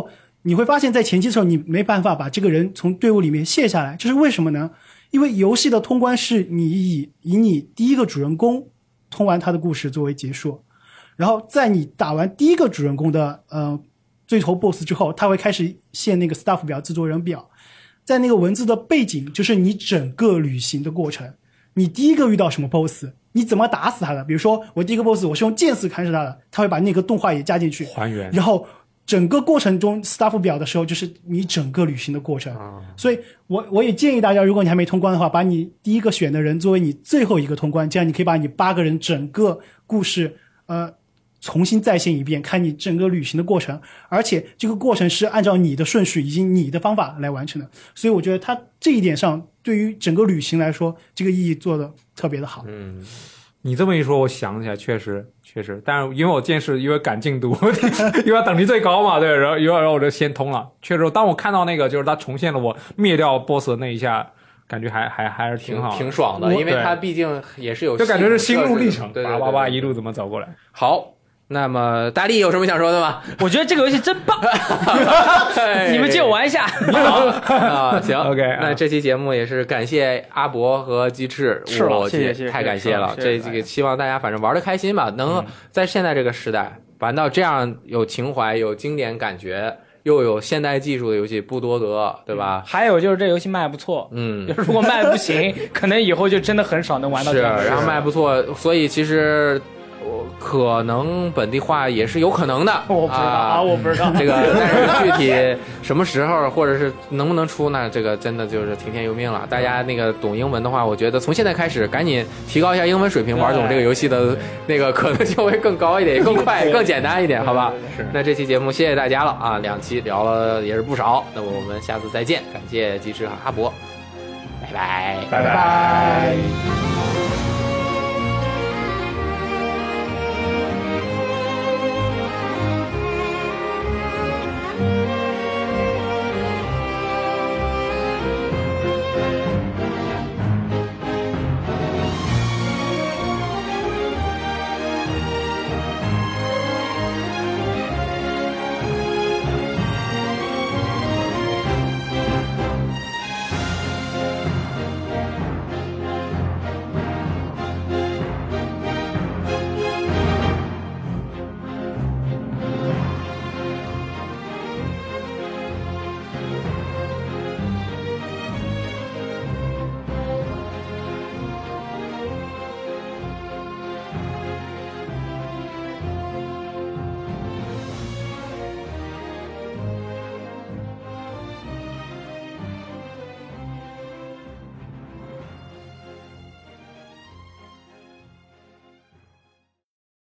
你会发现在前期的时候你没办法把这个人从队伍里面卸下来，这是为什么呢？因为游戏的通关是你以以你第一个主人公通完他的故事作为结束，然后在你打完第一个主人公的呃最头 boss 之后，他会开始现那个 staff 表制作人表，在那个文字的背景就是你整个旅行的过程，你第一个遇到什么 boss， 你怎么打死他的，比如说我第一个 boss 我是用剑士砍死他的，他会把那个动画也加进去还原， 然后整个过程中 staff 表的时候就是你整个旅行的过程、啊、所以我我也建议大家，如果你还没通关的话，把你第一个选的人作为你最后一个通关，这样你可以把你八个人整个故事呃重新再现一遍，看你整个旅行的过程，而且这个过程是按照你的顺序以及你的方法来完成的，所以我觉得它这一点上对于整个旅行来说这个意义做的特别的好。 嗯， 你这么一说我想起来确实确实，但是因为我剑士因为赶进度因为等级最高嘛，对，然后然后我就先通了，确实当我看到那个就是他重现了我灭掉 boss 的那一下，感觉还还还是挺好的， 挺爽的，因为它毕竟也是有就感觉是心路历程， 对对对对， 叭叭叭一路怎么走过来。 好，那么大力有什么想说的吗？ 我觉得这个游戏真棒你们借我玩一下。 你好啊，行 OK， 那这期节目也是感谢阿伯和鸡翅， 是了， 我谢谢谢谢， 太感谢了。这这个希望大家反正玩的开心吧，能在现在这个时代玩到这样有情怀、有经典感觉又有现代技术的游戏不多得，对吧？ 还有就是这游戏卖不错， 嗯， 如果卖不行，可能以后就真的很少能玩到这样。 是，然后卖不错，所以其实。可能本地化也是有可能的， 我不知道啊， 啊我不知道这个，但是具体什么时候或者是能不能出呢？这个真的就是听天由命了。大家那个懂英文的话，我觉得从现在开始赶紧提高一下英文水平，玩懂这个游戏的那个可能性会更高一点，更快、更简单一点，好吧？ 是。 那这期节目谢谢大家了啊，两期聊了也是不少，那么我们下次再见，感谢鸡翅和阿伯，拜拜， 拜拜。 拜拜。